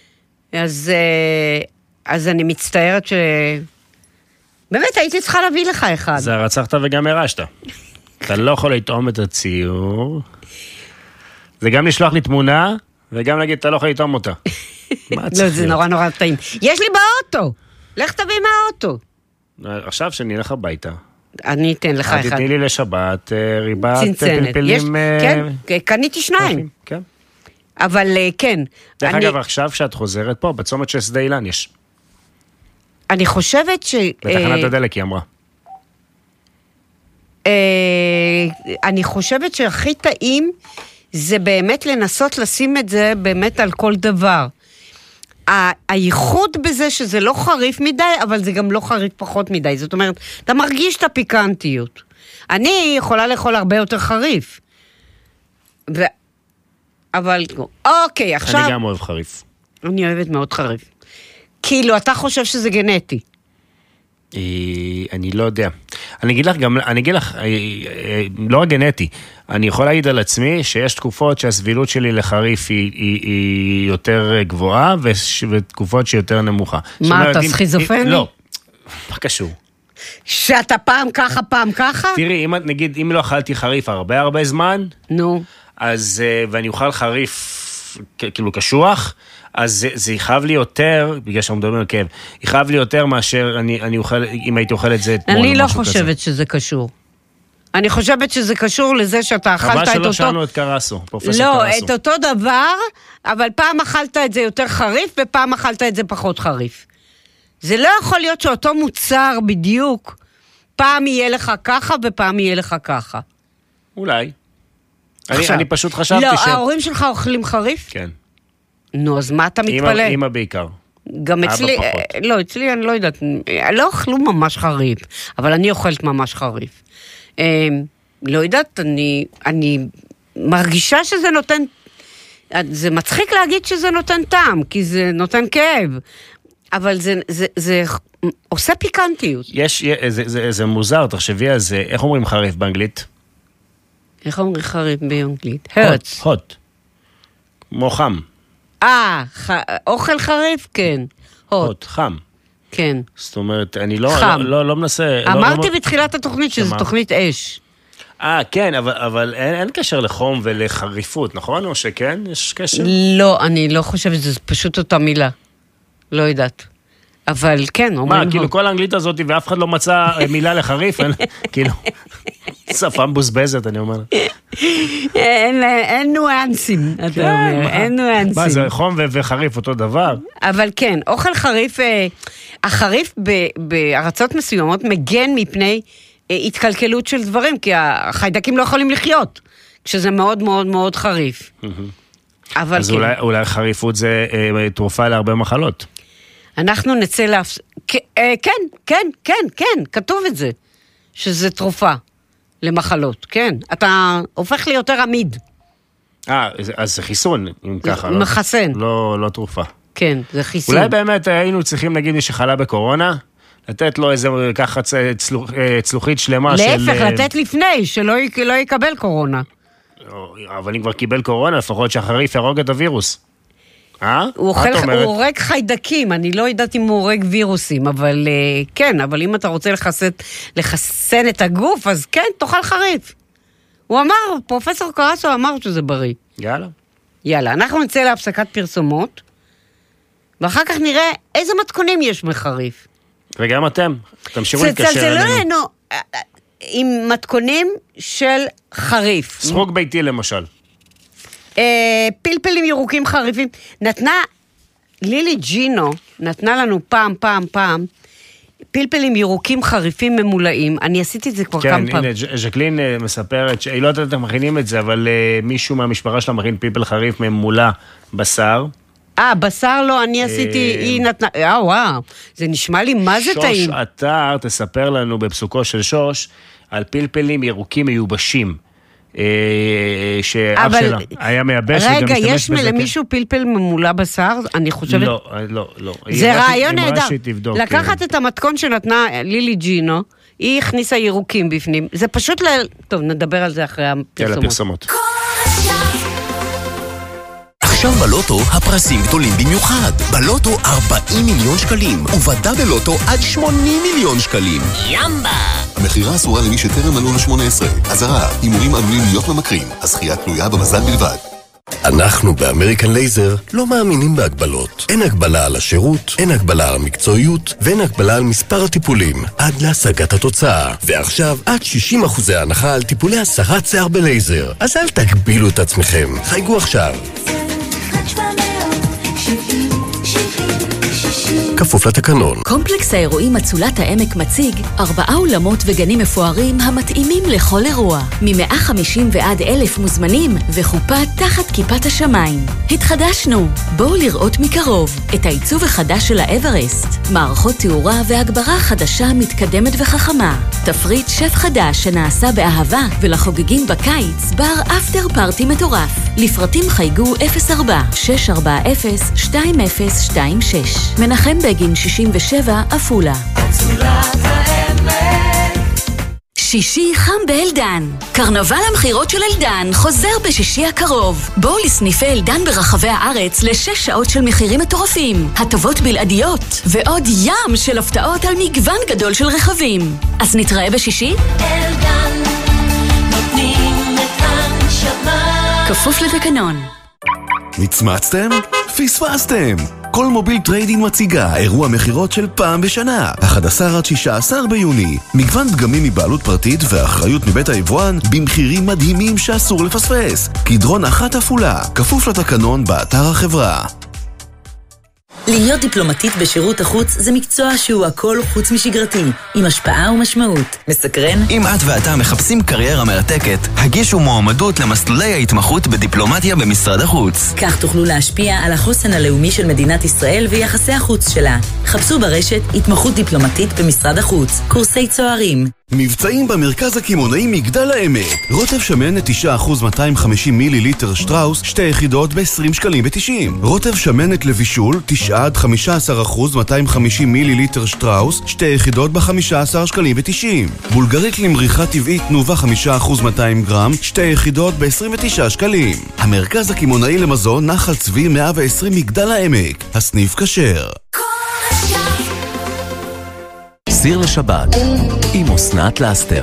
אז אני מצטערת באמת הייתי צריכה להביא לך אחד.
זה רצחת וגם הרשת. אתה לא יכול לטעום את הציור. זה גם לשלוח לי תמונה, וגם להגיד, אתה לא יכול לטעום אותה.
לא, זה נורא נורא טעים. יש לי באוטו. לך תביא מהאוטו.
עכשיו שאני אלך הביתה.
אני אתן לך אחד.
תתני לי לשבת ריבת
צנצנת.
פלפלים.
כן, קניתי 2.
כן.
אבל כן.
דרך אגב, עכשיו שאת חוזרת פה, בצומת של שדה אילן יש.
אני חושבת
בתחנת הדלק היא אמרה.
אני חושבת שהכי טעים זה באמת לנסות לשים את זה באמת על כל דבר. הייחוד בזה שזה לא חריף מדי, אבל זה גם לא חריף פחות מדי. זאת אומרת, אתה מרגיש את הפיקנטיות. אני יכולה לאכול הרבה יותר חריף. אבל, אוקיי, עכשיו...
אני גם אוהב חריף.
אני אוהבת מאוד חריף. כאילו, אתה חושב שזה גנטי.
אני לא יודע. אני אגיד לך, לא רק גנטי, אני יכול להעיד על עצמי שיש תקופות שהסבילות שלי לחריף היא יותר גבוהה, ותקופות שהיא יותר נמוכה.
מה, אתה סכיזופרני?
לא, מה קשור?
שאתה פעם ככה, פעם ככה?
תראי, נגיד, אם לא אכלתי חריף הרבה זמן,
נו.
אז, ואני אוכל חריף כאילו קשוח, אז זה יכאב לי יותר, בגלל שאנחנו מדברים על כאב, יכאב לי יותר מאשר אני אוכל, אם הייתי אוכל את זה אתמול.
אני לא חושבת שזה קשור. אני חושבת שזה קשור לזה שאתה אכלת את אותו...
אבל שלא שאלנו את קרסו, פרופסור קרסו.
לא, את אותו דבר, אבל פעם אכלת את זה יותר חריף, ופעם אכלת את זה פחות חריף. זה לא יכול להיות שאותו מוצר בדיוק, פעם יהיה לך ככה, ופעם יהיה לך ככה.
אולי. אני פשוט חשבתי
לא, ההורים שלך אוכלים חריף?
כן.
נו, אז מה אתה מתפלא?
אמא בעיקר.
גם אצלי, לא, אצלי אני לא יודעת, לא אוכלו ממש חריף, אבל אני אוכלת ממש חריף. לא יודעת, אני מרגישה שזה נותן, זה מצחיק להגיד שזה נותן טעם, כי זה נותן כאב, אבל זה עושה פיקנטיות.
זה מוזר, תחשבי על זה, איך אומרים חריף באנגלית?
איך אומרים חריף באנגלית? הרץ.
הוט. כמו חם.
אוכל חריף? כן.
הוט, חם.
כן.
זאת אומרת, אני לא מנסה...
אמרתי בתחילת התוכנית שזו תוכנית אש.
כן, אבל אין קשר לחום ולחריפות, נכון? או שכן? יש קשר?
לא, אני לא חושבת, זה פשוט אותה מילה. לא יודעת. אבל כן, אומרים...
מה, כאילו כל האנגלית הזאת ואף אחד לא מצא מילה לחריף? כאילו, שפה מבוזבזת, אני אומר.
אין נואנסים, אתה אומר, אין נואנסים.
מה, זה חום וחריף אותו דבר?
אבל כן, אוכל חריף, החריף בארצות מסוימות מגן מפני התקלקלות של דברים, כי החיידקים לא יכולים לחיות, כשזה מאוד מאוד מאוד חריף.
אז אולי חריפות זה תרופה להרבה מחלות.
אנחנו נצא כן, כתוב את זה, שזה תרופה למחלות, כן. אתה הופך לי יותר עמיד.
אז זה חיסון, אם ככה.
מחסן.
לא תרופה.
כן, זה חיסון.
אולי באמת היינו צריכים, נגיד, מי שחלה בקורונה, לתת לו איזה ככה צלוחית שלמה של...
להפך, לתת לפני, שלא יקבל קורונה.
אבל אם כבר קיבל קורונה, לפחות שהחריף ירוג את הווירוס.
הוא הורג חיידקים, אני לא יודעת אם הוא הורג וירוסים, אבל כן, אבל אם אתה רוצה לחסן את הגוף, אז כן, תאכל חריף. הוא אמר, פרופסור קרסו אמר שזה בריא. יאללה, אנחנו נצא להפסקת פרסומות, ואחר כך נראה איזה מתכונים יש מחריף.
וגם אתם, תמשיכו להתקשר אלינו.
עם מתכונים של חריף.
סחוג ביתי למשל.
פלפלים ירוקים חריפים. לילי ג'ינו נתנה לנו פעם פלפלים ירוקים חריפים ממולאים. אני עשיתי את זה כבר כמה פעם.
כן, הנה, ז'קלין מספרת, היא לא יודעת איך מכינים את זה, אבל מישהו מהמשפחה שלה מכין פלפל חריף ממולה בשר.
בשר לא, אני עשיתי, היא נתנה, וואו, זה נשמע לי מה זה טעים.
שוש אתר תספר לנו בפסוקו של שוש, על פלפלים ירוקים מיובשים. שאף שלה היה מייבש וגם
רגע,
משתמש
יש למישהו פלפל ממולה בשר? אני חושבת...
לא.
זה רעיון נהדר. לקחת את המתכון שנתנה לילי ג'ינו, היא הכניסה ירוקים בפנים. זה פשוט טוב, נדבר על זה אחרי הפרסומות.
עכשיו בלוטו הפרסים גדולים במיוחד. בלוטו 40 מיליון שקלים, ובדה בלוטו עד 80 מיליון שקלים.
ימבה! המחירה אסורה למי שטרם מלאו לו 18. אזהרה, הימורים עלולים להיות ממכרים. הזכייה תלויה במזל בלבד. אנחנו באמריקן לייזר לא מאמינים בהגבלות. אין הגבלה על השירות, אין הגבלה על המקצועיות, ואין הגבלה על מספר הטיפולים, עד להשגת התוצאה. ועכשיו, עד 60% הנחה על טיפולי הסרת שיער בלייזר. אז אל תגבילו את עצמכם. חייגו עכשיו. כפוף לתקנון.
קומפלקס האירועים מצולת העמק מציג 4 אולמות וגנים מפוארים המתאימים לכל אירוע. מ-150 ועד 1,000 מוזמנים וחופה תחת כיפת השמיים. התחדשנו. בואו לראות מקרוב את העיצוב החדש של האברסט. מערכות תאורה והגברה חדשה מתקדמת וחכמה. תפריט שף חדש שנעשה באהבה ולחוגגים בקיץ בר אפטר פארטי מטורף. לפרטים חייגו 04-640-2026. מנחם בגין 67 אפולה. שישי חם באלדן. קרנבל המחירות של אלדן חוזר בשישי הקרוב. בואו לסניפי אלדן ברחבי הארץ ל6 שעות של מחירים מטורפים, הטבות בלעדיות ועוד ים של הפתעות על מגוון גדול של רכבים. אז נתראה בשישי? אלדן נותנים את הנשמה. כפוף לתקנון.
מצמצתם? פספסתם! כל מוביל טריידין מציגה אירוע מחירות של פעם בשנה, 11 עד 16 ביוני. מגוון דגמים מבעלות פרטית ואחריות מבית היבואן במחירים מדהימים שאסור לפספס. קדרון אחת אפולה, כפוף לתקנון באתר החברה.
להיות דיפלומטית בשירות החוץ זה מקצוע שהוא הכל חוץ משגרתי, עם השפעה ומשמעות. מסקרן?
אם את ואתה מחפשים קריירה מרתקת, הגישו מועמדות למסלולי ההתמחות בדיפלומטיה במשרד החוץ.
כך תוכלו להשפיע על החוסן הלאומי של מדינת ישראל ויחסי החוץ שלה. חפשו ברשת התמחות דיפלומטית במשרד החוץ, קורסי צוערים.
מבצעים במרכז הקמעונאי מגדל העמק. רוטב שמנת 9% 250 מיליליטר שטראוס, 2 יחידות ב-20 שקלים ו-90. רוטב שמנת לבישול 9 עד 15% 250 מיליליטר שטראוס, 2 יחידות ב-15 שקלים ו-90. בולגרית למריחה טבעית תנובה 5% 200 גרם, 2 יחידות ב-29 שקלים. המרכז הקמעונאי למזון נחל צבי 120 מגדל העמק. הסניף כשר.
סיר לשבת עם אסנת לאסתר.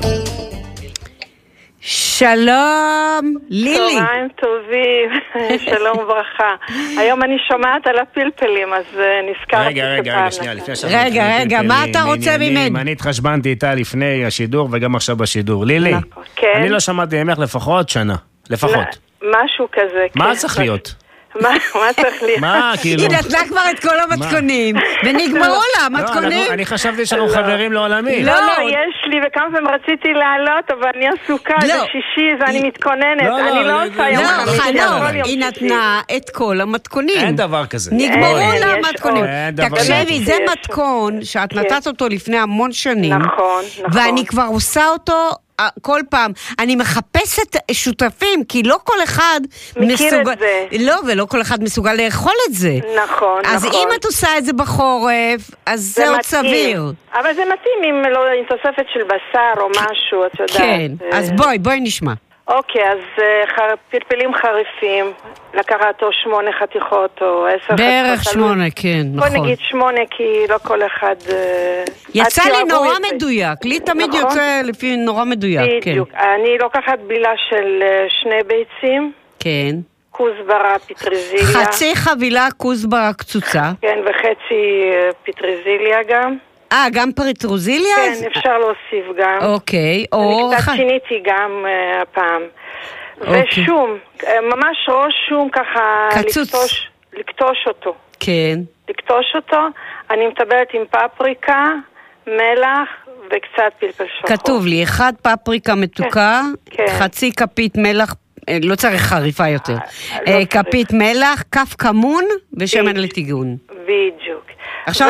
שלום, לילי.
צהריים טובים, שלום וברכה. היום אני שומעת על הפלפלים, אז נזכרתי
רגע, שנייה, לפני
רגע, מה אתה רוצה ממני?
אני התחשבנתי איתה לפני השידור וגם עכשיו בשידור. לילי, אני לא שמעתי ממך לפחות שנה, לפחות.
משהו כזה, כן.
מה צריך להיות?
מה צריך להיות?
מה, כאילו?
היא נתנה כבר את כל המתכונים, ונגמרו לה המתכונים.
אני חשבתי שאנחנו חברים לעולמי.
לא, יש לי וכמה פעמים רציתי לעלות, אבל אני עסוקה, זה שישי ואני מתכוננת. אני לא עושה יום חמישי.
היא נתנה את כל המתכונים.
אין דבר כזה.
נגמרו לה המתכונים. תקשיבי, זה מתכון שאת נתת אותו לפני המון שנים.
נכון.
ואני כבר עושה אותו כל פעם. אני מחפשת שותפים, כי לא כל אחד
מכיר את זה.
לא, ולא כל אחד מסוגל לאכול את זה.
נכון.
אז אם את עושה את זה בחורף, אז זה עוד סביר.
אבל זה מתאים אם לא עם תוספת של בשר או משהו, את יודעת.
כן, אז בואי נשמע.
אוקיי, אז פלפלים חריפים, לקחת או 8 חתיכות או 10 חתיכות.
בערך 8, כן, נכון.
בוא נגיד 8, כי לא כל אחד...
יצא לי נורא מדויק, לי תמיד יוצא לפי נורא מדויק.
בדיוק, אני לוקחת בילה של 2 ביצים.
כן.
כוסברה, פטרזיליה.
חצי חבילה כוסברה קצוצה.
כן, וחצי פטרזיליה גם.
גם פטרוזיליה?
כן, אפשר להוסיף גם.
אוקיי.
אני קצת שיניתי גם הפעם. ושום, ממש ראש שום ככה, לקטוש אותו.
כן.
לקטוש אותו, אני מטבלת עם פפריקה, מלח וקצת פלפל שחור.
כתוב לי, 1 פפריקה מתוקה, חצי כפית מלח, לא צריך חריפה יותר, כפית מלח, כף כמון ושמן לטיגון.
בדיוק.
עכשיו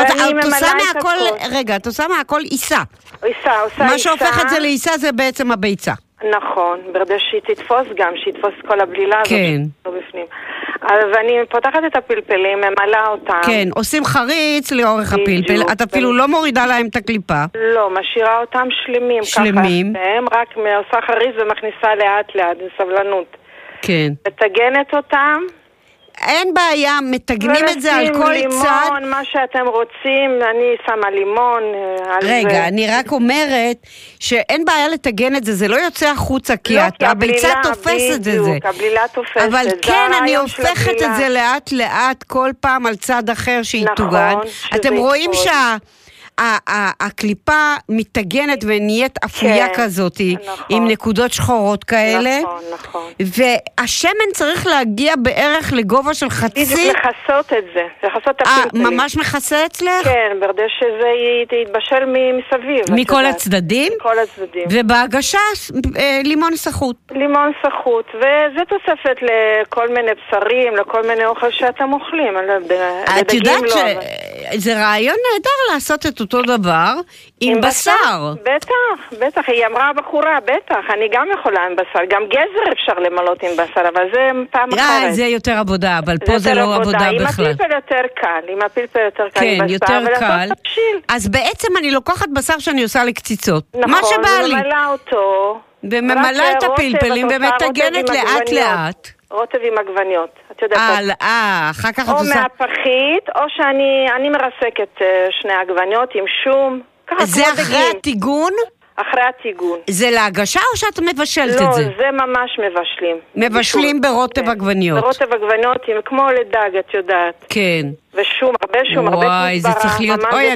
את עושה מהכל עיסה. מה שהופך את זה לעיסה זה בעצם הביצה.
נכון, ברדה שהיא תתפוס גם, שיתפוס כל הבלילה הזאת.
כן.
ואני פותחת את הפלפלים, ממלאה אותם.
כן, עושים חריץ לאורך הפלפל, את אפילו לא מורידה להם את הקליפה.
לא, משאירה אותם שלמים.
שלמים.
ככה, רק עושה חריץ ומכניסה לאט לאט, עם סבלנות.
כן.
מתגנת אותם.
אין בעיה, מתגנים את זה על כל
לימון,
צד.
מה שאתם רוצים, אני שמה לימון על
רגע,
זה.
אני רק אומרת שאין בעיה לתגן את זה, זה לא יוצא החוצה, כי הביצה תופסת את זה.
בדיוק, הבלילה תופסת.
אבל כן, אני הופכת את זה לאט לאט, כל פעם על צד אחר שהיא תוגן. אתם רואים הקליפה מתגנת ונהיית אפויה כזאת, עם נקודות שחורות כאלה.
נכון.
והשמן צריך להגיע בערך לגובה של חצי.
בדיוק לחסות את זה, לחסות את הפלפלים.
ממש מכסה אצלך?
כן, ברדי שזה יתבשל מסביב.
מכל הצדדים?
מכל הצדדים.
ובהגשה לימון סחוט.
לימון סחוט, וזה תוספת לכל מיני בשרים, לכל מיני אוכל שאתם אוכלים.
את יודעת שזה רעיון נהדר לעשות את אותו דבר עם בשר.
בטח, היא אמרה בחורה, בטח, אני גם יכולה עם בשר, גם גזר אפשר למלות עם בשר, אבל זה פעם אחרת.
זה יותר עבודה, אבל פה זה לא עבודה בכלל.
עם הפלפל יותר קל,
כן, יותר קל. אז בעצם אני לוקחת בשר שאני עושה לקציצות. מה
נכון,
שבא לי.
וממלא אותו.
וממלא את הפלפלים ומתגנת לאט לאט.
רוטב עם עגבניות, את יודעת.
אחר כך את
או
עושה...
מהפחית, או שאני מרסקת שני עגבניות עם שום.
זה אחרי הטיגון?
אחרי הטיגון.
זה להגשה או שאת מבשלת את זה?
לא, זה ממש מבשלים.
מבשלים ברוטב עגבניות.
ברוטב עגבניות, כמו לדג, את יודעת.
כן.
ושום, הרבה שום, הרבה כוסברה.
וואי, זה צריך להיות... אוי,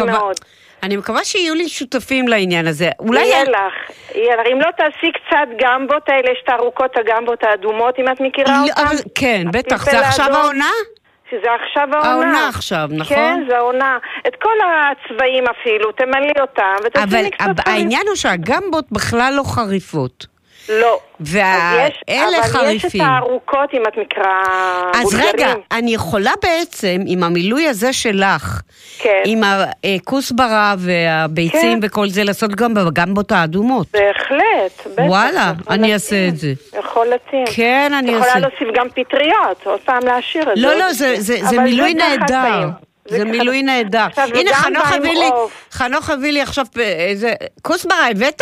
אני מקווה שיהיו לי שותפים לעניין הזה.
יהיה לך. אם לא תעשי קצת גמבות האלה, יש את הארוכות הגמבות האדומות, אם את מכירה אותן.
כן, בטח. זה עכשיו העונה?
שזה עכשיו העונה.
העונה עכשיו, נכון?
כן, זה העונה. את כל הצבעים אפילו, תמלאי אותם ותעשי מקצת חריף.
אבל העניין הוא שהגמבות בכלל לא חריפות.
לא.
ואלה חריפים.
אבל יש את הארוכות אם את מקרא
אז רגע, אני יכולה בעצם עם המילוי הזה שלך, עם הכוסברה והביצים וכל זה, לעשות גם בגמבות האדומות.
בהחלט.
וואלה, אני אעשה את זה.
יכול להתאים.
כן, אני אעשה.
יכולה להוסיף גם פטריות, עוד פעם להשאיר את זה.
לא, זה מילוי נהדר. זה מילוי נהדר. הנה, חנוך הביא לי עכשיו איזה... כוסברה, הבאת?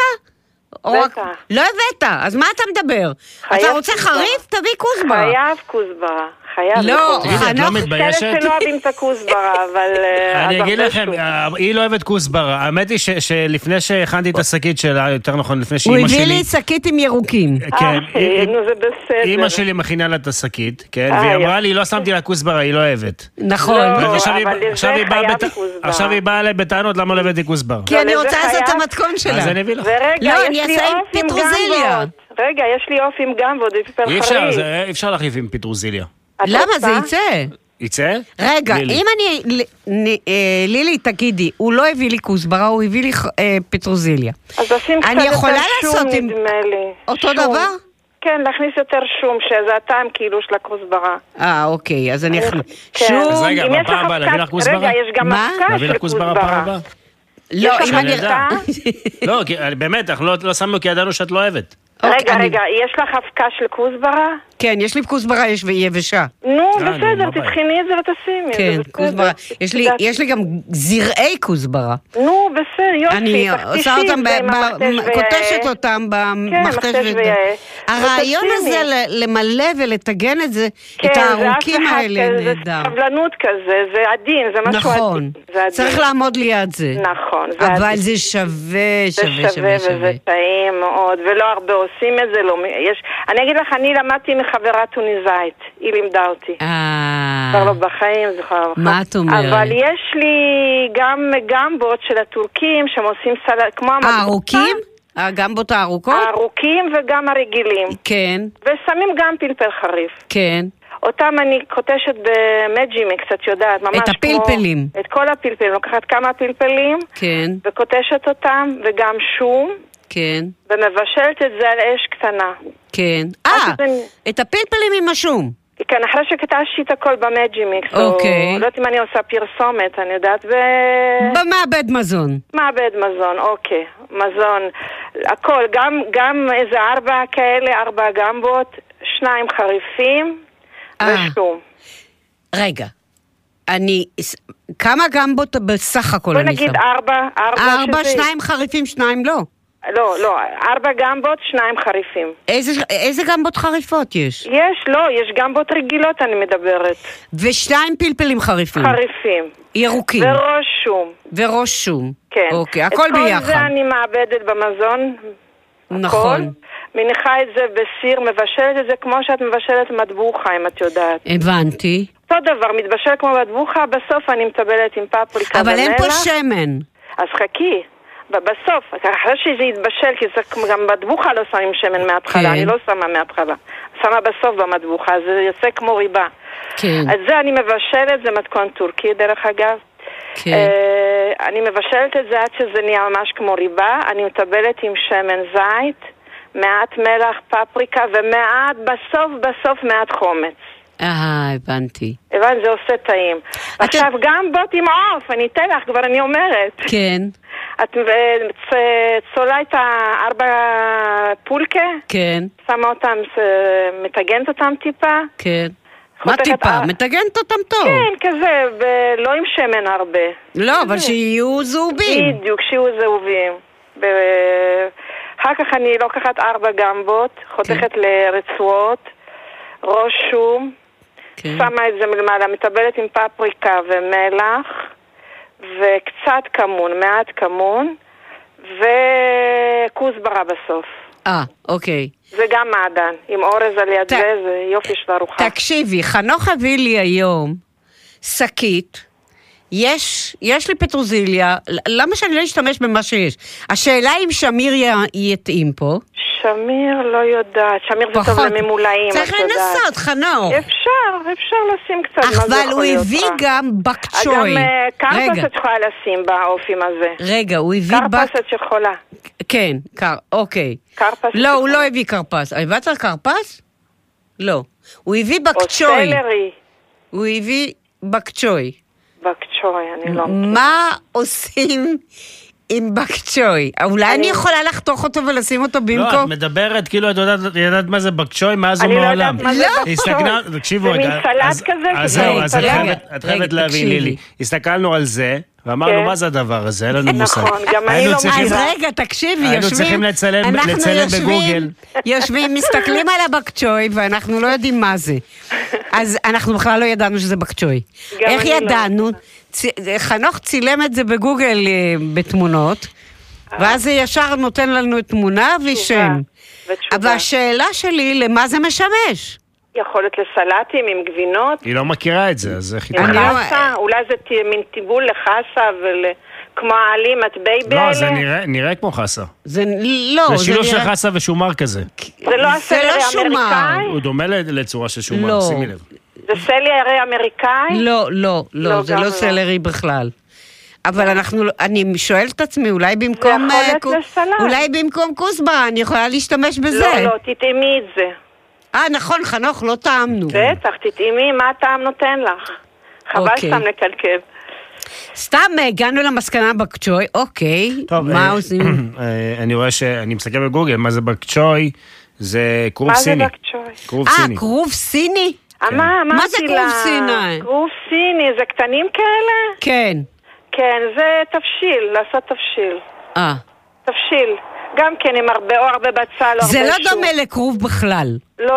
לא הבאת, אז מה אתה מדבר? אתה רוצה חריף? תביא כוסברה.
חייב כוסברה.
לא,
את לא מתביישת?
כאלה שלא אוהבים את הכוסברה, אבל...
אני אגיד לכם, היא לא אוהבת כוסברה. האמת היא שלפני שהכנתי את השקית שלה, יותר נכון, לפני שאימא שלי...
הוא הביא לי שקית עם ירוקים.
כן.
זה בסדר.
אימא שלי מכינה לה את השקית, כן, והיא אמרה לי, לא שמתי לה כוסברה, היא לא אוהבת.
נכון.
עכשיו היא באה אליי בטענות, למה לא הבאתי כוסברה?
כי אני רוצה לעשות את המתכון שלה.
אז אני אביא לך.
לא, אני אעשה עם פטרוזיליה.
רגע, יש לי עוף עם גמבות, זה פלפל חריף.
אי אפשר להחליף עם פטרוזיליה.
למה? זה יצא.
יצא?
רגע, אם לילי, תגידי, הוא לא הביא לי כוסברה, הוא הביא לי פטרוזיליה.
אז עושים קצת יותר שום, נדמה לי.
אותו דבר?
כן, להכניס יותר שום, שזה הטעם כאילו של הכוסברה.
אוקיי, אז אני אכניס.
שום, אז רגע, בפעם הבאה להביא לך כוסברה?
רגע, יש גם הפקה של כוסברה.
לא, אם אני...
לא, באמת, אנחנו לא שמנו כי ידענו שאת לא אוהבת.
רגע, יש לך הפקה של כוסברה?
כן, יש לי כוסברה יבשה.
נו, בסדר, תתחיני את זה ותשימי.
כן, כוסברה. יש לי גם זרעי כוסברה.
נו, בסדר, יופי.
אני עושה אותם, קוטשת אותם במכתש ויעל. הרעיון הזה למלא ולטגן את זה, את הארוכים האלה, נהדר.
זה סבלנות כזה, זה עדין, זה משהו עדין.
נכון, צריך לעמוד ליד זה.
נכון.
אבל זה שווה.
זה שווה וזה טעים מאוד, ולא הרבה עושים את זה, אני אגיד לך, אני למדתי מחברה טוניסאית, היא לימדה אותי. כבר לא בחיים, זוכר.
מה את אומרת?
אבל יש לי גם גמבות של הטורקים, שהם עושים סלט, כמו המדבוקה.
הארוקים? הגמבות הארוכות?
הארוקים וגם הרגילים.
כן.
ושמים גם פלפל חריף.
כן.
אותם אני קוטשת במג'ימי, קצת יודעת, ממש
את הפלפלים.
את כל הפלפלים, לוקחת כמה פלפלים.
כן.
וקוטשת אותם, וגם שום.
כן.
ומבשלת את זה על אש קטנה.
כן. את הפלפלים עם השום.
כן, אחרי שקטשתי את הכל במג'ימיקס.
אוקיי.
לא יודעת אם אני עושה פרסומת, אני יודעת
במעבד מזון.
מעבד מזון, אוקיי. מזון. הכל, גם איזה 4 כאלה, 4 גמבות, 2 חריפים ושום.
רגע. כמה גמבות בסך הכל
בוא נגיד 4.
4, 2 חריפים, 2 לא.
לא, 4 גמבות, 2 חריפים.
איזה גמבות חריפות יש?
יש גמבות רגילות אני מדברת.
ו2 פלפלים חריפים?
חריפים.
ירוקים?
וראש שום.
כן. אוקיי, הכל ביחד.
את כל זה אני מעבדת במזון.
נכון.
מניחה את זה בסיר, מבשלת את זה כמו שאת מבשלת מטבוחה, אם את יודעת.
הבנתי.
אותו דבר, מתבשל כמו מטבוחה, בסוף אני מטבלת עם פפריקה ומלח.
אבל אין פה שמן.
אז חכי. בסוף, אחרי שזה יתבשל, כי זה גם מטבוחה לא שמים שמן מההתחלה, אני לא שמה מההתחלה. שמה בסוף במטבוחה, זה יוצא כמו ריבה.
כן.
אז זה אני מבשלת, זה מתכון טורקי דרך אגב.
כן.
אני מבשלת את זה עד שזה נהיה ממש כמו ריבה, אני מטבלת עם שמן זית, מעט מלח, פפריקה, ומעט, בסוף מעט חומץ.
הבנתי.
הבנתי, זה עושה טעים. עכשיו גם בוט עם עוף, אני אתן לך, כבר אני אומרת.
כן.
את צולה את 4 פולקה?
כן.
שמה אותם, מתגנת אותם טיפה?
כן. מה טיפה? מתגנת אותם טוב.
כן, כזה, לא עם שמן הרבה.
לא, אבל שיהיו זהובים.
בדיוק, שיהיו זהובים. אחר כך אני לוקחת 4 גמבות, חותכת לרצועות, ראש שום, שמה את זה מלמעלה, מטבלת עם פפריקה ומלח, וקצת כמון, מעט כמון, וכוסברה בסוף.
אוקיי.
זה גם מעדן, עם אורז על יד זה יופי של ארוחה.
תקשיבי, חנוך הביא לי היום שקית, יש לי פטרוזיליה, למה שאני לא אשתמש במה שיש? השאלה אם שמיר יתאים פה.
שמיר לא יודעת, שמיר זה טוב לממולאים.
צריך לנסות, חנוך.
אפשר לשים קצת מה זה יכול להיות.
אבל הוא הביא גם בקצ'וי.
גם קרפסת יכולה לשים באופים הזה.
רגע, הוא הביא
קרפסת שיכולה.
כן, אוקיי. לא, הוא לא הביא קרפס. הבאת קרפס? לא. הוא הביא בקצ'וי.
או סלרי.
הוא הביא בקצ'וי.
בקצ'וי, אני לא מכיר.
מה עושים עם בקצ'וי? אולי אני יכולה לחתוך אותו ולשים אותו במקום?
לא, את מדברת כאילו את יודעת מה זה בקצ'וי מאז
ומעולם.
אני לא יודעת
מה זה בקצ'וי.
תקשיבו רגע.
זה מין סלט כזה?
אז זהו, אז את חייבת להבין לילי. הסתכלנו על זה, ואמרנו מה זה הדבר הזה, אין לנו מושג.
נכון, גם אני לא
אז רגע, תקשיבי,
היינו צריכים לצלם בגוגל.
יושבים, מסתכלים על הבקצ'וי, ואנחנו לא יודעים מה זה. אז אנחנו בכלל לא ידענו שזה בקצ'וי. איך ידענו? חנוך צילם את זה בגוגל בתמונות, ואז זה ישר נותן לנו תמונה ושם. והשאלה שלי, למה זה משמש?
יכולת לסלטים עם גבינות.
היא לא מכירה את זה, אז איך היא...
אולי זה מין טיבול לחסה כמו העלים, הטבייבי האלה?
לא, זה נראה כמו חסה.
זה לא,
זה שילוב של חסה ושומר כזה.
זה לא הסלרי האמריקאי?
הוא דומה לצורה של שומר, שימי לב.
זה סלרי אמריקאי?
לא, זה לא סלרי בכלל. אבל אני שואלת את עצמי, אולי במקום כוסברה, אני יכולה להשתמש בזה.
לא, תטעמי את זה.
נכון, חנוך, לא טעמנו.
בטח, תטעמי מה הטעם נותן לך. חבל סתם לקלקל.
סתם הגענו למסקנה בקצ'וי, אוקיי.
טוב,
מה עושים?
אני רואה שאני מסתכל בגוגל, מה זה בקצ'וי? זה כרוב סיני.
מה זה בקצ'וי?
כרוב סיני?
מה
זה כרוב סיני?
כרוב סיני, זה קטנים כאלה?
כן.
כן, זה תבשיל, לעשות תבשיל. תבשיל. גם כן עם הרבה בצל,
זה לא דומה לכרוב בכלל.
לא,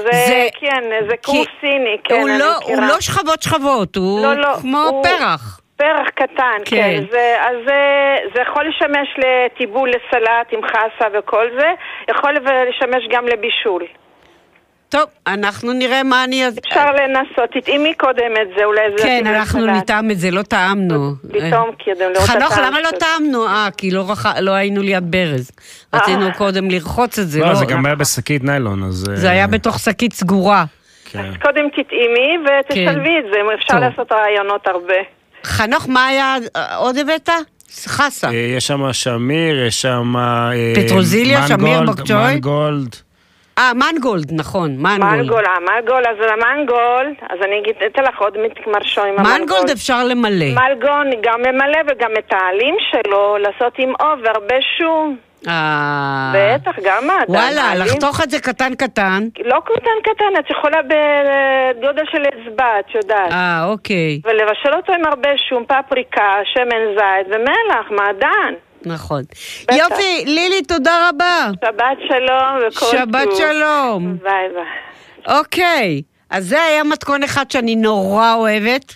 זה כרוב סיני, כן, אני מכירה.
הוא לא שכבות, הוא כמו פרח.
פרח קטן, כן. אז זה יכול לשמש לטיבול, לסלט עם חסה וכל זה, יכול לשמש גם לבישול.
טוב, אנחנו נראה מה אני...
אפשר לנסות, תטעימי קודם את זה, אולי זה...
כן, אנחנו נטעם את זה, לא טעמנו.
פתאום קודם, לראות את הטעם.
חנוך, למה לא טעמנו? כי לא היינו ליד ברז. רצינו קודם לרחוץ את זה.
לא, זה גם היה בשקית ניילון, אז...
זה היה בתוך שקית סגורה.
אז קודם תטעימי ותשלבי את זה, אפשר לעשות רעיונות הרבה.
חנוך, מה היה עוד הבאת? חסה.
יש שם שמיר, יש שם...
פטרוזיליה, שמיר, בקצ'וי.
מנגולד.
מנגולד, נכון,
מנגולד, אז למנגולד, אז אני אתן לך עוד מתמרשו עם המנגולד.
מנגולד אפשר למלא.
מנגולד גם למלא וגם את העלים שלו, לעשות עם אוב והרבה שום. בטח, גם מעדן.
וואלה, לחתוך את זה קטן.
לא קטן, את יכולה בגודל של אצבע, את יודעת.
אוקיי.
ולבשל אותו עם הרבה שום, פפריקה, שמן זית ומלח, מעדן.
נכון. יופי, לילי, תודה רבה.
שבת שלום וכל טוב.
שבת שלום.
ביי ביי.
אוקיי, אז זה היה מתכון אחד שאני נורא אוהבת,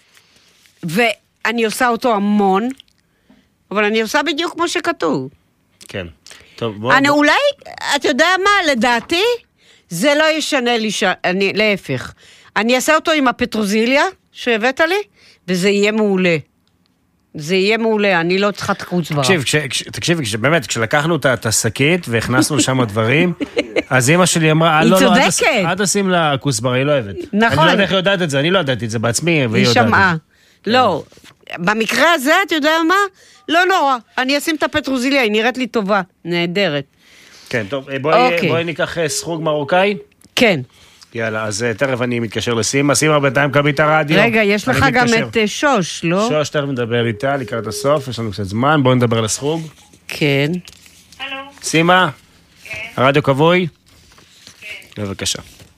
ואני עושה אותו המון, אבל אני עושה בדיוק כמו שכתוב.
כן. טוב,
אני אולי, אתה יודע מה, לדעתי, זה לא ישנה לי, להפך. אני אעשה אותו עם הפטרוזיליה שהבאת לי, וזה יהיה מעולה. זה יהיה מעולה, אני לא צריכה את הכוסברה.
תקשיבי, באמת, כשלקחנו את השקית והכנסנו שם דברים, אז אמא שלי אמרה,
היא צודקת.
אל תשים לה כוסברה, היא לא אוהבת.
נכון.
אני לא יודע איך היא יודעת את זה, אני לא ידעתי את זה בעצמי, והיא יודעת את זה.
היא שמעה. לא, במקרה הזה, אתה יודע מה? לא נורא, אני אשים את הפטרוזיליה, היא נראית לי טובה, נהדרת.
כן, טוב, בואי ניקח סחוג מרוקאי.
כן.
יאללה, אז תכף אני מתקשר לסימה, סימה בינתיים קבי את הרדיו.
רגע, יש לך גם את שוש, לא?
שוש, תכף נדבר איתה, לקראת הסוף, יש לנו קצת זמן, בואו נדבר על הסחוג.
כן.
סימה, הרדיו כבוי? כן. בבקשה.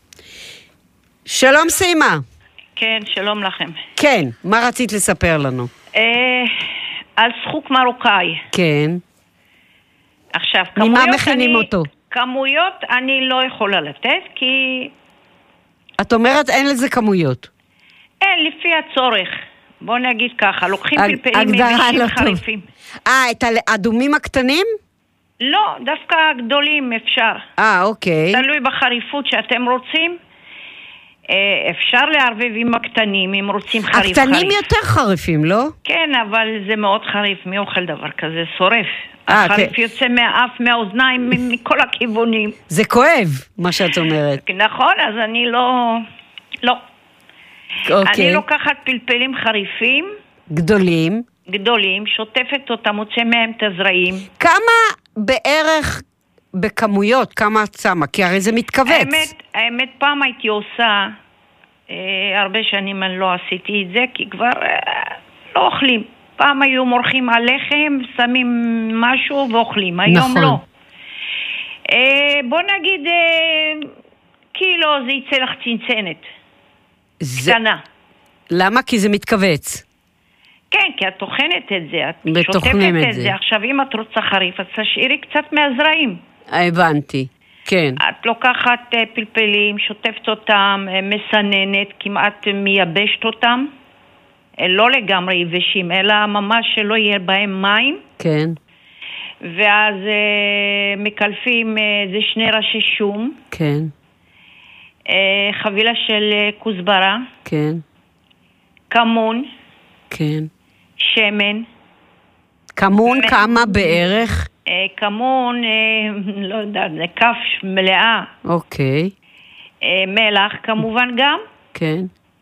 שלום סימה.
כן, שלום לכם.
כן, מה רצית לספר לנו?
על סחוג מרוקאי.
כן.
עכשיו,
ממה מכינים אותו?
כמויות אני לא יכולה לתת, כי...
את אומרת אין לזה כמויות.
אין, לפי הצורך. בוא נגיד ככה, לוקחים פלפלים מבישים חריפים.
את האדומים הקטנים?
לא, דווקא הגדולים אפשר.
אוקיי.
תלוי בחריפות שאתם רוצים. אפשר לערבב עם הקטנים, אם רוצים חריף.
הקטנים יותר חריפים, לא?
כן, אבל זה מאוד חריף. מי אוכל דבר כזה? שורף. החריף יוצא מהאף, מהאוזניים, מכל הכיוונים.
זה כואב, מה שאת אומרת.
נכון, אז אני לא... אני לוקחת פלפלים חריפים. גדולים, שוטפת אותם, מוצא מהם את הזרעים.
כמה בערך בכמויות, כמה את שמה? כי הרי זה מתכווץ.
האמת, פעם הייתי עושה, הרבה שנים אני לא עשיתי את זה, כי כבר לא אוכלים. פעם היו מורחים על לחם, שמים משהו ואוכלים, היום לא. בוא נגיד, קילו זה יצא לך צנצנת. קטנה.
למה? כי זה מתכווץ.
כן, כי את טוחנת את זה, את שוטפת את זה. עכשיו, אם את רוצה חריף, אז תשאירי קצת מהזרעים.
הבנתי, כן.
את לוקחת פלפלים, שוטפת אותם, מסננת, כמעט מייבשת אותם. לא לגמרי יבשים, אלא ממש שלא יהיה בהם מים.
כן.
ואז מקלפים, זה 2 ראשי שום.
כן.
חבילה של כוסברה.
כן.
כמון.
כן.
שמן.
כמון כמה בערך?
כמון, לא יודעת, זה כף מלאה.
אוקיי.
מלח כמובן גם.
כן.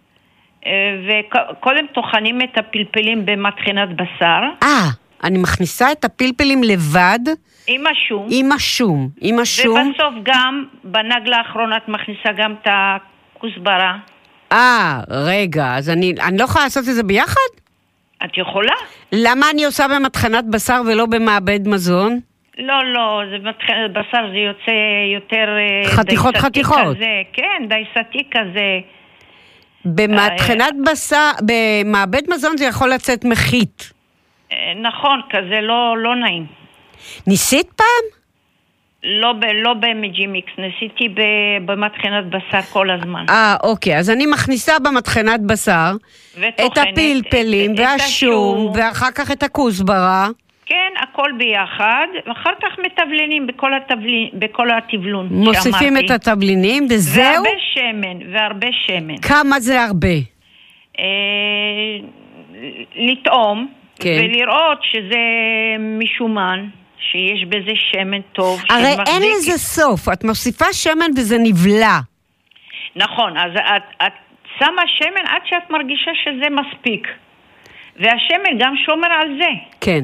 וקודם טוחנים את הפלפלים במטחנת בשר.
אני מכניסה את הפלפלים לבד.
עם השום.
עם השום.
ובסוף גם, בנגלה האחרונה את מכניסה גם את הכוסברה.
רגע, אז אני לא יכולה לעשות את זה ביחד?
את יכולה.
למה אני עושה במטחנת בשר ולא במעבד מזון?
לא, זה מטחנת בשר, זה יוצא יותר...
חתיכות.
כזה, כן, דייסתי כזה.
במטחנת בשר, במעבד מזון זה יכול לצאת מחית.
נכון, כזה לא נעים.
ניסית פעם?
לא במג'ימיקס, ניסיתי במטחנת בשר כל הזמן.
אוקיי, אז אני מכניסה במטחנת בשר את הפלפלים והשום, ואחר כך את הכוסברה.
כן, הכל ביחד, ואחר כך מתבלנים בכל התבלון.
מוסיפים את התבלינים, וזהו?
והרבה שמן.
כמה זה הרבה?
לטעום, ולראות שזה משומן. שיש בזה שמן טוב.
הרי אין לזה סוף, את מוסיפה שמן וזה נבלע.
נכון, אז את שמה שמן עד שאת מרגישה שזה מספיק. והשמן גם שומר על זה.
כן.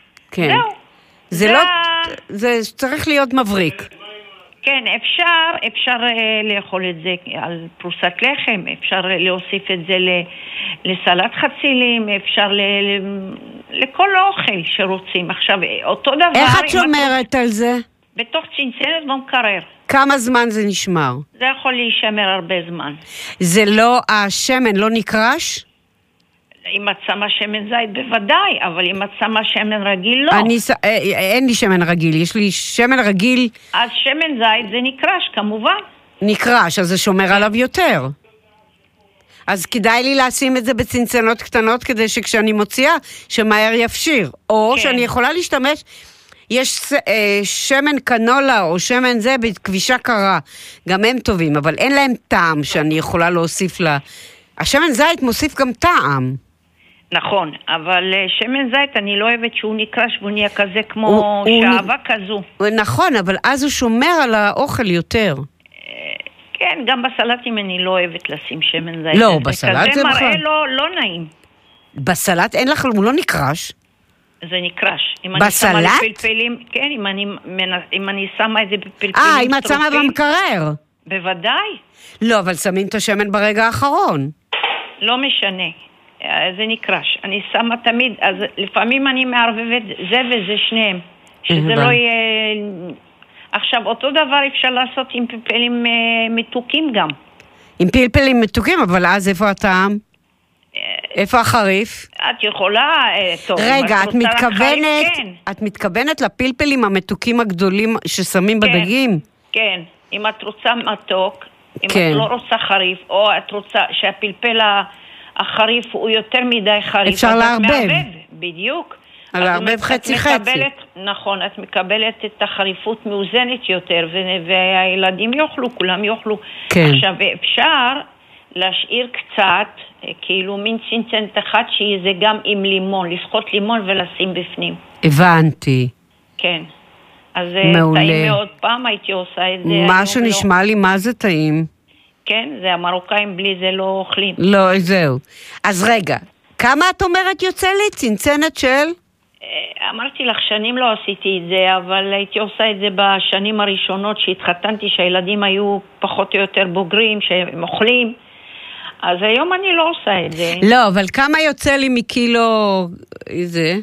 זה צריך להיות מבריק.
כן, אפשר לאכול את זה על פרוסת לחם, אפשר להוסיף את זה לסלט חצילים, אפשר לכל אוכל שרוצים. עכשיו, אותו דבר...
איך את שומרת על זה?
בתוך צנצנת במקרר.
כמה זמן זה נשמר?
זה יכול להישמר הרבה זמן.
זה לא, השמן לא נקרש?
אם את שמה שמן זית בוודאי, אבל אם את שמה שמן רגיל לא.
אין לי שמן רגיל, יש לי שמן רגיל.
אז שמן זית זה נקרש כמובן.
נקרש, אז זה שומר עליו יותר. אז כדאי לי לשים את זה בצנצנות קטנות כדי שכשאני מוציאה, שמהר יפשיר. או שאני יכולה להשתמש, יש שמן קנולה או שמן זה בכבישה קרה. גם הם טובים, אבל אין להם טעם שאני יכולה להוסיף לה. השמן זית מוסיף גם טעם.
נכון, אבל שמן זית אני לא אוהבת שהוא נקרש והוא נהיה כזה כמו שעבה כזו.
נכון, אבל אז הוא שומר על האוכל יותר.
כן, גם בסלטים אני לא אוהבת לשים שמן זית.
לא, בסלט זה
בכלל. כזה מראה לא נעים.
בסלט אין לך, הוא לא נקרש.
זה נקרש.
בסלט?
כן, אם אני שמה את זה בפלפלים
אם את שמה במקרר.
בוודאי.
לא, אבל שמים את השמן ברגע האחרון.
לא משנה. זה נקרש. אני שמה תמיד, אז לפעמים אני מערבבת זה וזה שניהם. שזה לא יהיה... עכשיו, אותו דבר אפשר לעשות עם פלפלים מתוקים גם. עם
פלפלים מתוקים, אבל אז איפה הטעם? איפה החריף?
את יכולה...
רגע, את מתכוונת לפלפלים המתוקים הגדולים ששמים בדגים?
כן, אם את רוצה מתוק, אם את לא רוצה חריף, או את רוצה שהפלפל החריף הוא יותר מדי חריף.
אפשר לערבב.
בדיוק.
לערבב חצי.
נכון, את מקבלת את החריפות מאוזנת יותר, והילדים יאכלו, כולם יאכלו. עכשיו, אפשר להשאיר קצת, כאילו מין צנצנת אחת שזה גם עם לימון, לסחוט לימון ולשים בפנים.
הבנתי.
כן. אז טעים מאוד, פעם הייתי עושה את זה.
מה שנשמע לי, מה זה טעים?
כן, זה המרוקאים בלי זה לא אוכלים.
לא, זהו. אז רגע, כמה את אומרת יוצא לי? צנצנת של?
אמרתי לך, שנים לא עשיתי את זה, אבל הייתי עושה את זה בשנים הראשונות שהתחתנתי, שהילדים היו פחות או יותר בוגרים, שהם אוכלים. אז היום אני לא עושה את זה.
לא, אבל כמה יוצא לי מקילו זה?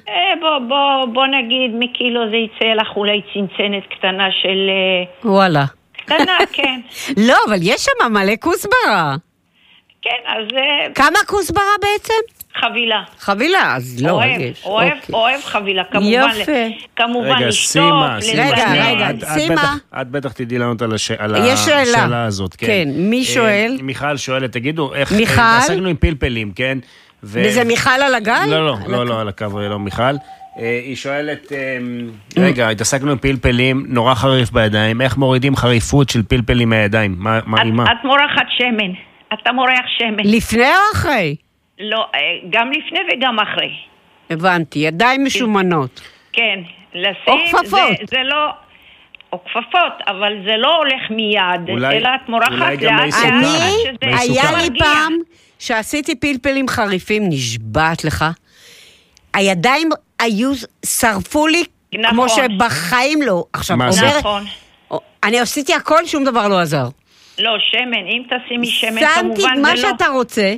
בוא נגיד, מקילו זה יצא לך אולי צנצנת קטנה של...
וואלה.
קטנה, כן.
לא, אבל יש שם מלא כוסברה.
כן, אז...
כמה כוסברה בעצם?
חבילה,
אז לא,
אוהב חבילה, כמובן.
יפה.
כמובן לשטוף.
רגע, סימה.
את בטח תדעי לענות על השאלה הזאת.
כן, מי שואל?
מיכל שואלת, תגידו, איך עסקנו עם פלפלים, כן?
וזה מיכל על הגל?
לא, על הקו, לא מיכל. היא שואלת, רגע, התעסקנו עם פלפלים, נורא חריף בידיים, איך מורידים חריפות של פלפלים מהידיים? מה?
את מורחת שמן. אתה מורח שמן.
לפני או אחרי?
לא, גם לפני וגם אחרי.
הבנתי, ידיים משומנות.
כן, לשים...
או כפפות.
זה לא... או כפפות, אבל זה לא הולך מיד, אלא את מורחת לאט.
היה לי פעם שעשיתי פלפלים חריפים, נשבעת לך. הידיים שרפו לי כמו שבחיים לא. עכשיו,
נכון.
אני עשיתי הכל, שום דבר לא עזר.
לא, שמן, אם תשימי שמן כמובן
שמתי מה שאתה רוצה,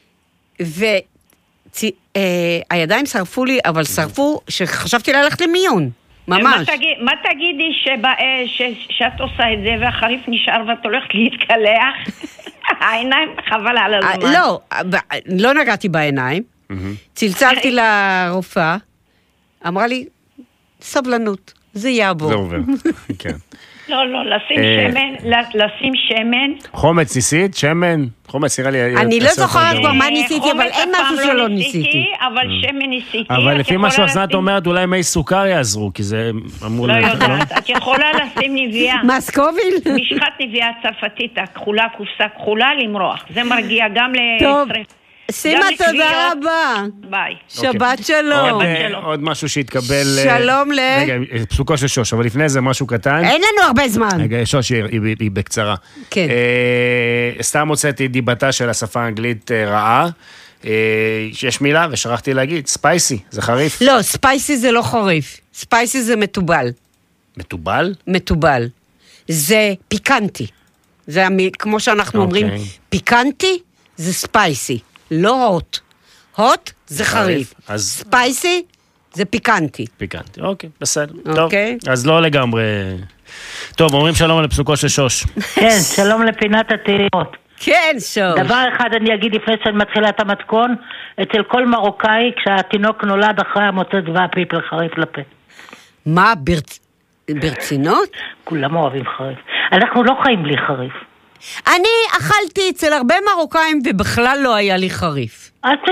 והידיים שרפו לי, אבל שרפו שחשבתי ללכת למיון, ממש.
מה תגידי שאת עושה את זה והחריף נשאר ואת הולכת להתקלח? העיניים חבל על הזמן.
לא נגעתי בעיניים, צלצלתי לרופאה, אמרה לי, סבלנות, זה יעבור.
זה עובר, כן.
לא, לשים שמן.
חומץ ניסית? שמן? חומץ נראה לי...
אני לא זוכרת כבר מה ניסיתי, אבל אין משהו שלא ניסיתי.
אבל שמן ניסיתי.
אבל לפי מה שאסנת אומרת, אולי מי סוכר יעזרו, כי זה אמור...
לא יודעת, את יכולה לשים נביאה.
מסקוביל?
משחת נביאה צרפתית, הכחולה, קופסה כחולה, למרוח. זה מרגיע גם
טוב. סימה, תודה רבה.
ביי.
שבת שלום.
עוד משהו שהתקבל...
שלום ל...
רגע, פסוקו של שוש, אבל לפני זה משהו קטן.
אין לנו הרבה זמן.
רגע, שוש היא בקצרה.
כן.
סתם הוצאתי דיבתה של השפה האנגלית רעה. יש מילה ושכחתי להגיד, ספייסי, זה חריף.
לא, ספייסי זה לא חריף. ספייסי זה מתובל.
מתובל?
מתובל. זה פיקנטי. זה כמו שאנחנו אומרים, פיקנטי זה ספייסי. לא הוט. הוט זה חריף. ספייסי זה פיקנטי.
פיקנטי, אוקיי, בסדר. טוב, אז לא לגמרי... טוב, אומרים שלום לפסוקו של שוש.
כן, שלום לפינת התהילות.
כן, שוב.
דבר אחד אני אגיד לפני שאני מתחילה את המתכון, אצל כל מרוקאי, כשהתינוק נולד אחרי המוצץ והפלפל חריף לפה.
מה, ברצינות?
כולם אוהבים חריף. אנחנו לא חיים בלי חריף.
אני אכלתי אצל הרבה מרוקאים ובכלל לא היה לי חריף.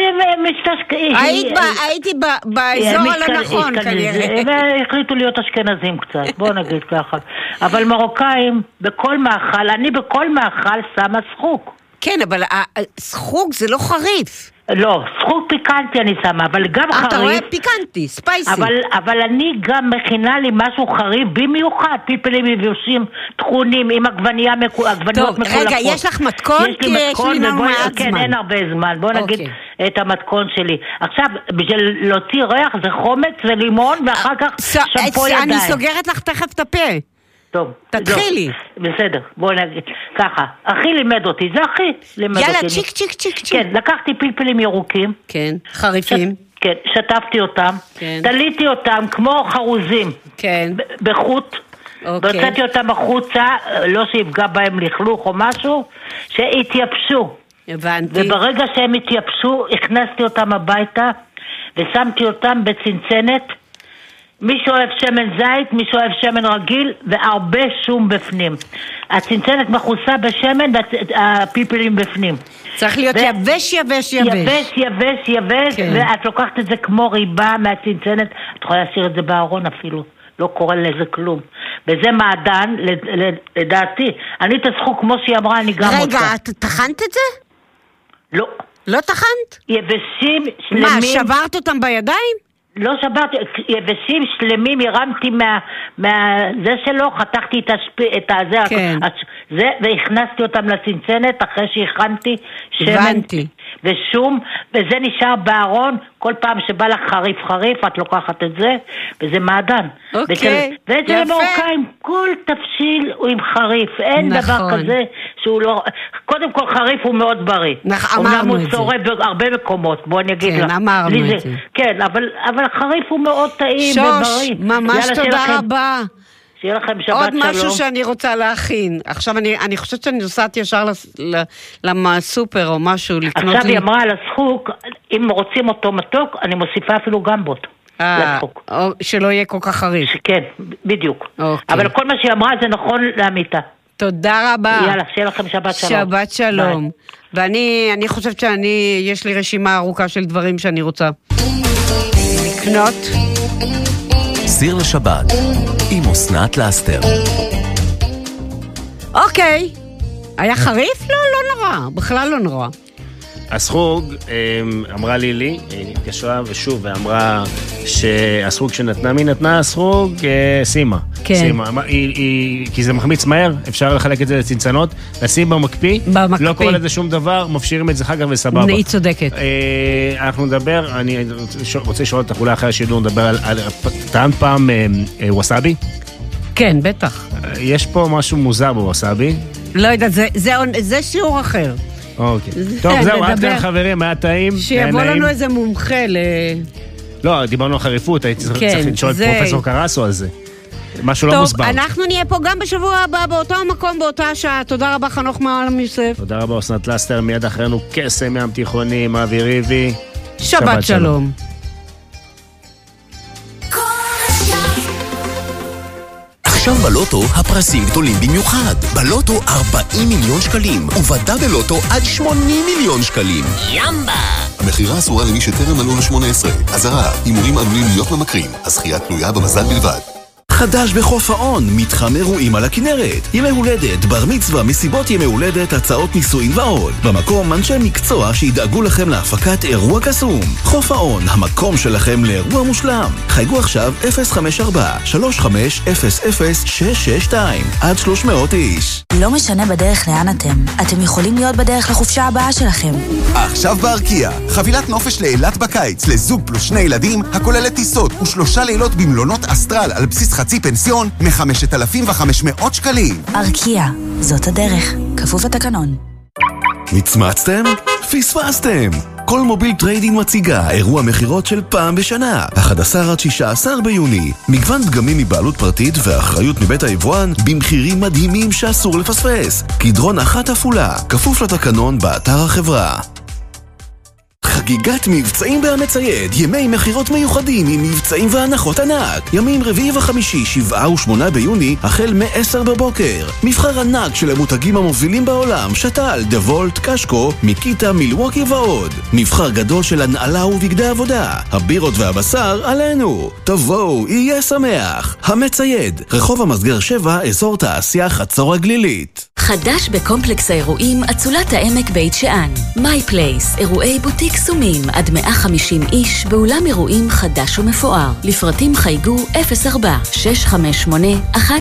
הייתי באזור על הנכון כנראה.
והחליטו להיות אשכנזים קצת, בואו נגיד ככה. אבל מרוקאים, בכל מאכל, אני בכל מאכל שמה סחוק.
כן, אבל סחוק זה לא חריף.
לא, סחוק פיקנטי אני שמה, אבל גם חריף.
אתה רואה פיקנטי, ספייסי.
אבל אני גם מכינה לי משהו חריף, במיוחד פלפלים יבשים, טחונים, עם עגבניות מקולקות.
טוב, רגע, יש לך מתכון?
יש לי מתכון, כן, אין הרבה זמן. בואו נגיד את המתכון שלי. עכשיו, בשביל להוציא ריח זה חומץ ולימון, ואחר כך שמפו ידיים.
אני סוגרת לך תכף את הפה.
טוב.
תתחילי.
בסדר, בואו נגיד. ככה, אחי לימד אותי, זה אחי לימד אותי.
יאללה, צ'יק צ'יק צ'יק צ'יק.
כן, לקחתי פלפלים ירוקים.
כן, חריפים.
כן, שטפתי אותם. כן. תליתי אותם כמו חרוזים.
כן.
בחוט. והוצאתי אותם החוצה, לא שיפגע בהם לכלוך או משהו, שהתייבשו.
הבנתי.
וברגע שהם התייבשו, הכנסתי אותם הביתה, ושמתי אותם בצנצנת. מי שאוהב שמן זית, מי שאוהב שמן רגיל, והרבה שום בפנים. הצנצנת מכוסה בשמן, והפלפלים בפנים.
צריך להיות יבש, יבש, יבש.
יבש, יבש, יבש, ואת לוקחת את זה כמו ריבה מהצנצנת, את יכולה להשאיר את זה בארון אפילו. לא קורה לזה כלום. וזה מעדן, לדעתי. אני תסחו כמו שהיא אמרה, אני גם רוצה.
רגע, את טחנת את זה?
לא.
לא טחנת?
יבשים, שלמים.
מה, שברת אותם בידיים?
לא שברתי, יבשים שלמים, הרמתי זה שלו, חתכתי את זה, והכנסתי אותם לצנצנת אחרי שהכנתי שמן ושום, וזה נשאר בארון, כל פעם שבא לך חריף, את לוקחת את זה, וזה מעדן.
אוקיי,
ואצל המרוקאים, כל תבשיל הוא עם חריף, אין דבר כזה שהוא לא, קודם כל חריף הוא מאוד בריא.
אמרנו את זה.
הוא שורף בהרבה מקומות, בוא אני אגיד לך.
כן, אמרנו את זה.
כן, אבל החריף הוא מאוד טעים ובריא.
שוש, ממש תודה רבה.
שיהיה לכם שבת שלום.
עוד משהו שאני רוצה להכין. עכשיו אני חושבת שאני נוסעת ישר לסופר או משהו לקנות לי.
עכשיו היא אמרה על הסחוק, אם רוצים אותו מתוק, אני מוסיפה אפילו גמבות.
שלא יהיה כל כך חריף.
כן, בדיוק. אבל כל מה שהיא אמרה זה נכון לאמיתה.
תודה רבה.
יאללה, שיהיה לכם שבת שלום.
שבת שלום. ואני חושבת יש לי רשימה ארוכה של דברים שאני רוצה לקנות.
סיר לשבת עם אסנת לאסתר.
אוקיי. היה חריף? לא, לא נורא. בכלל לא נורא.
הסחוג, אמרה לי, התקשרה ושוב, ואמרה שהסחוג שנתנה, מי נתנה הסחוג? סימה.
כן.
סימה. כי זה מחמיץ מהר, אפשר לחלק את זה לצנצנות, לשים במקפיא, לא קורה לזה שום דבר, מפשירים את זה אחר כך וסבבה.
היא צודקת.
אנחנו נדבר, אני רוצה לשאול אותך, אולי אחרי השידור נדבר על טען פעם ווסאבי?
כן, בטח.
יש פה משהו מוזר בווסאבי.
לא יודעת, זה שיעור אחר.
אוקיי. טוב, זהו, עד כאן חברים, היה טעים.
שיבוא לנו איזה מומחה
לא, דיברנו על חריפות, הייתי צריך לשאול את פרופסור קרסו על זה. משהו לא מוסבר.
טוב, אנחנו נהיה פה גם בשבוע הבא, באותו מקום, באותה שעה. תודה רבה, חנוך מעלם יוסף.
תודה רבה, אסנת לאסתר, מיד אחרינו קסם ים תיכוני, אבי ריבי.
שבת שלום.
עכשיו בלוטו הפרסים גדולים במיוחד. בלוטו 40 מיליון שקלים, ובדה בלוטו עד 80 מיליון שקלים.
ימבה! המחירה אסורה למי שטרם מלאו ל-18. אזהרה, הימורים עלולים להיות ממכרים. הזכייה תלויה במזל בלבד.
חדש בחוף האון, מתחם אירועים על הכנרת. ימי הולדת, בר מצווה, מסיבות ימי הולדת, הצעות נישואין ועוד. במקום אנשי מקצוע שידאגו לכם להפקת אירוע קסום. חוף האון, המקום שלכם לאירוע מושלם. חייגו עכשיו 054-3500-662 עד 300 איש.
לא משנה בדרך לאן אתם יכולים להיות בדרך לחופשה הבאה שלכם.
עכשיו בארקיע, חבילת נופש לאילת בקיץ, לזוג פלוס 2 ילדים, הכוללת טיסות ו3 לילות במלונות אסטרל על בסיס חצי פנסיון מ-5,500 שקלים.
ארקיע, זאת הדרך. כפוף לתקנון.
מצמצתם? פספסתם!
כל מוביל טריידין מציגה אירוע מחירות של פעם בשנה, 11 עד 16 ביוני. מגוון דגמים מבעלות פרטית ואחריות מבית היבואן במחירים מדהימים שאסור לפספס. קדרון אחת אפולה, כפוף לתקנון באתר החברה. חגיגת מבצעים בהמצייד, ימי מחירות מיוחדים עם מבצעים והנחות ענק. ימים רביעי וחמישי, 7 ו8 ביוני, החל מ-10 בבוקר. מבחר ענק של המותגים המובילים בעולם, שטל, דוולט, קשקו, מיקיטה, מילווקי ועוד. מבחר גדול של הנעלה ובגדי עבודה. הבירות והבשר עלינו. תבואו, יהיה שמח. המצייד, רחוב המסגר 7, אזור תעשייה חצור הגלילית.
חדש בקומפלקס האירועים אצולת העמק בית שאן. מי פלייס, אירועי בוטיק סומים עד 150 איש באולם אירועים חדש ומפואר. לפרטים חייגו 04-658-1111.